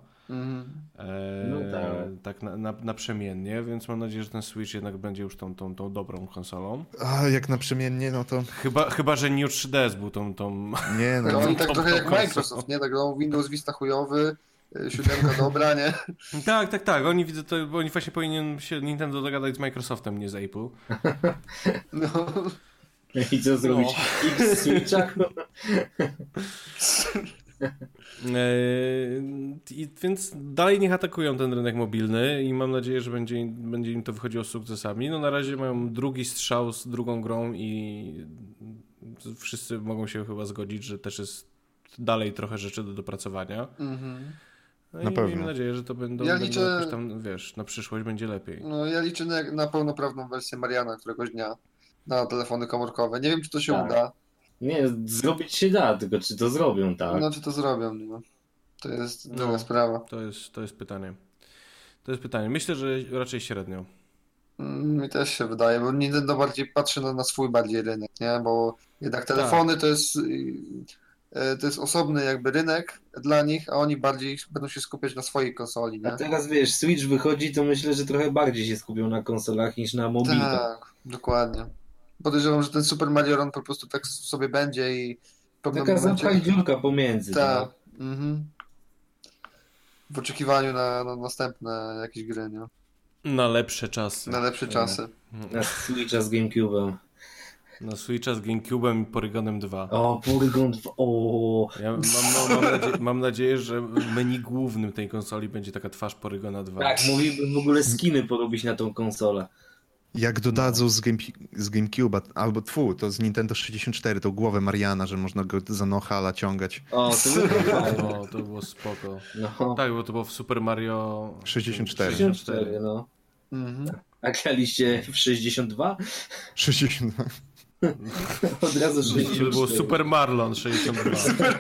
Tak naprzemiennie, więc mam nadzieję, że ten Switch jednak będzie już tą dobrą konsolą. A jak naprzemiennie, no to... Chyba że New 3DS był tą... Nie, no oni tak trochę jak Microsoft, nie? Tak Windows Vista chujowy, 7 dobra, nie? Tak. Oni widzę to, bo oni właśnie powinien się Nintendo dogadać z Microsoftem, nie z Apple. No. I co zrobić? X Switcha? Więc dalej niech atakują ten rynek mobilny i mam nadzieję, że będzie im to wychodziło sukcesami. No na razie mają drugi strzał z drugą grą i wszyscy mogą się chyba zgodzić, że też jest dalej trochę rzeczy do dopracowania. No na i pewno. mam nadzieję, że to będą jakoś tam, wiesz, na przyszłość będzie lepiej. No ja liczę na pełnoprawną wersję Mariana któregoś dnia na telefony komórkowe. Nie wiem, czy to się uda. Nie, zrobić się da, tylko czy to zrobią, tak? No, czy to zrobią, no. To jest druga sprawa. To jest pytanie. To jest pytanie. Myślę, że raczej średnio. Mi też się wydaje, bo Nintendo bardziej patrzy na swój bardziej rynek, nie? Bo jednak telefony to jest osobny jakby rynek dla nich, a oni bardziej będą się skupiać na swojej konsoli, nie? A teraz wiesz, Switch wychodzi, to myślę, że trochę bardziej się skupią na konsolach niż na mobilkach. Tak, dokładnie. Podejrzewam, że ten Super Mario Run po prostu tak sobie będzie i... Taka zapchaj dziurka pomiędzy. Tak. W oczekiwaniu na następne jakieś gry, nie? Na lepsze czasy. Na lepsze czasy. Na Switcha z GameCube'em. Na Switcha z GameCube'em i Porygonem 2. O, Porygon 2, o. Ja mam nadzieję, że w menu głównym tej konsoli będzie taka twarz Porygona 2. Tak, mogliby w ogóle skiny porobić na tą konsolę. Jak dodadzą z GameCube'a, albo to z Nintendo 64, tą głowę Mariana, że można go za nohala ciągać. O, to było fajne. No, to było spoko. No. Tak, bo to było w Super Mario 64. 64, no. A graliście w 62? 62. Od razu 64. To było Super Marlon 62.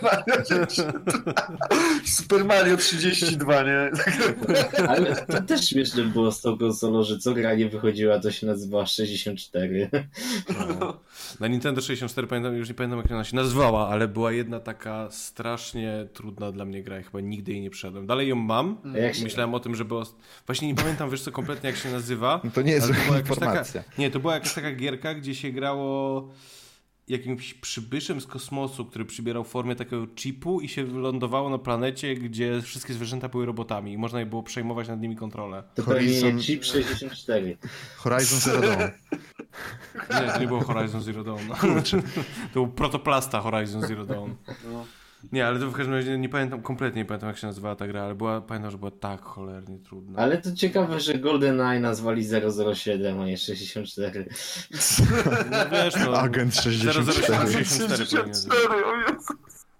Super Mario 32, nie? Ale to też śmieszne było z tą konsolą, że co gra nie wychodziła, to się nazywała 64. No. Na Nintendo 64 pamiętam, już nie pamiętam jak ona się nazywała, ale była jedna taka strasznie trudna dla mnie gra i chyba nigdy jej nie przeszedłem. Dalej ją mam. Myślałem o tym, żeby... Właśnie nie pamiętam, wiesz co, kompletnie jak się nazywa. No to nie jest zła informacja. To była jakaś taka gierka, gdzie się grało jakimś przybyszem z kosmosu, który przybierał formę takiego chipu i się wylądowało na planecie, gdzie wszystkie zwierzęta były robotami i można je było przejmować nad nimi kontrolę. To pewnie chip 64. Horizon Zero Dawn. Nie, to nie było Horizon Zero Dawn. To był protoplasta Horizon Zero Dawn. No. Nie, ale to w każdym razie kompletnie nie pamiętam jak się nazywała ta gra, ale pamiętam, że była tak cholernie trudna. Ale to ciekawe, że GoldenEye nazwali 007, a nie 64. No wiesz, no. Agent 64. 64 powinien 64, o Jezu.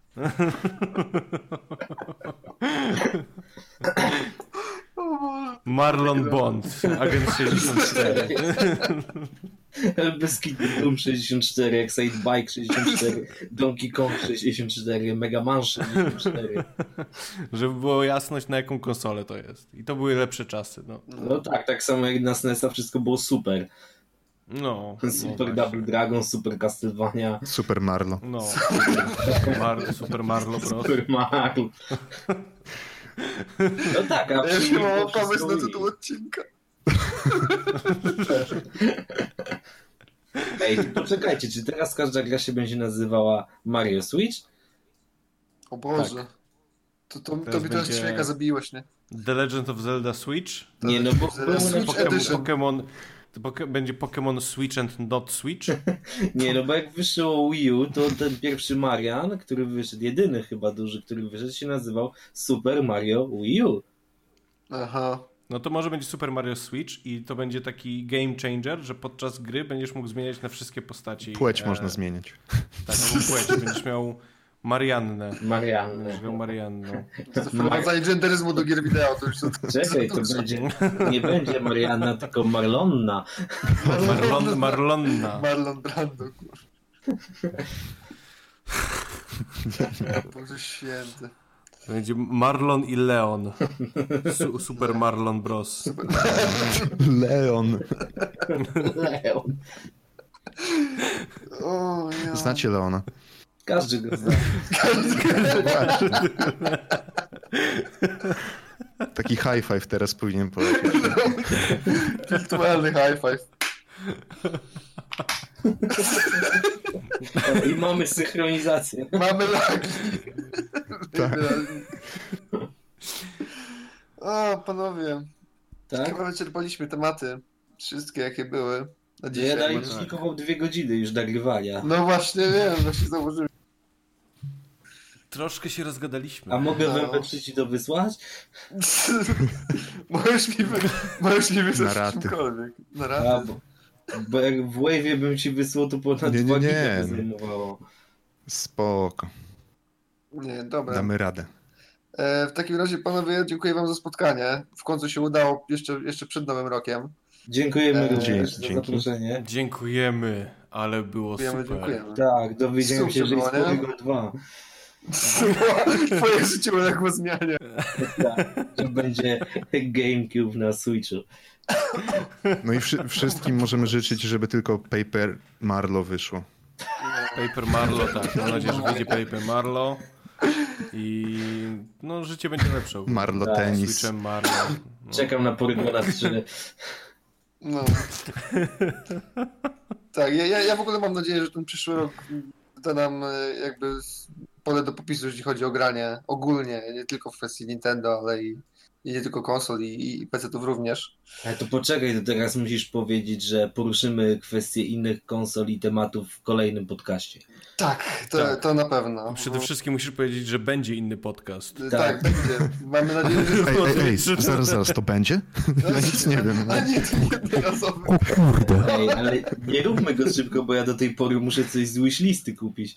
O Boże. Marlon Bond, Agent 64. Bez kitu Doom 64, Excite Bike 64, Donkey Kong 64, Mega Man 64. Żeby było jasność, na jaką konsolę to jest. I to były lepsze czasy, no. No tak samo jak na SNES-a wszystko było super. No. Super Double Dragon, Super Castlevania. Super Marlo. No. Super Marlo Bros. Super Mario. No tak, a Ja już nie mam wszystko pomysłu na Wii. tytuł odcinka. Ej, poczekajcie, czy teraz każda gra się będzie nazywała Mario Switch? O Boże. Tak. To mi Teraz teraz będzie- człowieka zabiłeś, nie? The Legend of Zelda Switch. Nie, no bo Switch Edition. Będzie Pokémon Switch and not Switch. nie, no bo jak wyszło Wii U, to ten pierwszy Marian, który wyszedł, jedyny chyba duży, który wyszedł, się nazywał Super Mario Wii U. Aha. No to może będzie Super Mario Switch i to będzie taki game changer, że podczas gry będziesz mógł zmieniać na wszystkie postaci. Płeć można zmieniać. Tak, albo płeć. Będziesz miał Mariannę. Marianne. Będziesz miał Marianną. To wprowadzanie genderyzmu do gier wideo, to już Czekaj, to będzie, nie będzie Marianna, tylko Marlonna. Marlonna. Marlon Brando, kurwa. Boże święty. To będzie Marlon i Leon. Super Marlon Bros. Leon. Leon. O, ja. Znacie Leona? Każdy go zna. Taki high five teraz powinien polecieć. Wirtualny high five. I mamy synchronizację. Mamy lagi. Tak. O, panowie. Tak? Chyba wyczerpaliśmy tematy. Wszystkie, jakie były. Na Ja dzisiaj. dalej dziękował 2 godziny już nagrywania. No właśnie, wiem, właśnie zauważyłem. Troszkę się rozgadaliśmy. A mogę No. wam we to wysłać? możesz mi Na wysłać raty. czymkolwiek. Na A, raty. bo jak w Wave'ie bym ci wysłał, to ponad Nie, 2 nie, giga nie. by zajmowało. Spoko. Nie, dobra. Damy radę. W takim razie, panowie, dziękuję wam za spotkanie. W końcu się udało jeszcze przed Nowym Rokiem. Dziękujemy również za dzięki. zaproszenie. Dziękujemy, ale było super. Dziękujemy. Tak, dowiedziałem się, że jest Super było, nie? Porygon 2. Twoje życie uległo zmianie. Tak, że będzie GameCube na Switchu. No i wszystkim możemy życzyć, żeby tylko Paper Marlo wyszło. Paper Marlo, tak. Mam nadzieję, że wyjdzie Paper Marlo. I no życie będzie lepsze. Marlo Tak, tenis. Switchem Marlo. No. Czekam na Porygona 3. No. Tak, ja w ogóle mam nadzieję, że ten przyszły rok da nam jakby pole do popisu, jeśli chodzi o granie ogólnie, nie tylko w kwestii Nintendo, ale i I nie tylko konsol, i PC-ów również. Ale to poczekaj, to teraz musisz powiedzieć, że poruszymy kwestie innych konsol i tematów w kolejnym podcaście. Tak, Tak. To na pewno. Przede wszystkim musisz powiedzieć, że będzie inny podcast. Tak, będzie. Mamy nadzieję, że... Zaraz, to będzie? Ja nic nie wiem. A nie, to nie jednorazowy. O kurde. Ej, ale nie róbmy go szybko, bo ja do tej pory muszę coś z wishlisty kupić.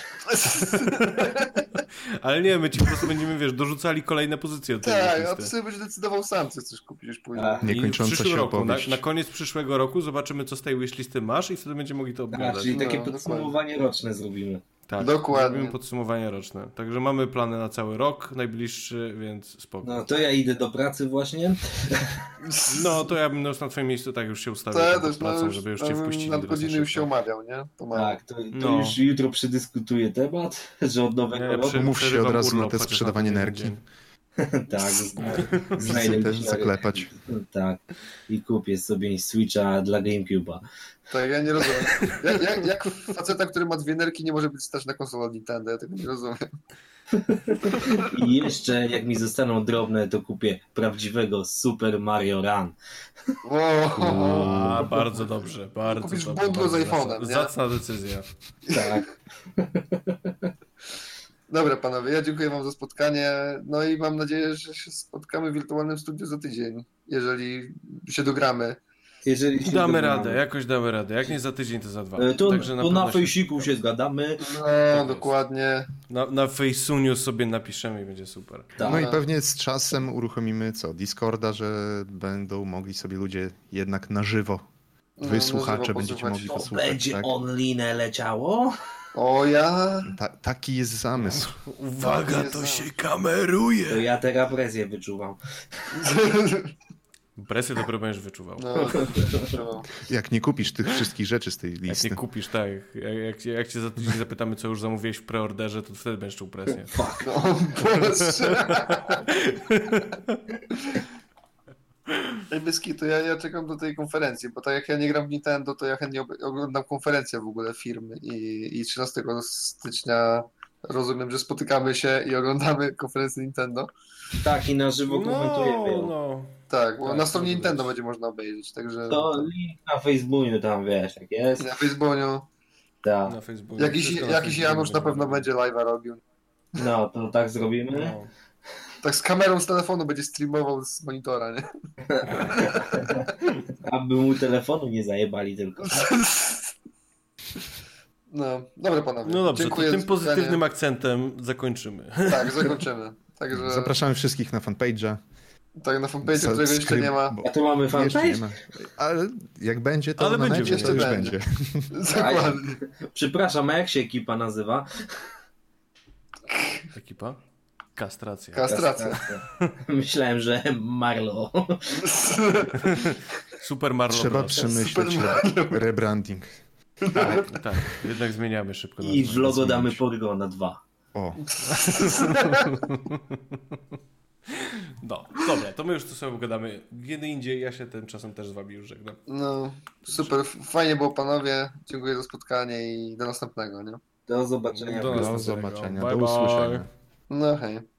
Ale nie, my ci po prostu będziemy, dorzucali kolejne pozycje od tej Tak, listy. a ty sobie będziesz decydował sam, co chcesz kupić już później. Niekończąca się opowieść. Na koniec przyszłego roku zobaczymy, co z tej wishlisty masz i wtedy będziemy mogli to obgadać. Czyli takie podsumowanie roczne zrobimy. Tak, dokładnie. Robimy podsumowanie roczne. Także mamy plany na cały rok, najbliższy, więc spoko. No to ja idę do pracy właśnie. No to ja bym na twoim miejscu tak już się ustawił pod pracą, żeby już cię wpuścili do godziny już się umawiał, nie? Tak, to już jutro przedyskutuję temat, że od nowego roku... Mów się od razu na te sprzedawanie energii. Tak, znajdę też zaklepać. Tak, i kupię sobie Switcha dla GameCube'a. Tak, ja nie rozumiem. Jak faceta, który ma 2 nerki, nie może być stać na konsolę od Nintendo? Ja tego nie rozumiem. I jeszcze, jak mi zostaną drobne, to kupię prawdziwego Super Mario Run. Bardzo dobrze, bardzo kupisz dobrze. bundle z iPhone'em, nie? Zacna decyzja. Tak. Dobra, panowie, ja dziękuję wam za spotkanie. No i mam nadzieję, że się spotkamy w wirtualnym studiu za tydzień, jeżeli się dogramy. Damy radę, jakoś damy radę. Jak nie za tydzień, to za 2. To na fejsiku się zgadamy. No, dokładnie. Na Fejsuniu sobie napiszemy i będzie super. Tak. No i pewnie z czasem uruchomimy Discorda, że będą mogli sobie ludzie jednak na żywo. Wy słuchacze będziecie mogli posłuchać. Będzie tak? online leciało? O ja... Taki jest zamysł. Uwaga, to się kameruje! To ja teraz presję wyczuwam. Presję dopiero będziesz wyczuwał. No. Jak nie kupisz tych wszystkich rzeczy z tej listy. Jak nie kupisz, tak. Jak cię za tydzień zapytamy, co już zamówiłeś w preorderze, to wtedy będziesz czuł presję. Fuck. No, Boże. Ej, Byski, to ja czekam do tej konferencji, bo tak jak ja nie gram w Nintendo, to ja chętnie oglądam konferencję w ogóle firmy i 13 stycznia rozumiem, że spotykamy się i oglądamy konferencję Nintendo. Tak, i na żywo komentujemy. Tak, bo Tak, na stronie Nintendo być. będzie można obejrzeć, także... To link na Facebooku tam, wiesz, jak jest. Na Facebooku. Tak. Na Facebooku. Jakiś Janusz na pewno będzie live'a robił. No, to tak zrobimy. No. Tak z kamerą z telefonu będzie streamował z monitora, nie? Aby mu telefonu nie zajebali tylko. No, dobra panowie. No dobrze, dziękuję to tym za spotkanie. pozytywnym akcentem zakończymy. Tak, zakończymy. Także... Zapraszamy wszystkich na fanpage'a. Tak, na fanpage'u, którego jeszcze nie ma. A tu mamy fanpage? Ale jak będzie, to Ale na będzie, necie to już będzie. będzie. Dokładnie. Przepraszam, a jak się ekipa nazywa? Ekipa? Kastracja. Kastracja. Myślałem, że Marlo. Super Marlo Trzeba Bros. przemyśleć rebranding. Tak, jednak zmieniamy szybko. I nazwę. w logo damy Polygona 2. O, No, dobra, to my już to sobie gadamy kiedy indziej. Ja się tymczasem też z wami już żegnam. No, super, fajnie było panowie. Dziękuję za spotkanie i do następnego, nie? Do zobaczenia. Do do zobaczenia, Bye, do bye. usłyszenia. No hej.